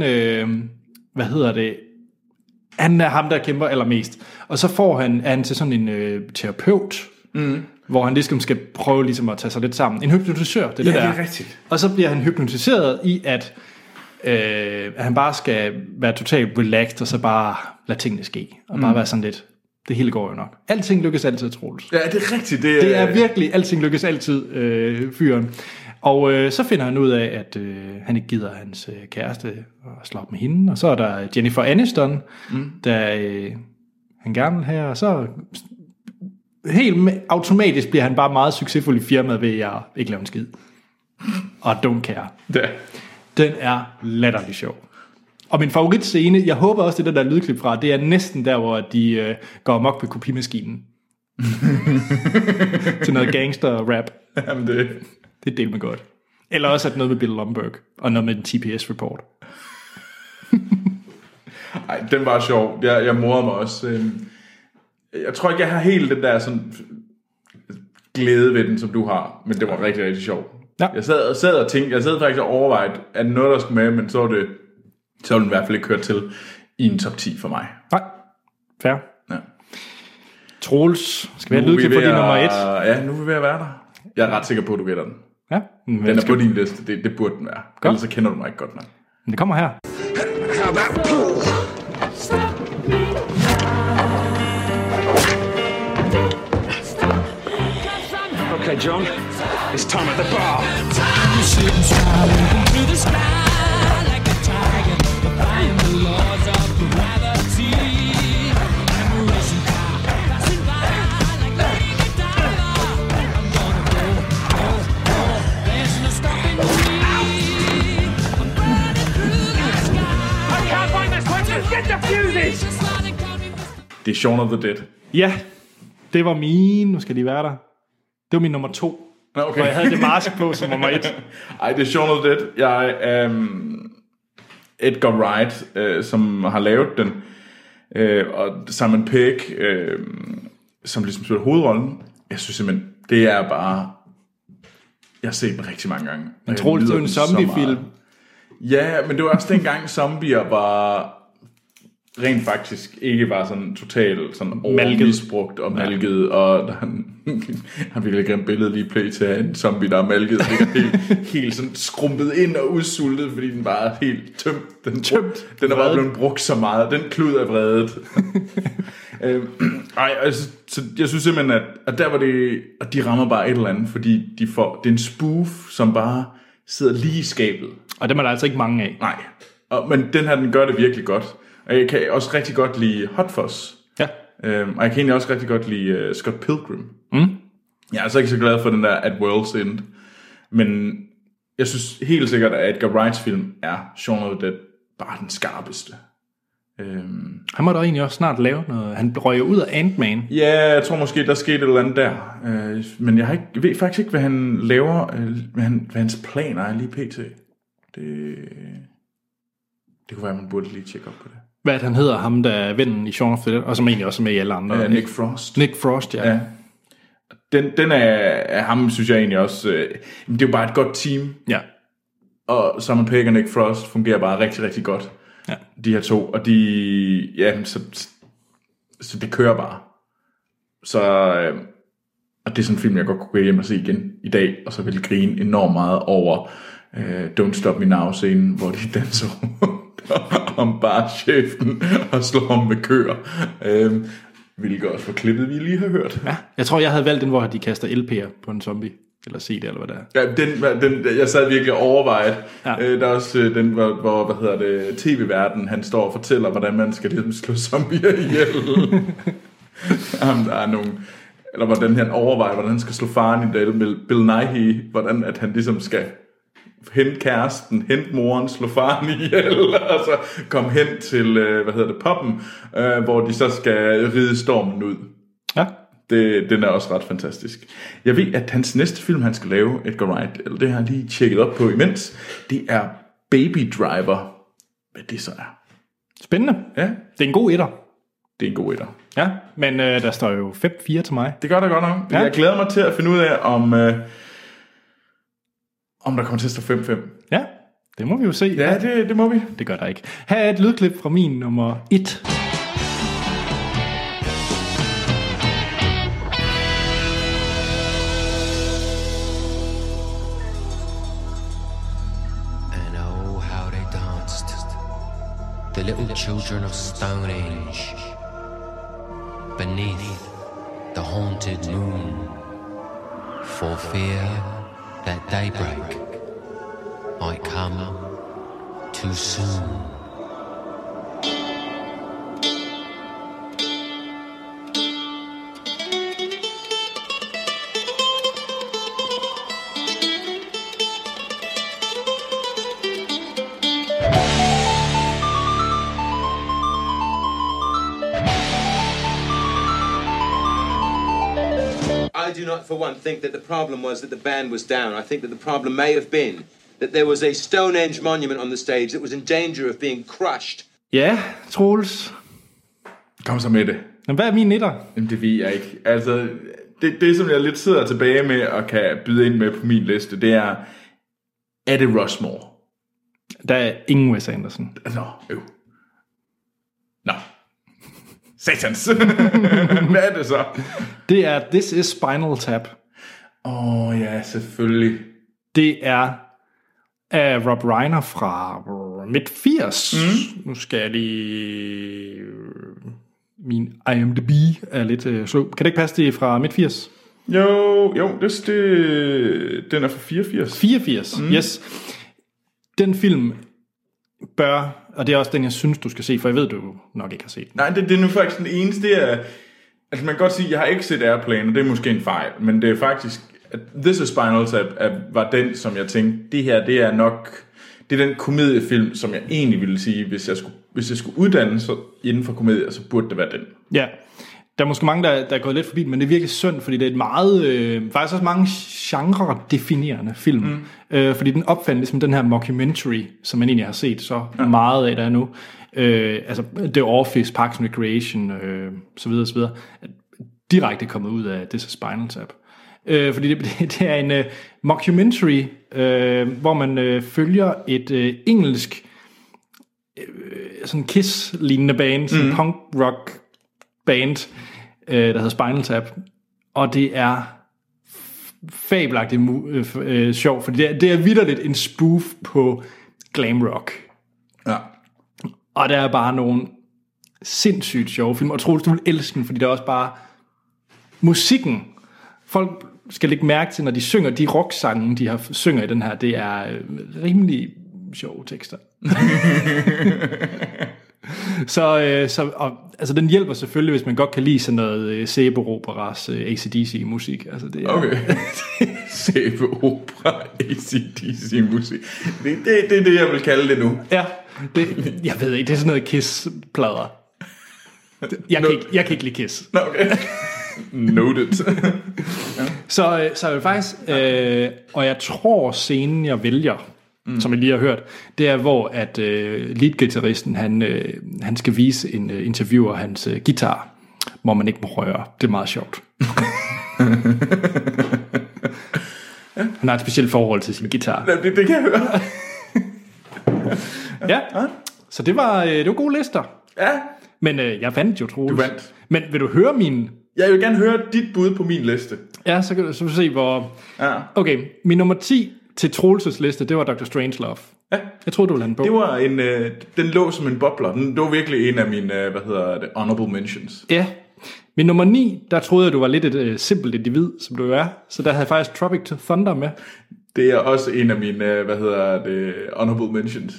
[SPEAKER 1] han er ham, der kæmper allermest. Og så får han til sådan en terapeut, hvor han ligesom skal prøve ligesom at tage sig lidt sammen. En hypnotisør, det er det der.
[SPEAKER 2] Ja, det er rigtigt.
[SPEAKER 1] Og så bliver han hypnotiseret i, at han bare skal være totalt relaxed, og så bare lade tingene ske. Og bare være sådan lidt... Det hele går jo nok. Alting lykkes altid, Troels.
[SPEAKER 2] Ja, det er rigtigt.
[SPEAKER 1] Det er virkelig, alting lykkes altid, fyren. Og så finder han ud af, at han ikke gider hans kæreste og slå op med hende. Og så er der Jennifer Aniston, der han gerne vil have. Og så helt automatisk bliver han bare meget succesfuld i firmaet ved at ikke lave en skid. Og don't care.
[SPEAKER 2] Ja.
[SPEAKER 1] Den er latterlig sjov. Og min favoritscene, jeg håber også, det der lydklip fra, det er næsten der, hvor de går amok på kopimaskinen. Til noget gangster-rap.
[SPEAKER 2] Jamen det
[SPEAKER 1] er delt med godt. Eller også at noget med Bill Lumberg, og noget med en TPS-report.
[SPEAKER 2] Ej, den var sjov. Jeg morede mig også. Jeg tror ikke, jeg har helt den der sådan glæde ved den, som du har. Men det var rigtig, rigtig sjov.
[SPEAKER 1] Ja.
[SPEAKER 2] Jeg sad og tænkte, jeg sad faktisk og overvejede, at noget, der skulle med, men så var den i hvert fald ikke kørt til i en top 10 for mig.
[SPEAKER 1] Nej, fair.
[SPEAKER 2] Ja.
[SPEAKER 1] Troels, skal vi have lydklip for din nummer 1?
[SPEAKER 2] Ja, nu er vi ved at være der. Jeg er ret sikker på, at du gætter den.
[SPEAKER 1] Ja.
[SPEAKER 2] Den er på din liste, det burde den være. Godt. Ellers så kender du mig ikke godt nok.
[SPEAKER 1] Men det kommer her.
[SPEAKER 6] how about pool? Okay, John, it's time at the bar.
[SPEAKER 2] Det er Shaun of the Dead.
[SPEAKER 1] Ja, det var min. Nu skal de være der. Det var min nummer 2.
[SPEAKER 2] Okay.
[SPEAKER 1] For jeg havde det mask på som nummer 1.
[SPEAKER 2] Ej, det er Shaun of the Dead. Edgar Wright, som har lavet den, og Simon Pegg, som ligesom spiller hovedrollen. Jeg synes simpelthen, det er bare... Jeg har set den rigtig mange gange.
[SPEAKER 1] Men tror du, det er en zombiefilm?
[SPEAKER 2] Ja, men det var også dengang zombier var... rent faktisk ikke var sådan totalt sådan overmisbrugt og malket, og han virkelig grimt billede lige play til en zombie, der er malket, og ligger helt sådan skrumpet ind og udsultet, fordi den bare er helt tømt. Den er bare blevet brugt så meget. Den klud er vredet. Så jeg synes simpelthen, at der var det, at de rammer bare et eller andet, fordi det er en spoof, som bare sidder lige i skabet.
[SPEAKER 1] Og dem er der altså ikke mange af.
[SPEAKER 2] Nej, men den gør det virkelig godt. Og jeg kan også rigtig godt lide Hot Fuzz.
[SPEAKER 1] Ja.
[SPEAKER 2] Og jeg kan egentlig også rigtig godt lide Scott Pilgrim. Jeg er altså ikke så glad for den der At World's End. Men jeg synes helt sikkert, at Edgar Wrights film er Shaun of the Dead bare den skarpeste.
[SPEAKER 1] Han må da egentlig også snart lave noget. Han røg ud af Ant-Man.
[SPEAKER 2] Ja, jeg tror måske, der skete et eller andet der. Men jeg ved faktisk ikke, hvad han laver, hvad hans planer er lige pt. Det kunne være, man burde lige tjekke op på det.
[SPEAKER 1] Hvad han hedder, ham der er vennen i Shaun of the Dead, og som egentlig også er med i alle andre.
[SPEAKER 2] Nick Frost.
[SPEAKER 1] Nick Frost, ja.
[SPEAKER 2] Den er ham, synes jeg egentlig også... det er jo bare et godt team.
[SPEAKER 1] Ja.
[SPEAKER 2] Og Simon Pegg og Nick Frost fungerer bare rigtig, rigtig godt.
[SPEAKER 1] Ja.
[SPEAKER 2] De her to. Og de... Ja, så det kører bare. Så... og det er sådan en film, jeg godt kunne gå hjem og se igen i dag, og så ville grine enormt meget over Don't Stop Me Now-scenen, hvor de danser om bare chefen og slår ham med køer. Hvilket også var klippet, vi lige har hørt.
[SPEAKER 1] Ja, jeg tror, jeg havde valgt den, hvor de kaster LP'er på en zombie. Eller CD, eller hvad det
[SPEAKER 2] er. Ja, den jeg sad virkelig og overvejet. Ja. Der er også den, hvor TV-verden, han står og fortæller, hvordan man skal ligesom slå zombier ihjel. Jamen, der er nogle... Eller hvordan han overvejer, hvordan han skal slå faren ihjel med Bill Nighy. Hvordan at han ligesom skal hente kæresten, hente moren, slå faren ihjel, og så komme hen til, poppen, hvor de så skal ride stormen ud.
[SPEAKER 1] Ja.
[SPEAKER 2] Den er også ret fantastisk. Jeg ved, at hans næste film, han skal lave, Edgar Wright, eller det har jeg lige tjekket op på imens, det er Baby Driver. Hvad det så er.
[SPEAKER 1] Spændende.
[SPEAKER 2] Ja.
[SPEAKER 1] Det er en god etter.
[SPEAKER 2] Det er en god etter.
[SPEAKER 1] Ja, men der står jo 5-4 til mig.
[SPEAKER 2] Det gør der godt nok. Ja. Jeg glæder mig til at finde ud af, om der kommer til at stå 5-5.
[SPEAKER 1] Ja, det må vi jo se.
[SPEAKER 2] Ja, det må vi.
[SPEAKER 1] Det gør der ikke. Her er et lydklip fra min nummer 1.
[SPEAKER 7] And oh, how they danced. The little children of Stonehenge. Beneath the haunted moon. For fear that daybreak might come too soon.
[SPEAKER 15] I do not for one think that the problem was that the band was down. I think that the problem may have been that there was a Stonehenge monument on the stage that was in danger of being crushed.
[SPEAKER 1] Ja, Troels.
[SPEAKER 2] Kom så med det.
[SPEAKER 1] Men hvad er min etter?
[SPEAKER 2] Jamen, det ved jeg ikke. Altså, det som jeg lidt sidder tilbage med og kan byde ind med på min liste, det er det Rushmore?
[SPEAKER 1] Der er ingen Wes Anderson.
[SPEAKER 2] Nå. Satans. Hvad er det så?
[SPEAKER 1] Det er This is Spinal Tap.
[SPEAKER 2] Ja, selvfølgelig.
[SPEAKER 1] Det er af Rob Reiner fra midt-80. Nu skal jeg lige... Min IMDb er lidt slå. Kan det ikke passe, det er fra midt-80?
[SPEAKER 2] Jo, den er fra 84.
[SPEAKER 1] 84, yes. Den film bør, og det er også den, jeg synes, du skal se, for jeg ved, du nok ikke har set den.
[SPEAKER 2] Nej, det er nu faktisk den eneste, altså man kan godt sige, jeg har ikke set Airplane, og det er måske en fejl, men det er faktisk, at This is Spinal Tap var den, som jeg tænkte, det her, det er nok, det er den komediefilm, som jeg egentlig ville sige, hvis jeg skulle uddanne sig inden for komedier, så burde det være den.
[SPEAKER 1] Ja, der er måske mange, der er gået lidt forbi, men det er virkelig synd, fordi det er et meget, faktisk også mange genre-definerende film. Fordi den opfandt ligesom den her mockumentary, som man egentlig har set så meget af der nu. Altså The Office, Parks and Recreation, så videre, så videre. Direkte kommet ud af This is Spinal Tap. Fordi det er en mockumentary, hvor man følger et engelsk sådan Kiss-lignende band, sådan punk-rock band, der hedder Spinal Tap, og det er fabelagtigt sjovt, for det er vitterligt en spoof på glam rock.
[SPEAKER 2] Ja.
[SPEAKER 1] Og der er bare nogle sindssygt sjove film, og Troels, du vil elske den, fordi der er også bare musikken. Folk skal lægge mærke til, når de synger de rocksange, de synger i den her, det er rimelig sjove tekster. Så den hjælper selvfølgelig, hvis man godt kan lide sådan noget Sæbe-operas AC/DC-musik. Altså, det er,
[SPEAKER 2] okay. Sæbe-opera AC/DC-musik. Det er det, jeg vil kalde det nu.
[SPEAKER 1] Ja, jeg ved ikke, det er sådan noget Kiss-plader. Jeg kan ikke lide Kiss.
[SPEAKER 2] Okay. Noted.
[SPEAKER 1] Så jeg vil faktisk, og jeg tror scenen, jeg vælger, som jeg lige har hørt, det er, hvor at leadgitarristen, han skal vise en interviewer hans guitar, hvor man ikke må røre. Det er meget sjovt. Han har et specielt forhold til sin guitar.
[SPEAKER 2] Det kan jeg høre.
[SPEAKER 1] Ja, så det var gode lister.
[SPEAKER 2] Ja.
[SPEAKER 1] Men jeg vandt jo, Troels.
[SPEAKER 2] Du vandt.
[SPEAKER 1] Men vil du høre min...
[SPEAKER 2] Jeg vil gerne høre dit bud på min liste.
[SPEAKER 1] Ja, så kan du se, hvor...
[SPEAKER 2] Ja.
[SPEAKER 1] Okay, min nummer 10 til Troels' liste, det var Dr. Strangelove.
[SPEAKER 2] Ja.
[SPEAKER 1] Jeg troede, du ville have en bog.
[SPEAKER 2] Det var den lå som en bobler. Det var virkelig en af mine, honorable mentions.
[SPEAKER 1] Ja. Min nummer 9, der troede jeg, du var lidt et simpelt individ, som du er. Så der havde jeg faktisk Tropic Thunder med.
[SPEAKER 2] Det er også en af mine, honorable mentions.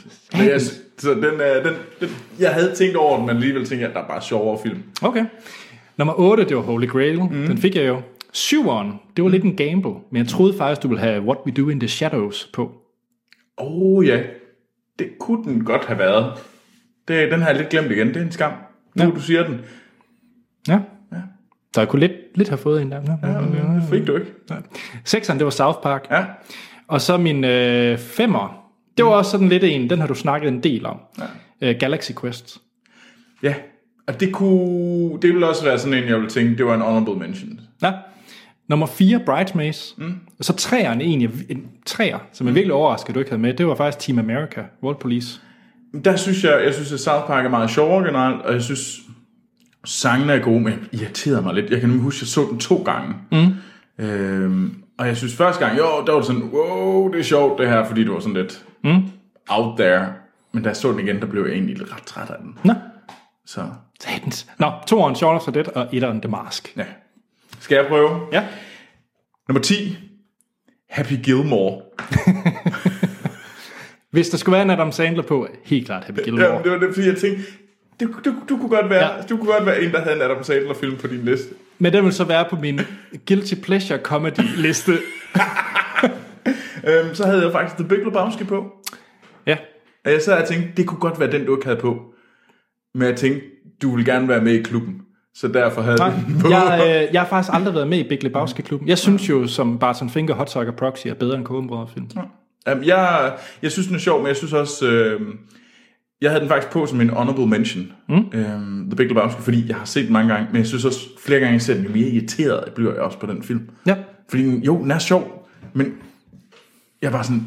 [SPEAKER 2] Jeg havde tænkt over den, men alligevel tænkte jeg, at der er bare sjovere film.
[SPEAKER 1] Okay. Nummer 8, det var Holy Grail. Den fik jeg jo. 7'eren, det var lidt en gamble, men jeg troede faktisk, du ville have What We Do in the Shadows på.
[SPEAKER 2] Ja, det kunne den godt have været. Den har jeg lidt glemt igen, det er en skam. Du siger den.
[SPEAKER 1] Ja. Så jeg kunne lidt have fået en der.
[SPEAKER 2] Ja, fik du ikke.
[SPEAKER 1] 6'eren, det var South Park.
[SPEAKER 2] Ja.
[SPEAKER 1] Og så min 5'er, det var også sådan lidt en, den har du snakket en del om. Ja. Galaxy Quest.
[SPEAKER 2] Ja, og det ville også være sådan en, jeg ville tænke, det var en honorable mention.
[SPEAKER 1] Ja. Nummer 4, Bridesmaids. Og så 3'eren egentlig, en 3'er, som jeg virkelig overrasker, du ikke havde med, det var faktisk Team America, World Police.
[SPEAKER 2] Der synes jeg synes, at South Park er meget sjovere generelt, og jeg synes, sangene er gode, men jeg irriterede mig lidt. Jeg kan nemlig huske, at jeg så den 2 gange. Og jeg synes, første gang, der var det sådan, wow, det er sjovt det her, fordi det var sådan lidt out there. Men da jeg så den igen, der blev jeg egentlig ret træt af den.
[SPEAKER 1] Nå.
[SPEAKER 2] Så.
[SPEAKER 1] Satans. Nå, 2'eren Shaun of the Dead, og 1'eren The Mask.
[SPEAKER 2] Ja. Skal jeg prøve?
[SPEAKER 1] Ja. Nummer
[SPEAKER 2] 10. Happy Gilmore.
[SPEAKER 1] Hvis der skulle være en Adam Sandler på, helt klart Happy Gilmore.
[SPEAKER 2] Ja, det var det, fordi jeg tænkte, du kunne godt være en, der havde en Adam Sandler film på din liste.
[SPEAKER 1] Men den vil så være på min Guilty Pleasure Comedy liste.
[SPEAKER 2] Så havde jeg faktisk The Big Lebowski på.
[SPEAKER 1] Ja.
[SPEAKER 2] Og jeg sad og tænkte, det kunne godt være den, du ikke havde på. Men jeg tænkte, du ville gerne være med i klubben. Så derfor havde den på.
[SPEAKER 1] Jeg har faktisk aldrig været med i Big Lebowski-klubben. Jeg synes jo, som Barton Finger, Hot Dog og Proxy er bedre end Coen-brødre-film.
[SPEAKER 2] Jeg synes, den er sjov, men jeg synes også... jeg havde den faktisk på som en honorable mention. The Big Lebowski, fordi jeg har set den mange gange. Men jeg synes også, flere gange jeg ser den, jo mere irriteret bliver jeg også på den film.
[SPEAKER 1] Ja.
[SPEAKER 2] Fordi den er sjov, men jeg var sådan...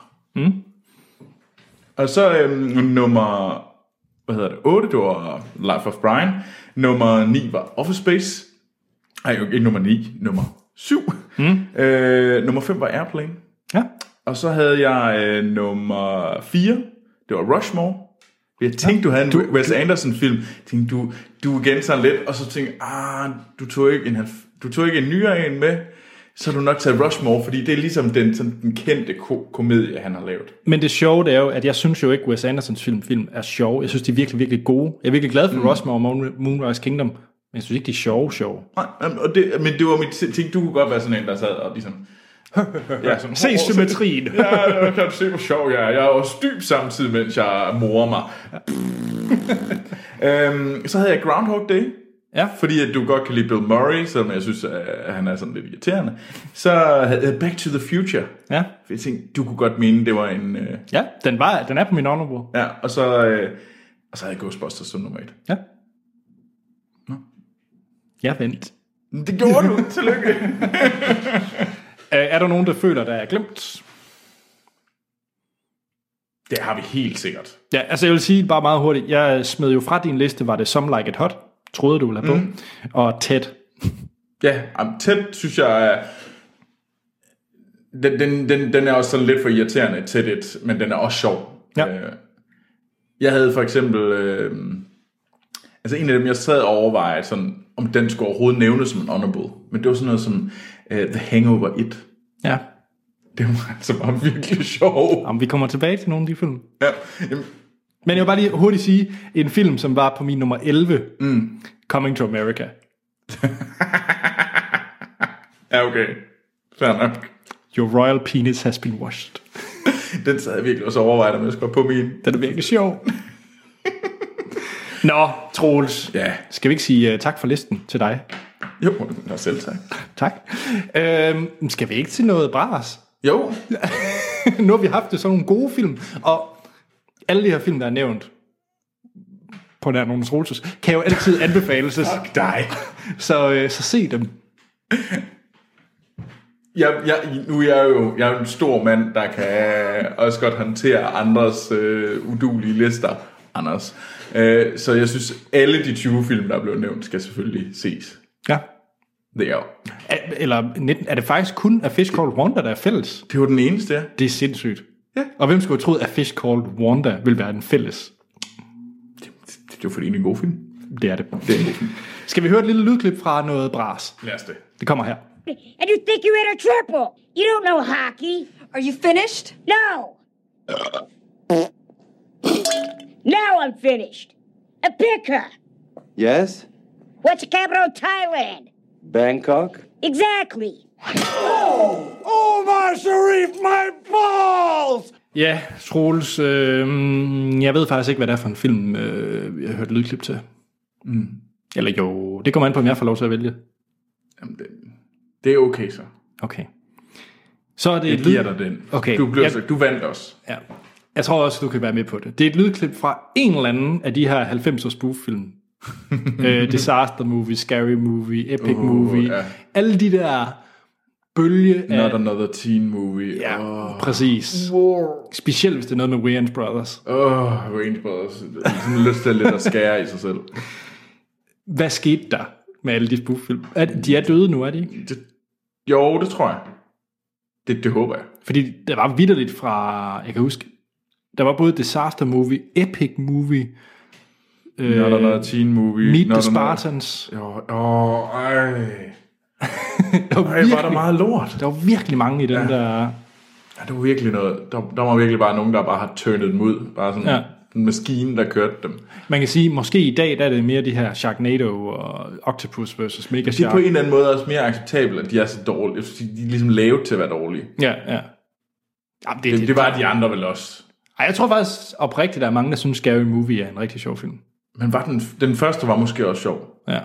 [SPEAKER 2] Og så nummer... 8, det var Life of Brian. Nummer 9 var Office Space. Nej, ikke nummer 9, nummer 7. Nummer 5 var Airplane.
[SPEAKER 1] Ja.
[SPEAKER 2] Og så havde jeg nummer 4, Det var Rushmore. Jeg tænkte, du havde en Wes Anderson-film. Jeg tænkte, du igen sådan lidt, og så tænkte du tog ikke en nyere en med, så har du nok taget Rushmore, fordi det er ligesom den kendte komedie, han har lavet.
[SPEAKER 1] Men det sjove, det er jo, at jeg synes jo ikke, Wes Andersons film er sjov. Jeg synes, de er virkelig, virkelig gode. Jeg er virkelig glad for Rushmore og Moonrise Kingdom, men jeg synes ikke, de er sjove.
[SPEAKER 2] Nej, men det var mit ting, du kunne godt være sådan en, der sad og ligesom...
[SPEAKER 1] Ja, sådan, se symmetrien.
[SPEAKER 2] Ja, kan du se, hvor sjov jeg er. Jeg er også dyb samtidig, mens jeg morer mig. Så havde jeg Groundhog Day.
[SPEAKER 1] Ja.
[SPEAKER 2] Fordi at du godt kan lide Bill Murray, selvom jeg synes, at han er sådan lidt irriterende. Så havde jeg Back to the Future.
[SPEAKER 1] Ja.
[SPEAKER 2] For jeg tænkte, du kunne godt mene, det var en...
[SPEAKER 1] Ja, den er på min honorable.
[SPEAKER 2] Ja, og så havde jeg Ghostbusters som nummer 1.
[SPEAKER 1] Ja. Nå. Jeg vent.
[SPEAKER 2] Det gjorde du. Tillykke.
[SPEAKER 1] Er der nogen, der føler, der er glemt?
[SPEAKER 2] Det har vi helt sikkert.
[SPEAKER 1] Ja, altså jeg vil sige bare meget hurtigt. Jeg smed jo fra din liste, var det Some Like It Hot, troede du ville have på, og Ted.
[SPEAKER 2] Ja, Ted synes jeg er... Den er også sådan lidt for irriterende, Ted, men den er også sjov.
[SPEAKER 1] Ja.
[SPEAKER 2] Jeg havde for eksempel... altså en af dem, jeg sad og overvejede, sådan, om den skulle overhovedet nævnes som en honorable. Men det var sådan noget som The Hangover 1.
[SPEAKER 1] Ja.
[SPEAKER 2] Det var altså bare virkelig sjov.
[SPEAKER 1] Om vi kommer tilbage til nogle af de film.
[SPEAKER 2] Ja.
[SPEAKER 1] Men jeg vil bare lige hurtigt sige, en film, som var på min nummer 11, Coming to America.
[SPEAKER 2] Ja, okay. Fair nok.
[SPEAKER 1] Your royal penis has been washed.
[SPEAKER 2] Den sad jeg virkelig også overvejet, om jeg skulle på min.
[SPEAKER 1] Den er virkelig sjov. Nå, Troels.
[SPEAKER 2] Ja.
[SPEAKER 1] Skal vi ikke sige tak for listen til dig?
[SPEAKER 2] Jo, selv tak.
[SPEAKER 1] Tak. Skal vi ikke til noget bras?
[SPEAKER 2] Jo.
[SPEAKER 1] Nu har vi haft det sådan nogle gode film, og alle de her film, der er nævnt på nær nogle Troelses, kan jo altid anbefales.
[SPEAKER 2] Fuck dig.
[SPEAKER 1] Så se dem.
[SPEAKER 2] Nu er jeg jo en stor mand, der kan også godt håndtere andres udulige lister, Anders. Så jeg synes, alle de 20 film, der er blevet nævnt, skal selvfølgelig ses.
[SPEAKER 1] Ja.
[SPEAKER 2] Det er jo.
[SPEAKER 1] Eller er det faktisk kun A Fish Called Wanda, der er fælles?
[SPEAKER 2] Det var den eneste, ja.
[SPEAKER 1] Det er sindssygt.
[SPEAKER 2] Ja.
[SPEAKER 1] Og hvem skulle have troet, at Fish Called Wanda ville være den fælles?
[SPEAKER 2] Det er jo fordi, det er en god film.
[SPEAKER 1] Det er det. Det er en god film. Skal vi høre et lille lydklip fra noget bras?
[SPEAKER 2] Lad os det.
[SPEAKER 1] Det kommer her.
[SPEAKER 16] And you think you hit a triple. You don't know hockey.
[SPEAKER 8] Are you finished?
[SPEAKER 16] No. Now I'm finished. A picker.
[SPEAKER 13] Yes?
[SPEAKER 16] What's the capital of Thailand?
[SPEAKER 13] Bangkok?
[SPEAKER 16] Exactly.
[SPEAKER 22] Omar Sharif, my balls!
[SPEAKER 1] Ja, Troels, jeg ved faktisk ikke, hvad det er for en film, jeg har hørt lydklip til. Eller jo, det kommer an på, om jeg får lov til at vælge.
[SPEAKER 2] Jamen, det er okay så.
[SPEAKER 1] Okay. Så er det
[SPEAKER 2] jeg giver dig den.
[SPEAKER 1] Okay.
[SPEAKER 2] Du vandt også.
[SPEAKER 1] Ja. Jeg tror også, du kan være med på det. Det er et lydklip fra en eller anden af de her 90'er spoof-film. Disaster movie, scary movie, epic movie. Ja. Alle de der bølge af...
[SPEAKER 2] Not another teen movie.
[SPEAKER 1] Ja, præcis. Specielt hvis det er noget med Wayans Brothers.
[SPEAKER 2] Wayans Brothers. Det er sådan lyst til lidt at skære i sig selv.
[SPEAKER 1] Hvad skete der med alle de spoof-film? De er døde nu, er de ikke?
[SPEAKER 2] Jo, det tror jeg. Det håber jeg.
[SPEAKER 1] Fordi der var vitterligt fra... Jeg kan huske... Der var både Disaster movie, epic movie...
[SPEAKER 2] Not another teen movie.
[SPEAKER 1] Meet the Spartans.
[SPEAKER 2] Var der meget lort.
[SPEAKER 1] Der var virkelig mange i den der...
[SPEAKER 2] Ja, det var virkelig noget... Der var virkelig bare nogen, der bare har turnet dem ud. Bare sådan en maskine, der kørte dem.
[SPEAKER 1] Man kan sige, måske i dag, der er det mere de her Sharknado og Octopus versus Mega Shark.
[SPEAKER 2] Det er på en eller anden måde også mere acceptabelt, at de er så dårlige. De er ligesom lavet til at være dårlige.
[SPEAKER 1] Ja.
[SPEAKER 2] Jamen, det var de andre vel også.
[SPEAKER 1] Ej, jeg tror faktisk oprigtigt, der er mange, der synes Scary Movie er en rigtig sjov film.
[SPEAKER 2] Men var den første var måske også sjov.
[SPEAKER 1] Ja.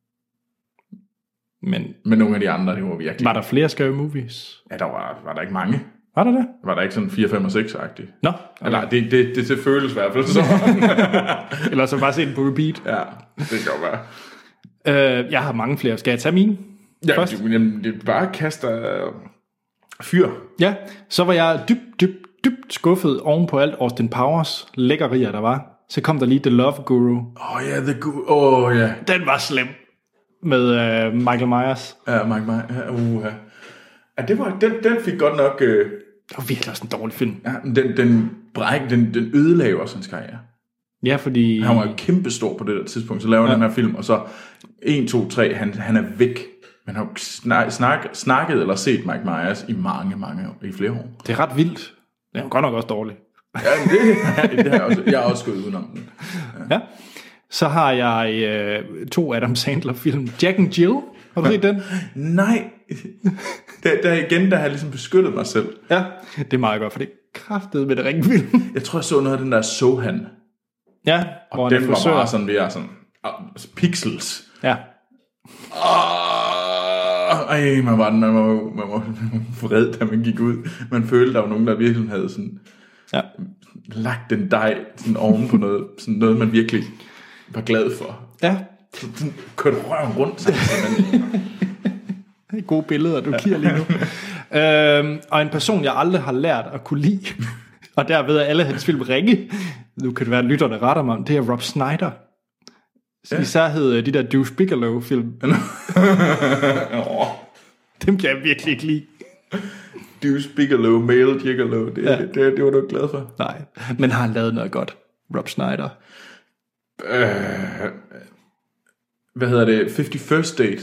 [SPEAKER 1] Men
[SPEAKER 2] nogle af de andre, det var virkelig...
[SPEAKER 1] Var der flere Scary Movies?
[SPEAKER 2] Ja, der var der ikke mange.
[SPEAKER 1] Var der det?
[SPEAKER 2] Var der ikke sådan 4, 5 og 6-agtigt?
[SPEAKER 1] Nå.
[SPEAKER 2] Okay. Eller det føles i hvert fald så.
[SPEAKER 1] Eller så bare se den på repeat.
[SPEAKER 2] Ja, det kan jo være.
[SPEAKER 1] Jeg har mange flere. Skal jeg tage mine?
[SPEAKER 2] Ja, det er bare kaster fyr.
[SPEAKER 1] Ja, så var jeg dybt skuffet oven på alt Austin Powers lækkerier, der var. Så kom der lige The Love Guru.
[SPEAKER 2] The Guru. Ja.
[SPEAKER 1] Den var slem. Med Michael Myers.
[SPEAKER 2] Ja, Michael Myers. Ja, det var, den fik godt nok
[SPEAKER 1] Det var virkelig også en dårlig film.
[SPEAKER 2] Ja, den ødelagde også hans karriere.
[SPEAKER 1] Ja, fordi...
[SPEAKER 2] Han var jo kæmpestor på det der tidspunkt, så laver han den her film, og så 1, 2, 3, han er væk. Man har jo snakket eller set Mike Myers i i flere år.
[SPEAKER 1] Det er ret vildt. Det er godt nok også dårligt.
[SPEAKER 2] Ja, det har jeg har også gået udenom den.
[SPEAKER 1] Ja. Så har jeg 2 Adam Sandler-film. Jack and Jill. Har du set den?
[SPEAKER 2] Nej. Der har jeg ligesom beskyttet mig selv.
[SPEAKER 1] Ja, det er meget godt, for det er kraftet med det ringfilm.
[SPEAKER 2] Jeg tror, jeg så noget af den der Sohan.
[SPEAKER 1] Ja,
[SPEAKER 2] og den var bare sådan, det er sådan pixels.
[SPEAKER 1] Ja.
[SPEAKER 2] Man var vred, da man gik ud. Man følte, der var nogen, der virkelig havde sådan lagt en dej sådan oven på noget, sådan noget, man virkelig var glad for.
[SPEAKER 1] Ja.
[SPEAKER 2] Sådan kørte røven rundt sammen.
[SPEAKER 1] Det er gode billeder, du giver lige nu. Og en person, jeg aldrig har lært at kunne lide, og derved er alle hans film ringe, nu kan det være, at lytterne retter mig om, det er Rob Schneider. Ja. Især hed de der Deuce Bigelow-film. Dem kan jeg virkelig ikke lide.
[SPEAKER 2] Deuce Bigelow, Male Gigolo, det var du ikke glad for?
[SPEAKER 1] Nej, men har han lavet noget godt, Rob Schneider?
[SPEAKER 2] Hvad hedder det? 51st Date.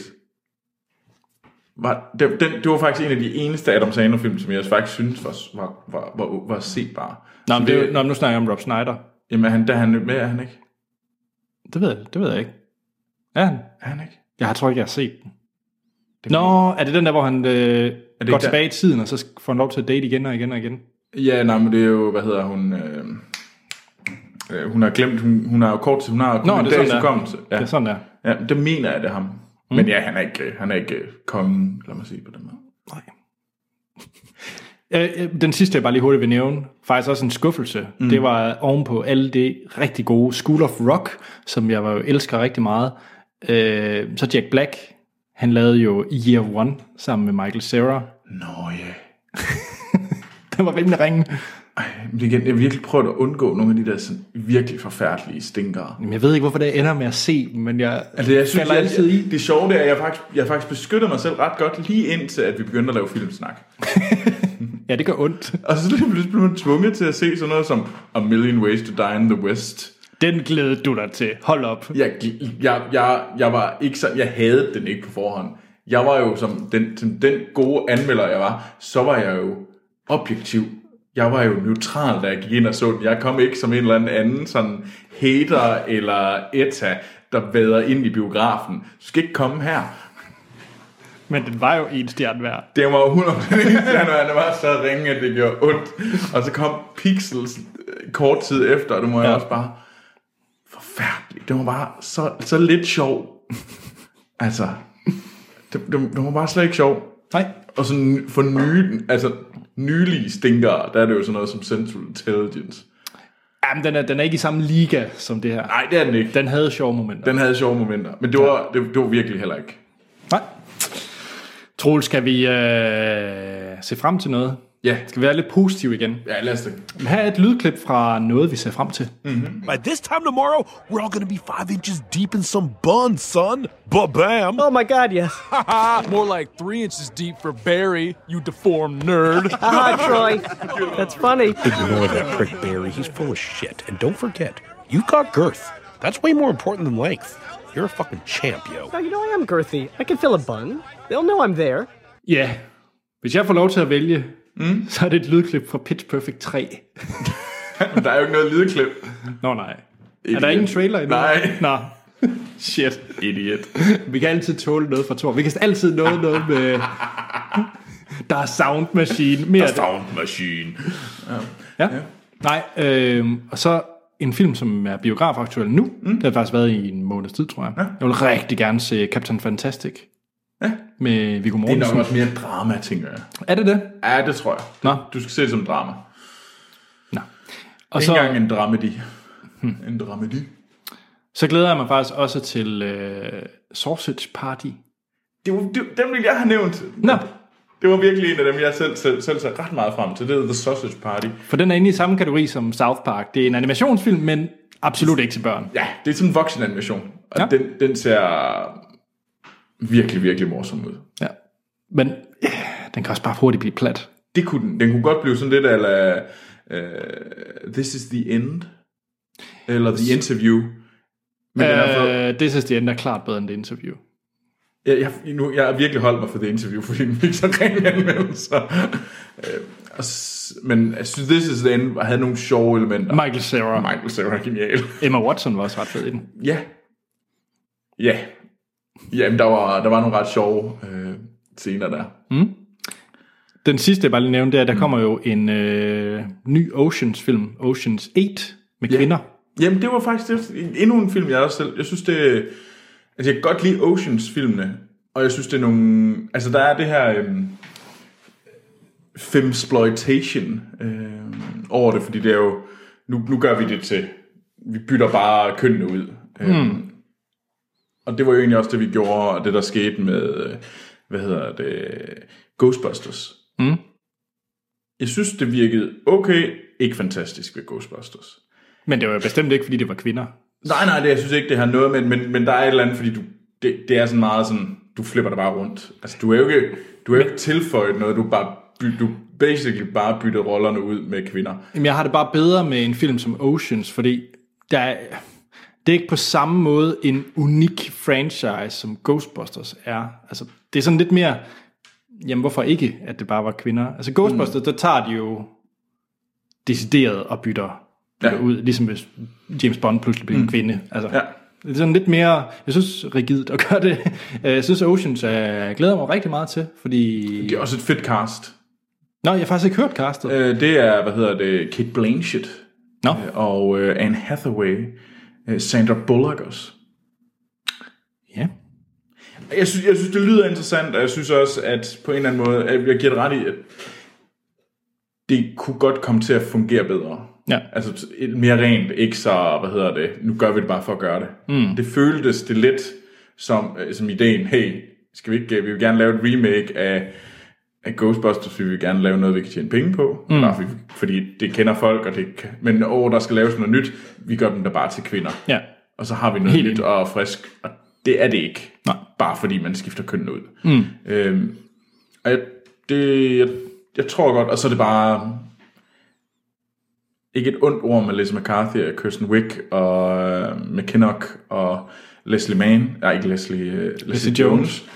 [SPEAKER 2] Det var faktisk en af de eneste Adam Sandler-film, som jeg faktisk synes var setbare.
[SPEAKER 1] Nå, men nu snakker jeg om Rob Schneider.
[SPEAKER 2] Jamen, er han med, er han ikke?
[SPEAKER 1] Det ved jeg ikke. Er han?
[SPEAKER 2] Er han ikke?
[SPEAKER 1] Jeg tror ikke, jeg har set den. Er det den der, hvor han går tilbage i tiden, og så får han lov til at date igen og igen og igen?
[SPEAKER 2] Ja, nej, men det er jo, hvad hedder hun... hun har glemt, hun har jo kort til, hun har kun en dags hukommelse. Ja.
[SPEAKER 1] Det er sådan der.
[SPEAKER 2] Ja, det mener jeg, det er ham. Men ja, han er ikke kongen, lad mig sige på den måde.
[SPEAKER 1] Nej. Den sidste, jeg bare lige hurtigt vil nævne, faktisk også en skuffelse. Det var ovenpå alle det rigtig gode School of Rock, som jeg elsker rigtig meget. Så Jack Black, han lavede jo Year One sammen med Michael Cera.
[SPEAKER 2] Nå ja.
[SPEAKER 1] Den var rimelig ringe.
[SPEAKER 2] Jeg har virkelig prøvet at undgå nogle af de der sådan virkelig forfærdelige stinkere.
[SPEAKER 1] Jeg ved ikke, hvorfor det ender med at se, men jeg
[SPEAKER 2] synes,
[SPEAKER 1] falder altid i.
[SPEAKER 2] Det sjove er, at jeg faktisk beskyttede mig selv ret godt lige indtil, at vi begyndte at lave filmsnak.
[SPEAKER 1] Ja, det gør ondt.
[SPEAKER 2] Og så blev man tvunget til at se sådan noget som A Million Ways to Die in the West.
[SPEAKER 1] Den glædede du dig til. Hold op.
[SPEAKER 2] Jeg var ikke så, jeg havde den ikke på forhånd. Jeg var jo som den gode anmelder jeg var, så var jeg jo objektiv. Jeg var jo neutral, da jeg gik ind og så den. Jeg kom ikke som en eller anden sådan hater eller etta, der vader ind i biografen. Du skal ikke komme her.
[SPEAKER 1] Men den var jo en stjerne værd.
[SPEAKER 2] Det var 100% en stjerne værd. Det var så ringe, at det gjorde ondt. Og så kom Pixels kort tid efter, og det må jeg også bare... Forfærdeligt. Det var bare så lidt sjov. Altså... Det var bare slet ikke sjov.
[SPEAKER 1] Nej.
[SPEAKER 2] Og så for nylige stinkere, der er det jo sådan noget som Central Intelligence.
[SPEAKER 1] Jamen, den er ikke i samme liga som det her.
[SPEAKER 2] Nej, det er den ikke.
[SPEAKER 1] Den havde sjove momenter.
[SPEAKER 2] Men det var virkelig heller ikke.
[SPEAKER 1] Nej. Troels, skal vi se frem til noget?
[SPEAKER 2] Ja.
[SPEAKER 1] Skal vi være lidt positive igen?
[SPEAKER 2] Ja, lad os det.
[SPEAKER 1] Her er et lydklip fra noget, vi ser frem til.
[SPEAKER 3] By this time tomorrow, we're all gonna be 5 inches deep in some buns, son. Ba-bam!
[SPEAKER 17] Oh my god, yes.
[SPEAKER 3] More like 3 inches deep for Barry, you deformed nerd.
[SPEAKER 17] Troy. That's funny.
[SPEAKER 3] Ignore that prick Barry. He's full of shit. And don't forget, you've got girth. That's way more important than length. You're a fucking champ, yo.
[SPEAKER 17] No, you know I am girthy. I can fill a bun. They'll know I'm there.
[SPEAKER 1] Ja, hvis jeg får lov til at vælge, så er det et lydklip fra Pitch Perfect 3.
[SPEAKER 2] Der er jo ikke noget lydklip.
[SPEAKER 1] Nå nej. Er der ingen trailer endnu?
[SPEAKER 2] Nej.
[SPEAKER 1] Nå. Shit.
[SPEAKER 2] Idiot.
[SPEAKER 1] Vi kan altid tåle noget fra Thor. Vi kan altid noget med... Der er sound machine.
[SPEAKER 2] Der er sound machine.
[SPEAKER 1] Ja. Nej, og så en film, som er biografaktuel nu. Det har faktisk været i en måneds tid, tror jeg. Jeg vil rigtig gerne se Captain Fantastic.
[SPEAKER 2] Ja.
[SPEAKER 1] Med Viggo Mortensen.
[SPEAKER 2] Det er nok også mere drama, tænker jeg.
[SPEAKER 1] Er det det?
[SPEAKER 2] Ja, det tror jeg.
[SPEAKER 1] Nå.
[SPEAKER 2] Du skal se det som drama.
[SPEAKER 1] Nå.
[SPEAKER 2] Og ikke så engang en dramedy. En dramedy.
[SPEAKER 1] Så glæder jeg mig faktisk også til Sausage Party.
[SPEAKER 2] Dem ville jeg have nævnt.
[SPEAKER 1] Nå.
[SPEAKER 2] Det var virkelig en af dem, jeg selv så ret meget frem til. Det er The Sausage Party.
[SPEAKER 1] For den er inde i samme kategori som South Park. Det er en animationsfilm, men absolut ikke til børn.
[SPEAKER 2] Ja, det er sådan en voksen animation. Og den ser virkelig, virkelig morsom ud.
[SPEAKER 1] Ja. Men den kan også bare hurtigt blive plat.
[SPEAKER 2] Det kunne den kunne godt blive sådan lidt ala This is the End, eller The Interview. Men
[SPEAKER 1] This is the End er klart bedre end The Interview.
[SPEAKER 2] Jeg har virkelig holdt mig for The Interview, fordi den fik så ringe anmeldelser. Men jeg synes, This is the End havde nogle sjove elementer.
[SPEAKER 1] Michael Cera
[SPEAKER 2] er genial.
[SPEAKER 1] Emma Watson var også ret fed i den.
[SPEAKER 2] Ja, men der var nogle ret sjove scener der.
[SPEAKER 1] Den sidste, jeg bare lige nævnte, det er, der kommer jo en ny Oceans-film, Oceans 8, med kvinder.
[SPEAKER 2] Jamen, det var faktisk endnu en film, jeg også selv... Jeg synes, det... Altså, jeg kan godt lide Oceans-filmene, og jeg synes, det er nogle... Altså, der er det her... femsploitation over det, fordi det er jo... Nu gør vi det til... Vi bytter bare kønnene ud. Og det var jo egentlig også det, vi gjorde, og det, der skete med... Ghostbusters. Jeg synes, det virkede okay, ikke fantastisk ved Ghostbusters.
[SPEAKER 1] Men det var jo bestemt ikke, fordi det var kvinder.
[SPEAKER 2] Nej, det, jeg synes ikke, det har noget med, men der er et eller andet, fordi det er sådan meget sådan, du flipper det bare rundt. Altså, du er jo ikke tilføjet noget, du basically bare bytter rollerne ud med kvinder.
[SPEAKER 1] Jamen, jeg har det bare bedre med en film som Oceans, fordi det er ikke på samme måde en unik franchise, som Ghostbusters er. Altså, det er sådan lidt mere... Jamen, hvorfor ikke, at det bare var kvinder? Altså, Ghostbusters, der tager de jo decideret og bytter ud, ligesom hvis James Bond pludselig bliver en kvinde. Altså, det er sådan lidt mere, jeg synes, rigidt at gøre det. Jeg synes, Oceans glæder mig rigtig meget til, fordi...
[SPEAKER 2] Det er også et fedt cast.
[SPEAKER 1] Nå, jeg har faktisk ikke hørt castet.
[SPEAKER 2] Det er, Kate Blanchett og Anne Hathaway, Sandra Bullock også.
[SPEAKER 1] Ja.
[SPEAKER 2] Jeg synes, det lyder interessant, og jeg synes også, at på en eller anden måde, jeg giver det ret i, at det kunne godt komme til at fungere bedre.
[SPEAKER 1] Ja.
[SPEAKER 2] Altså mere rent, ikke så, nu gør vi det bare for at gøre det. Det føltes det lidt som ideen, hey, vi vil gerne lave et remake af Ghostbusters, vi vil gerne lave noget, vi kan tjene penge på, bare fordi det kender folk, og men der skal laves noget nyt, vi gør dem der bare til kvinder. Ja. Og så har vi noget nyt og frisk, og det er det ikke. Nej. Bare fordi man skifter kønnen ud. Og jeg tror godt, og så er det bare ikke et ondt ord med Melissa McCarthy og Kirsten Wick og McKinnock og Leslie Mann. Nej, ikke Leslie Jones.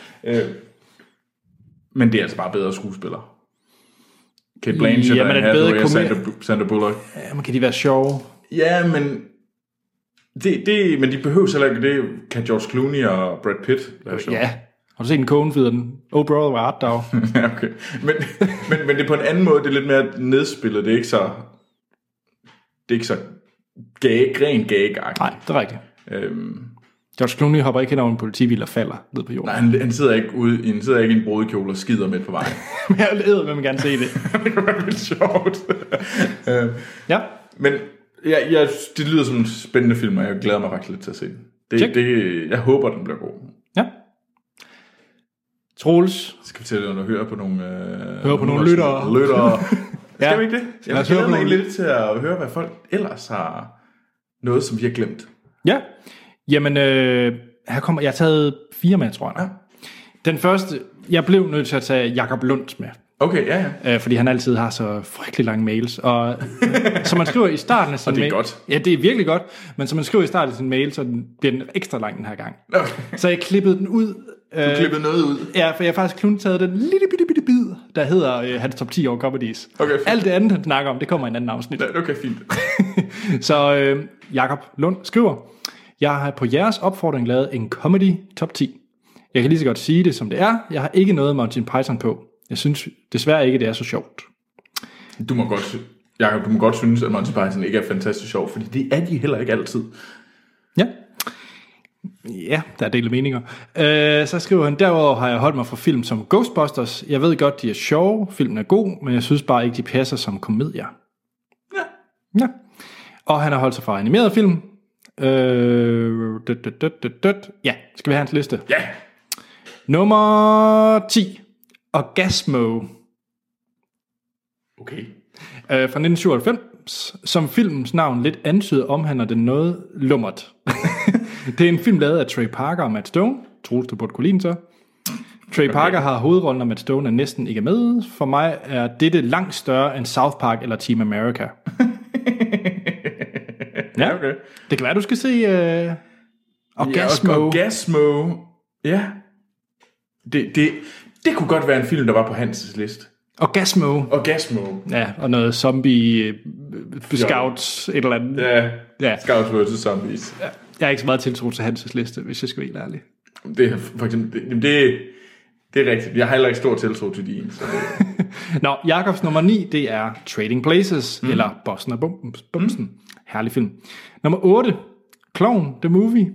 [SPEAKER 2] Men det er altså bare bedre skuespillere. Kate Blanchett og Hathaway og Sandra Bullock.
[SPEAKER 1] Ja, men kan de være sjove?
[SPEAKER 2] Ja, men men de behøver heller ikke det. Kan George Clooney og Brad Pitt lave sjov?
[SPEAKER 1] Ja. Har du set en Coen-filmen? Oh brother, where art thou?
[SPEAKER 2] Ja, okay. Men det er på en anden måde, det er lidt mere nedspillet. Det er ikke så ren gag-agtigt.
[SPEAKER 1] Nej, det er rigtigt. George Clooney hopper ikke hen over en politibil og falder ned på jorden.
[SPEAKER 2] Nej, han sidder ikke i en brudekjole og skider midt på vejen.
[SPEAKER 1] Men jeg vil man gerne se det.
[SPEAKER 2] Det kunne være lidt sjovt.
[SPEAKER 1] Ja.
[SPEAKER 2] Men det lyder som en spændende film, og jeg glæder mig faktisk lidt til at se den. Jeg håber, den bliver god.
[SPEAKER 1] Ja. Troels.
[SPEAKER 2] Skal vi til at høre på nogle...
[SPEAKER 1] høre på nogle lyttere.
[SPEAKER 2] Skal vi ikke det? Jeg glæder mig lidt til at høre, hvad folk ellers har noget, som vi har glemt.
[SPEAKER 1] Ja. Jamen, her kommer... Jeg har taget 4 med, tror jeg. Ja. Den første... Jeg blev nødt til at tage Jakob Lunds med.
[SPEAKER 2] Okay, ja.
[SPEAKER 1] Fordi han altid har så frygtelig lange mails. Og som man skriver i starten af sin mail...
[SPEAKER 2] Og det er godt.
[SPEAKER 1] Ja, det er virkelig godt. Men som man skriver i starten af sin mail, så bliver den ekstra lang den her gang. Okay. Så jeg klippede den ud.
[SPEAKER 2] Du klippede noget ud?
[SPEAKER 1] Ja, for jeg har faktisk kun taget den lille bitte bid, der hedder hans top 10 over comedies.
[SPEAKER 2] Okay,
[SPEAKER 1] alt det andet, han snakker om, det kommer i en anden afsnit.
[SPEAKER 2] Ja, okay, fint.
[SPEAKER 1] Så Jakob Lund skriver, jeg har på jeres opfordring lavet en comedy top 10. Jeg kan lige så godt sige det, som det er. Jeg har ikke noget Monty Python på. Jeg synes desværre ikke, det er så sjovt.
[SPEAKER 2] Du må godt synes, at Monty Python ikke er fantastisk sjov, fordi det er de heller ikke altid.
[SPEAKER 1] Ja, der er dele meninger. Så skriver han, derudover har jeg holdt mig for film som Ghostbusters. Jeg ved godt, de er sjove, filmen er god, men jeg synes bare ikke, de passer som komedier. Ja. Og han har holdt sig fra animeret film. Ja, skal vi have hans liste?
[SPEAKER 2] Ja.
[SPEAKER 1] Nummer 10. Orgasmo.
[SPEAKER 2] Okay.
[SPEAKER 1] Fra 1997, som filmens navn lidt antyder, omhandler den noget lummert. Det er en film lavet af Trey Parker og Matt Stone. Troels, du burde kunne lide den så. Trey Parker har hovedrollen, og Matt Stone er næsten ikke med. For mig er dette langt større end South Park eller Team America. Ja, okay. Det kan være, du skal se Orgasmo.
[SPEAKER 2] Ja, Orgasmo. Ja. Det kunne godt være en film, der var på Hans' liste.
[SPEAKER 1] Orgasmo. Ja, og noget zombie scouts, et eller andet.
[SPEAKER 2] Ja. Scouts vs. Zombies.
[SPEAKER 1] Ja. Jeg er ikke så meget tiltro til Hans' liste, hvis jeg skal være helt ærlig.
[SPEAKER 2] Det er for eksempel, det er rigtigt. Jeg har heller ikke stor tiltro til din.
[SPEAKER 1] Nå, Jacobs nummer 9, det er Trading Places, eller Bossen og Bumsen. Herlig film. Nummer 8, Clown, The Movie.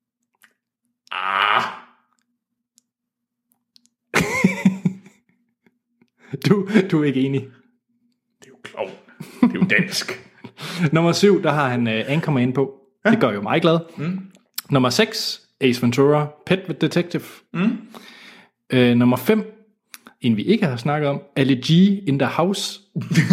[SPEAKER 1] Du er ikke enig.
[SPEAKER 2] Det er jo Clown. Det er jo dansk.
[SPEAKER 1] Nummer 7, der har han Anchorman på. Ja. Det gør jo mig glad. Nummer 6, Ace Ventura, Pet Detective. Nummer 5, en vi ikke har snakket om, Ali G in the House.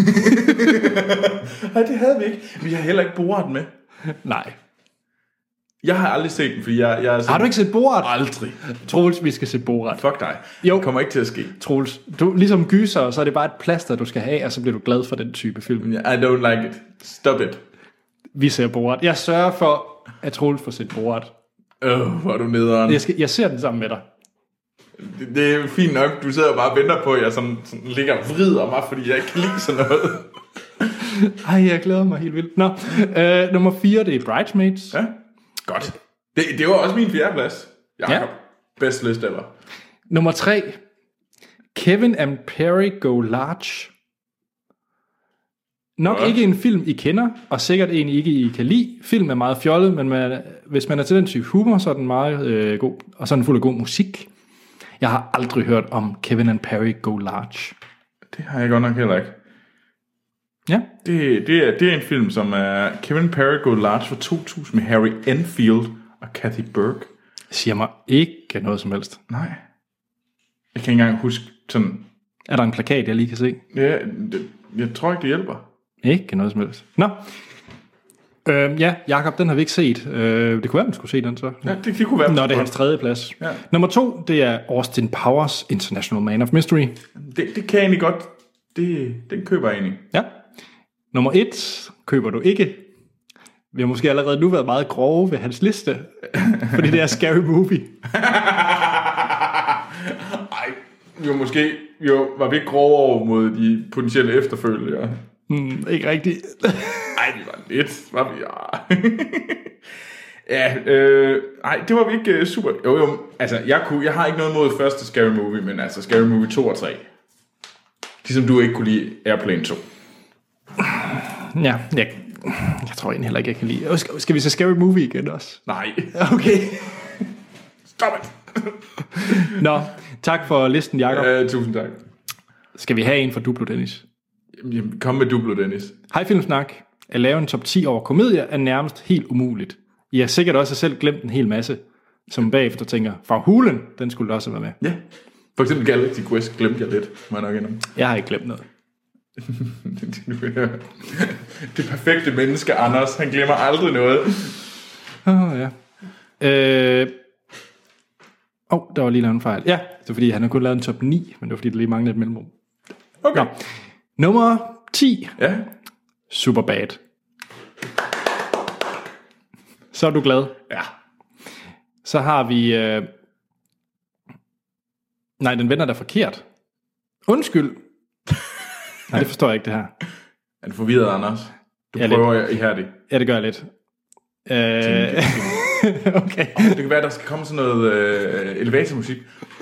[SPEAKER 2] Nej, det havde vi ikke. Vi har heller ikke Borat med.
[SPEAKER 1] Nej.
[SPEAKER 2] Jeg har aldrig set den, fordi jeg
[SPEAKER 1] har du ikke set Borat?
[SPEAKER 2] Aldrig.
[SPEAKER 1] Troels, vi skal se Borat.
[SPEAKER 2] Fuck dig.
[SPEAKER 1] Jo.
[SPEAKER 2] Det kommer ikke til at ske.
[SPEAKER 1] Troels, du ligesom gyser, så er det bare et plaster, du skal have, og så bliver du glad for den type film.
[SPEAKER 2] I don't like it. Stop it.
[SPEAKER 1] Vi ser Borat. Jeg sørger for, at Troels får set Borat.
[SPEAKER 2] Hvor er du nederen.
[SPEAKER 1] Jeg ser den sammen med dig.
[SPEAKER 2] Det er fint nok. Du sidder bare og venter på, at jeg sådan ligger og vrider mig, fordi jeg ikke kan lide sådan noget.
[SPEAKER 1] Ej, jeg glæder mig helt vildt. Nå, nummer 4, det er Bridesmaids.
[SPEAKER 2] Ja, godt. Det var også min 4. plads. Jakob. Ja. Best list ever.
[SPEAKER 1] Nummer 3, Kevin and Perry Go Large. Nok ikke en film, I kender, og sikkert en, I ikke kan lide. Film er meget fjollet, men hvis man er til den type humor, så er den meget god, og så er den fuld af god musik. Jeg har aldrig hørt om Kevin and Perry Go Large.
[SPEAKER 2] Det har jeg godt nok heller ikke.
[SPEAKER 1] Ja.
[SPEAKER 2] Det er en film, som er Kevin Perry Go Large fra 2000 med Harry Enfield og Kathy Burke.
[SPEAKER 1] Siger mig ikke noget som helst.
[SPEAKER 2] Nej. Jeg kan ikke engang huske sådan...
[SPEAKER 1] Er der en plakat, jeg lige kan se?
[SPEAKER 2] Ja, jeg tror ikke, det hjælper.
[SPEAKER 1] Ikke noget som helst. Nå. Ja, Jakob, den har vi ikke set. Det kunne være, man skulle se den så.
[SPEAKER 2] Ja, det kunne være.
[SPEAKER 1] Nå, det er hans 3. plads. Ja. Nummer 2, det er Austin Powers International Man of Mystery.
[SPEAKER 2] Det kan jeg egentlig godt. Den køber jeg egentlig.
[SPEAKER 1] Ja. Nummer 1 køber du ikke. Vi har måske allerede nu været meget grove ved hans liste. Fordi det er Scary Movie.
[SPEAKER 2] Ej, var vi ikke grove over mod de potentielle efterfølgere?
[SPEAKER 1] Ikke rigtigt.
[SPEAKER 2] Ej, det var lidt. Var vi? Ja, ej, det var vi ikke super. Jo, altså, jeg har ikke noget mod første Scary Movie, men altså Scary Movie 2 og 3. Ligesom du ikke kunne lide Airplane 2.
[SPEAKER 1] Ja, jeg tror egentlig heller ikke, jeg kan lide. Skal vi se Scary Movie igen også?
[SPEAKER 2] Nej.
[SPEAKER 1] Okay.
[SPEAKER 2] Stop it.
[SPEAKER 1] Nå, tak for listen, Jakob.
[SPEAKER 2] Tusind tak.
[SPEAKER 1] Skal vi have en for Duplo Dennis?
[SPEAKER 2] Jamen, kom med Duplo Dennis.
[SPEAKER 1] Hej Filmsnak. At lave en top 10 over komedier er nærmest helt umuligt. I har sikkert også selv glemt en hel masse, som bagefter tænker, fra hulen, den skulle også være med.
[SPEAKER 2] Ja. For eksempel Galaxy Quest glemte jeg lidt, må jeg nok indom.
[SPEAKER 1] Jeg har ikke glemt noget.
[SPEAKER 2] Det perfekte menneske, Anders. Han glemmer aldrig noget.
[SPEAKER 1] Ja. Der var lige lavet en fejl. Ja, det var fordi, han har kun lavet en top 9, men det var fordi, der lige manglede et mellemrum.
[SPEAKER 2] Okay.
[SPEAKER 1] Nå. Nummer 10.
[SPEAKER 2] Ja.
[SPEAKER 1] Superbad. Så er du glad?
[SPEAKER 2] Ja.
[SPEAKER 1] Så har vi... Nej, den vender da forkert. Undskyld. Nej, det forstår jeg ikke, det her.
[SPEAKER 2] Er du forvirret, Anders? Du prøver ihærdigt.
[SPEAKER 1] Ja, det gør jeg lidt. Okay.
[SPEAKER 2] Det kan være, der skal komme sådan noget elevatormusik.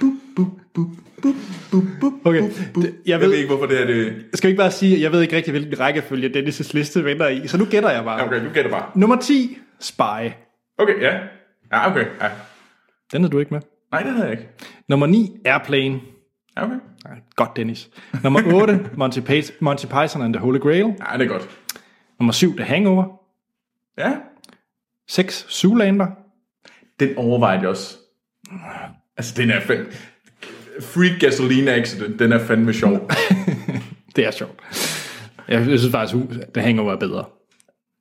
[SPEAKER 1] Okay.
[SPEAKER 2] Jeg ved ikke, hvorfor det er det.
[SPEAKER 1] Skal vi ikke bare sige, at jeg ved ikke rigtig, hvilken rækkefølge Dennis' liste venter i, så nu gætter jeg bare.
[SPEAKER 2] Okay, du gætter bare.
[SPEAKER 1] Nummer 10, Spy.
[SPEAKER 2] Okay, ja. Ja, okay. Ja.
[SPEAKER 1] Den er du ikke med.
[SPEAKER 2] Nej, den havde jeg ikke.
[SPEAKER 1] Nummer 9, Airplane.
[SPEAKER 2] Okay.
[SPEAKER 1] Nej, godt, Dennis. Nummer 8, Monty Python and the Holy Grail.
[SPEAKER 2] Ja, det er godt.
[SPEAKER 1] Nummer 7, The Hangover.
[SPEAKER 2] Ja.
[SPEAKER 1] 6, Zoolander.
[SPEAKER 2] Den overvejede jeg også. Altså, den er fandme... Freak Gasoline Accident, den er fandme sjov.
[SPEAKER 1] Det er sjovt. Jeg synes faktisk, The Hangover er bedre.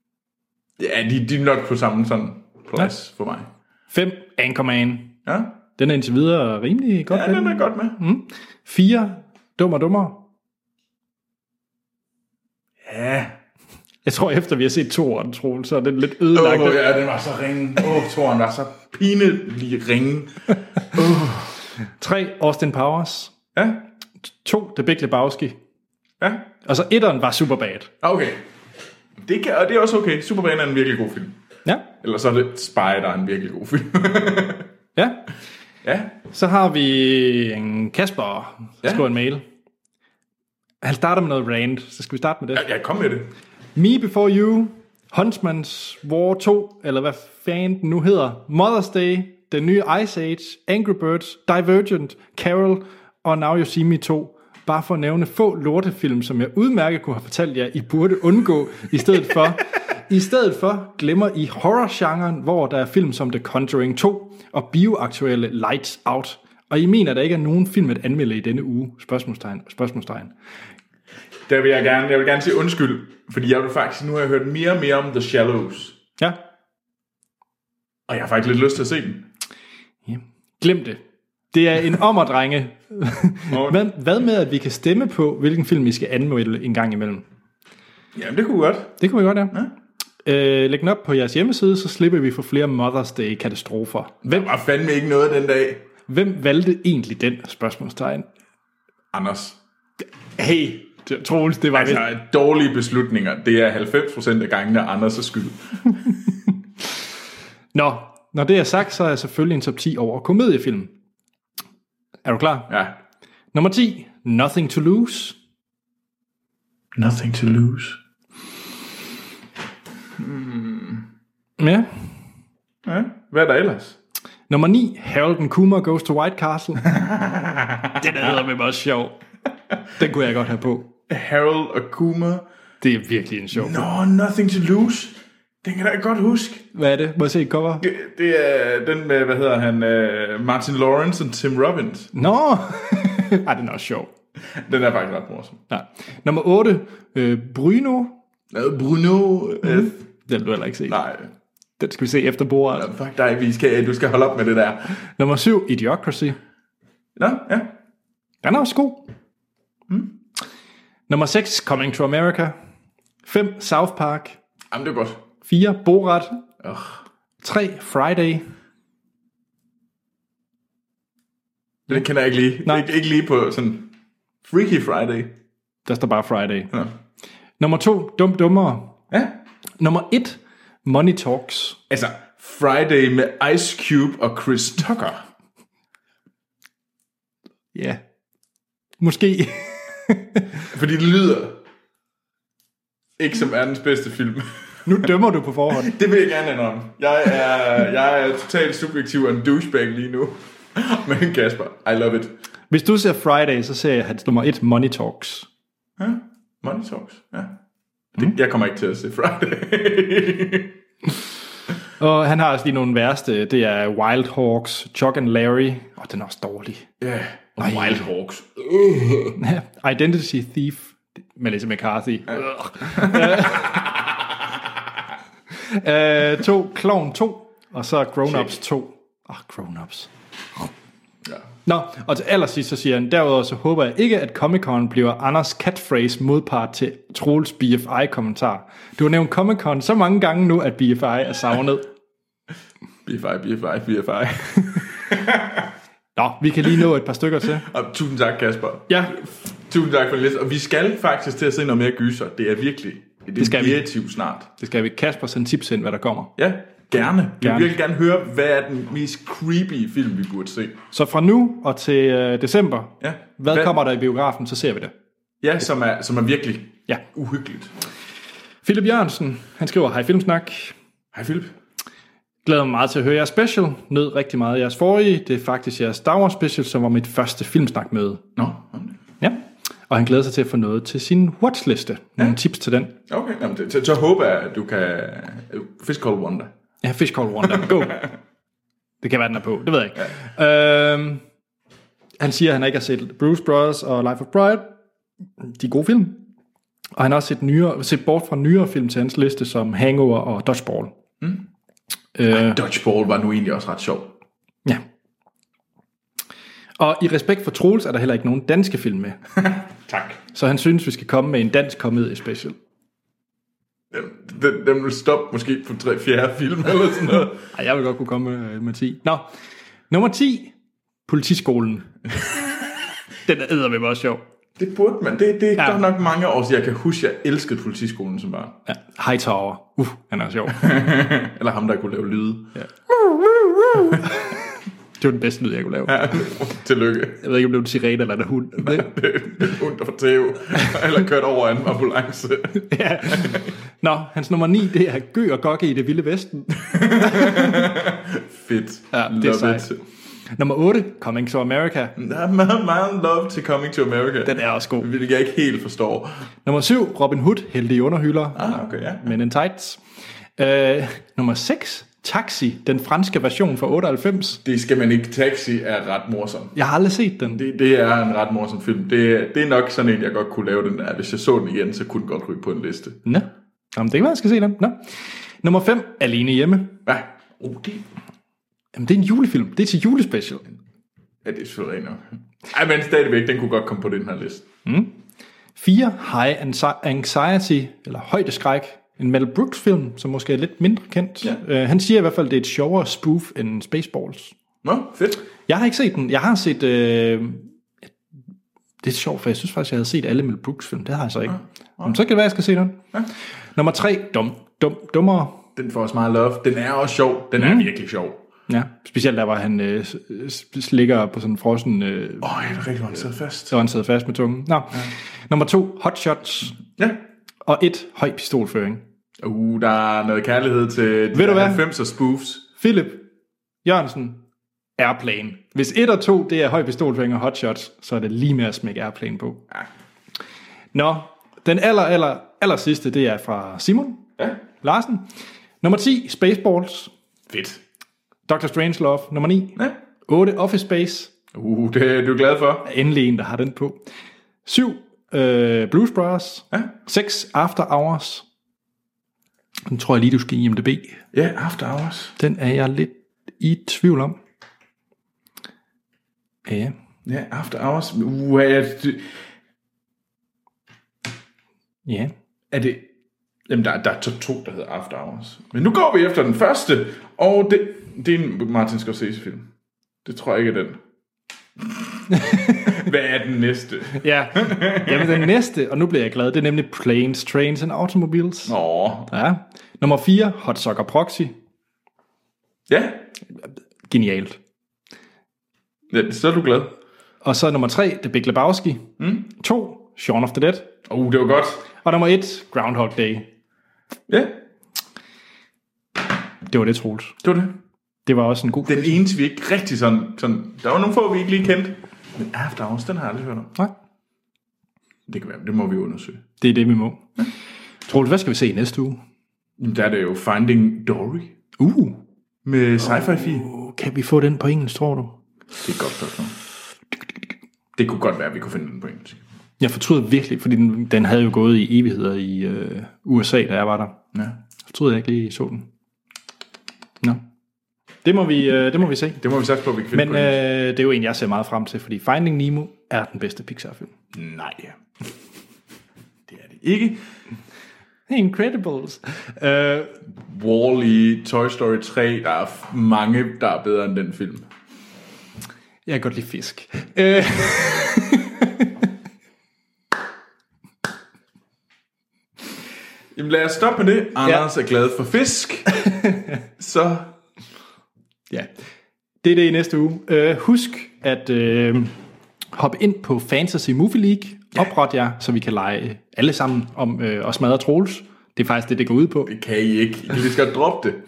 [SPEAKER 2] Ja, de er nok på samme sådan plads for mig.
[SPEAKER 1] 5, Anchorman.
[SPEAKER 2] Ja.
[SPEAKER 1] Den er indtil videre rimelig godt.
[SPEAKER 2] Ja, den er godt med.
[SPEAKER 1] 4, Dum og Dummere.
[SPEAKER 2] Ja.
[SPEAKER 1] Jeg tror, efter vi har set toeren, Troel, så er den lidt ødelagt.
[SPEAKER 2] Ja, den var så ringe. Toeren var så pinelig ringe.
[SPEAKER 1] 3, Austin Powers.
[SPEAKER 2] Ja.
[SPEAKER 1] 2, The Big Lebowski.
[SPEAKER 2] Ja.
[SPEAKER 1] Og så 1'eren var Superbad.
[SPEAKER 2] Okay. Det er også okay. Superbad er en virkelig god film.
[SPEAKER 1] Ja.
[SPEAKER 2] Eller så er det Spy, der er en virkelig god film.
[SPEAKER 1] Ja.
[SPEAKER 2] Ja.
[SPEAKER 1] Så har vi en Kasper, der skriver en mail. Han starter med noget rant, så skal vi starte med det.
[SPEAKER 2] Ja, kom med det.
[SPEAKER 1] Me Before You, Huntsman's War 2, eller hvad fanden den nu hedder, Mother's Day, den nye Ice Age, Angry Birds, Divergent, Carol og Now You See Me 2. Bare for at nævne få lortefilm, som jeg udmærket kunne have fortalt jer, I burde undgå, i stedet for glemmer I horror-genren, hvor der er film som The Conjuring 2 og bioaktuelle Lights Out. Og I mener, at der ikke er nogen film at anmelde i denne uge? Spørgsmålstegn.
[SPEAKER 2] Jeg vil gerne sige undskyld, fordi jeg vil faktisk, nu har jeg hørt mere og mere om The Shallows.
[SPEAKER 1] Ja.
[SPEAKER 2] Og jeg har faktisk lidt lyst til at se den.
[SPEAKER 1] Ja. Glem det. Det er en drenge. Hvad med, at vi kan stemme på, hvilken film vi skal anmelde en gang imellem?
[SPEAKER 2] Jamen, det kunne vi godt.
[SPEAKER 1] Det kunne vi godt, ja. Læg den op på jeres hjemmeside, så slipper vi for flere Mother's Day-katastrofer.
[SPEAKER 2] Der var fandme ikke noget den dag.
[SPEAKER 1] Hvem valgte egentlig den? Spørgsmålstegn.
[SPEAKER 2] Anders.
[SPEAKER 1] Hey, Troels, det var
[SPEAKER 2] altså, dårlige beslutninger. Det er 90% af gangene Anders' skyld.
[SPEAKER 1] Nå, når det er sagt, så er jeg selvfølgelig en top 10 over komediefilm. Er du klar?
[SPEAKER 2] Ja.
[SPEAKER 1] Nummer 10, Nothing to Lose.
[SPEAKER 2] Nothing to Lose.
[SPEAKER 1] Ja.
[SPEAKER 2] Ja, hvad er der ellers?
[SPEAKER 1] Nummer 9, Harold and Kumar Goes to White Castle. Den er med også sjov. Den kunne jeg godt have på.
[SPEAKER 2] Harold og Kumar.
[SPEAKER 1] Det er virkelig en sjov.
[SPEAKER 2] Nothing to Lose. Den kan jeg godt huske.
[SPEAKER 1] Hvad er det? Må jeg se et cover?
[SPEAKER 2] Det er den med, hvad hedder han, Martin Lawrence og Tim Robbins.
[SPEAKER 1] Nå! Ej, den er også sjov.
[SPEAKER 2] Den er faktisk ret morsom.
[SPEAKER 1] Ja. Nummer 8, Bruno.
[SPEAKER 2] Bruno.
[SPEAKER 1] Den vil du heller ikke se.
[SPEAKER 2] Nej.
[SPEAKER 1] Den skal vi se efter bordet.
[SPEAKER 2] Ja, fuck dig, du skal holde op med det der.
[SPEAKER 1] Nummer 7, Idiocracy.
[SPEAKER 2] Nå, ja.
[SPEAKER 1] Den er også god. Nummer 6, Coming to America. 5, South Park.
[SPEAKER 2] Jamen, det er godt.
[SPEAKER 1] 4, Borat. 3, Friday.
[SPEAKER 2] Den kender jeg ikke lige. Nej. Ikke lige på sådan Freaky Friday.
[SPEAKER 1] Der står bare Friday. Ja. Nummer 2, Dum Dummere.
[SPEAKER 2] Ja.
[SPEAKER 1] Nummer 1, Money Talks.
[SPEAKER 2] Altså, Friday med Ice Cube og Chris Tucker.
[SPEAKER 1] Ja. Måske.
[SPEAKER 2] Fordi det lyder ikke som verdens bedste film.
[SPEAKER 1] Nu dømmer du på forhånd.
[SPEAKER 2] Det vil jeg gerne indrømme. Jeg er totalt subjektiv og en douchebag lige nu. Men Kasper, I love it.
[SPEAKER 1] Hvis du ser Friday, så ser jeg hans nummer 1, Money Talks.
[SPEAKER 2] Ja, Money Talks, ja. Jeg kommer ikke til at se Friday.
[SPEAKER 1] Og han har også lige nogle værste. Det er Wild Hawks, Chuck and Larry. Den er også dårlig.
[SPEAKER 2] Ja, Wild Hawks.
[SPEAKER 1] Identity Thief. Melissa McCarthy. 2, Clown 2. Og så Grown Ups 2. Grown Ups. Ja. Nå, og til allersidst så siger han, derudover så håber jeg ikke, at Comic-Con bliver Anders catchphrase modpart til Troels BFI-kommentar. Du har nævnt Comic-Con så mange gange nu, at BFI er savnet.
[SPEAKER 2] BFI.
[SPEAKER 1] Nå, vi kan lige nå et par stykker til.
[SPEAKER 2] Og tusind tak, Kasper.
[SPEAKER 1] Ja.
[SPEAKER 2] Tusind tak for det liste. Og vi skal faktisk til at se noget mere gyser. Det er virkelig. Det skal vi snart.
[SPEAKER 1] Det skal vi. Kasper sende tips ind, hvad der kommer.
[SPEAKER 2] Ja, gerne. Jeg vil virkelig gerne høre, hvad er den mest creepy film, vi burde se.
[SPEAKER 1] Så fra nu og til december, hvad kommer der i biografen, så ser vi det.
[SPEAKER 2] Ja, som er virkelig uhyggeligt.
[SPEAKER 1] Philip Jørgensen, han skriver, hej Filmsnak.
[SPEAKER 2] Hej Philip.
[SPEAKER 1] Glæder mig meget til at høre jeres special. Nød rigtig meget jeres forrige. Det er faktisk jeres Star Wars special, som var mit første Filmsnak-møde.
[SPEAKER 2] Nå.
[SPEAKER 1] Ja. Og han glæder sig til at få noget til sin watchliste. Nogle tips til den.
[SPEAKER 2] Okay, jamen, så håber jeg, at du kan... Fish Called Wanda.
[SPEAKER 1] Ja, Fish Called Wanda. Go. Det kan være, den er på. Det ved jeg ikke. Ja. Han siger, at han ikke har set Bruce Brothers og Life of Brian. De er gode film. Og han har også set bort fra nyere film til hans liste, som Hangover og Dodgeball.
[SPEAKER 2] Dodgeball var nu egentlig også ret sjov.
[SPEAKER 1] Ja. Og i respekt for Troels er der heller ikke nogen danske film med.
[SPEAKER 2] Tak.
[SPEAKER 1] Så han synes, vi skal komme med en dansk komedie special.
[SPEAKER 2] Den vil stoppe måske på 3/4 film eller sådan noget.
[SPEAKER 1] Ej, jeg vil godt kunne komme med 10. Nå, nummer 10. Politiskolen. Den er eddermame også sjov.
[SPEAKER 2] Det burde man. Det er godt nok mange år siden. Jeg kan huske, jeg elskede Politiskolen som barn.
[SPEAKER 1] Ja. Hightower. Han er sjov.
[SPEAKER 2] Eller ham, der kunne lave lyde.
[SPEAKER 1] Ja. Det var den bedste lyd, jeg kunne lave.
[SPEAKER 2] Ja, tillykke.
[SPEAKER 1] Jeg ved ikke, om det var en sirene eller en hund.
[SPEAKER 2] Det er en hund, der får tæv. Eller kørt over en ambulance.
[SPEAKER 1] Ja. Nå, hans nummer 9, det er Gø og Gokke i det vilde vesten.
[SPEAKER 2] Fedt.
[SPEAKER 1] Ja, det er sejt. Nummer 8, Coming to America.
[SPEAKER 2] Der er meget love til Coming to America.
[SPEAKER 1] Den er også god.
[SPEAKER 2] Hvilket jeg ikke helt forstår.
[SPEAKER 1] Nummer 7, Robin Hood, Heldige underhylder.
[SPEAKER 2] Okay, ja.
[SPEAKER 1] Men in Tights. Nummer 6, Taxi, den franske version fra 98.
[SPEAKER 2] Det skal man ikke. Taxi er ret morsom.
[SPEAKER 1] Jeg har aldrig set den.
[SPEAKER 2] Det er en ret morsom film. Det er nok sådan en, jeg godt kunne lave den der. Hvis jeg så den igen, så kunne den godt ryge på en liste.
[SPEAKER 1] Nå. Jamen, det kan være, jeg skal se den. Nå. Nummer 5, Alene hjemme.
[SPEAKER 2] Ja.
[SPEAKER 1] Jamen, det er en julefilm. Det er til julespecial.
[SPEAKER 2] Ja, det er selvfølgelig nok. Ej, men stadigvæk, den kunne godt komme på den her liste.
[SPEAKER 1] 4, High Anxiety, eller Højdeskræk. En Mel Brooks film, som måske er lidt mindre kendt. Ja. Han siger i hvert fald, at det er et sjovere spoof end Spaceballs.
[SPEAKER 2] Nå, fedt.
[SPEAKER 1] Jeg har ikke set den. Jeg har set... det er sjovt, for jeg synes faktisk, jeg havde set alle Mel Brooks film. Det har jeg så ikke. Men så kan det være, jeg skal se den. Ja. Nummer 3, Dummere.
[SPEAKER 2] Den får også meget love. Den er også sjov. Den er virkelig sjov.
[SPEAKER 1] Ja, specielt der, hvor han ligger på sådan en frossen...
[SPEAKER 2] det er rigtig, han sidder fast.
[SPEAKER 1] Så han sidder fast med tungen. Nå. Ja. Nummer 2, Hot Shots.
[SPEAKER 2] Ja.
[SPEAKER 1] Og 1, Høj pistolføring.
[SPEAKER 2] Der er noget kærlighed til de 90'er spoofs.
[SPEAKER 1] Philip Jørgensen, Airplane. Hvis 1 og 2, det er Høj pistolføring og Hot Shots, så er det lige med at smække Airplane på.
[SPEAKER 2] Ja.
[SPEAKER 1] Nå, den aller sidste, det er fra Simon Larsen. Nummer 10, Spaceballs.
[SPEAKER 2] Fedt.
[SPEAKER 1] Dr. Strangelove, nummer 9.
[SPEAKER 2] Ja.
[SPEAKER 1] 8, Office Space.
[SPEAKER 2] Det er du glad for.
[SPEAKER 1] Endelig en, der har den på. 7, Blues Brothers.
[SPEAKER 2] Ja.
[SPEAKER 1] 6, After Hours. Den tror jeg lige, du skal i IMDb.
[SPEAKER 2] Ja, After Hours.
[SPEAKER 1] Den er jeg lidt i tvivl om. Ja.
[SPEAKER 2] Ja, After Hours.
[SPEAKER 1] Ja.
[SPEAKER 2] Er det... Jamen, der er 2, der hedder After Hours. Men nu går vi efter den første, og det er en Martin Scorsese-film. Det tror jeg ikke er den. Hvad er den næste?
[SPEAKER 1] Ja, jamen den næste, og nu bliver jeg glad, det er nemlig Planes, Trains and Automobiles. Ja. Nummer 4, Hot Sucker Proxy.
[SPEAKER 2] Ja.
[SPEAKER 1] Genialt.
[SPEAKER 2] Ja, så er du glad.
[SPEAKER 1] Og så nummer 3, The Big Lebowski. 2, Shaun of the Dead.
[SPEAKER 2] Det var godt.
[SPEAKER 1] Og nummer 1, Groundhog Day.
[SPEAKER 2] Ja.
[SPEAKER 1] Det var det, Troels.
[SPEAKER 2] Det var det.
[SPEAKER 1] Det var også en god
[SPEAKER 2] Den eneste, vi ikke rigtig sådan... Der var nogle få, vi ikke lige kendte. Men After Hours, den har jeg aldrig hørt om.
[SPEAKER 1] Nej.
[SPEAKER 2] Det kan være, det må vi undersøge.
[SPEAKER 1] Det er det, vi må. Ja. Troels, hvad skal vi se næste uge?
[SPEAKER 2] Jamen, der er det jo Finding Dory. Med sci-fi-fi.
[SPEAKER 1] Kan vi få den på engelsk, tror du?
[SPEAKER 2] Det er et godt spørgsmål. Det kunne godt være, at vi kunne finde den på engelsk.
[SPEAKER 1] Jeg fortryder virkelig, fordi den havde jo gået i evigheder i USA, da jeg var der.
[SPEAKER 2] Ja.
[SPEAKER 1] Jeg fortryder, jeg ikke lige så den. Nå. Det må vi se.
[SPEAKER 2] Det må vi satse på, at vi kan finde.
[SPEAKER 1] Men det er jo en, jeg ser meget frem til, fordi Finding Nemo er den bedste Pixar-film.
[SPEAKER 2] Nej. Det er det ikke.
[SPEAKER 1] Incredibles.
[SPEAKER 2] Wall-E, Toy Story 3, der er mange, der er bedre end den film.
[SPEAKER 1] Jeg kan godt lide fisk.
[SPEAKER 2] Jamen lad os stoppe med det. Anders er glad for fisk. Så...
[SPEAKER 1] Ja, det er det i næste uge. Husk at hoppe ind på Fantasy Movie League. Opret jer, så vi kan lege alle sammen om at smadre Troels. Det er faktisk det går ud på.
[SPEAKER 2] Det kan I ikke. I skal droppe det.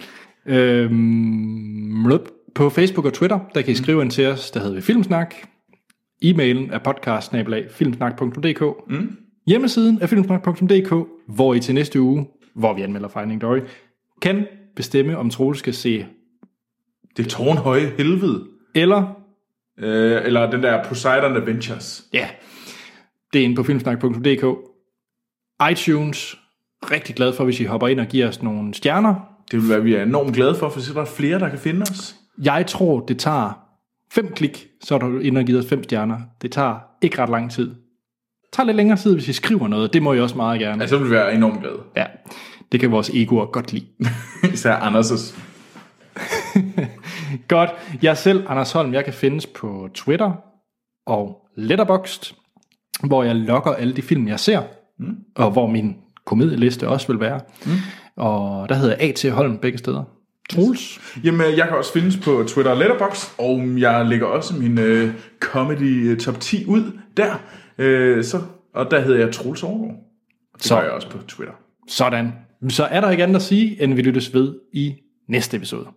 [SPEAKER 1] På Facebook og Twitter, der kan I skrive ind til os, der hedder vi Filmsnak. E-mailen er podcast@filmsnak.dk. Hjemmesiden er filmsnak.dk, hvor I til næste uge, hvor vi anmelder Finding Dory, kan bestemme, om Troels skal se
[SPEAKER 2] Det tårnhøje helvede. Eller den der Poseidon Adventures.
[SPEAKER 1] Ja, det er inde på filmsnak.dk. iTunes, rigtig glad for, hvis I hopper ind og giver os nogle stjerner.
[SPEAKER 2] Det vil være, vi er enormt glade for, så der er flere, der kan finde os.
[SPEAKER 1] Jeg tror, det tager 5 klik, så er du inde og givet os 5 stjerner. Det tager ikke ret lang tid. Det tager lidt længere tid, hvis I skriver noget. Det må I også meget gerne.
[SPEAKER 2] Ja, så vil vi være enormt glade.
[SPEAKER 1] Ja, det kan vores egoer godt lide.
[SPEAKER 2] Især Anders'.
[SPEAKER 1] Godt. Jeg selv, Anders Holm, jeg kan findes på Twitter og Letterboxd, hvor jeg logger alle de film, jeg ser, og hvor min komedieliste også vil være. Og der hedder A.T. Holm begge steder. Troels?
[SPEAKER 2] Jamen, jeg kan også findes på Twitter og Letterboxd, og jeg lægger også min comedy top 10 ud der. Og der hedder jeg Troels Overgaard. Det gør jeg også på Twitter.
[SPEAKER 1] Sådan. Så er der ikke andet at sige, end vi lyttes ved i næste episode.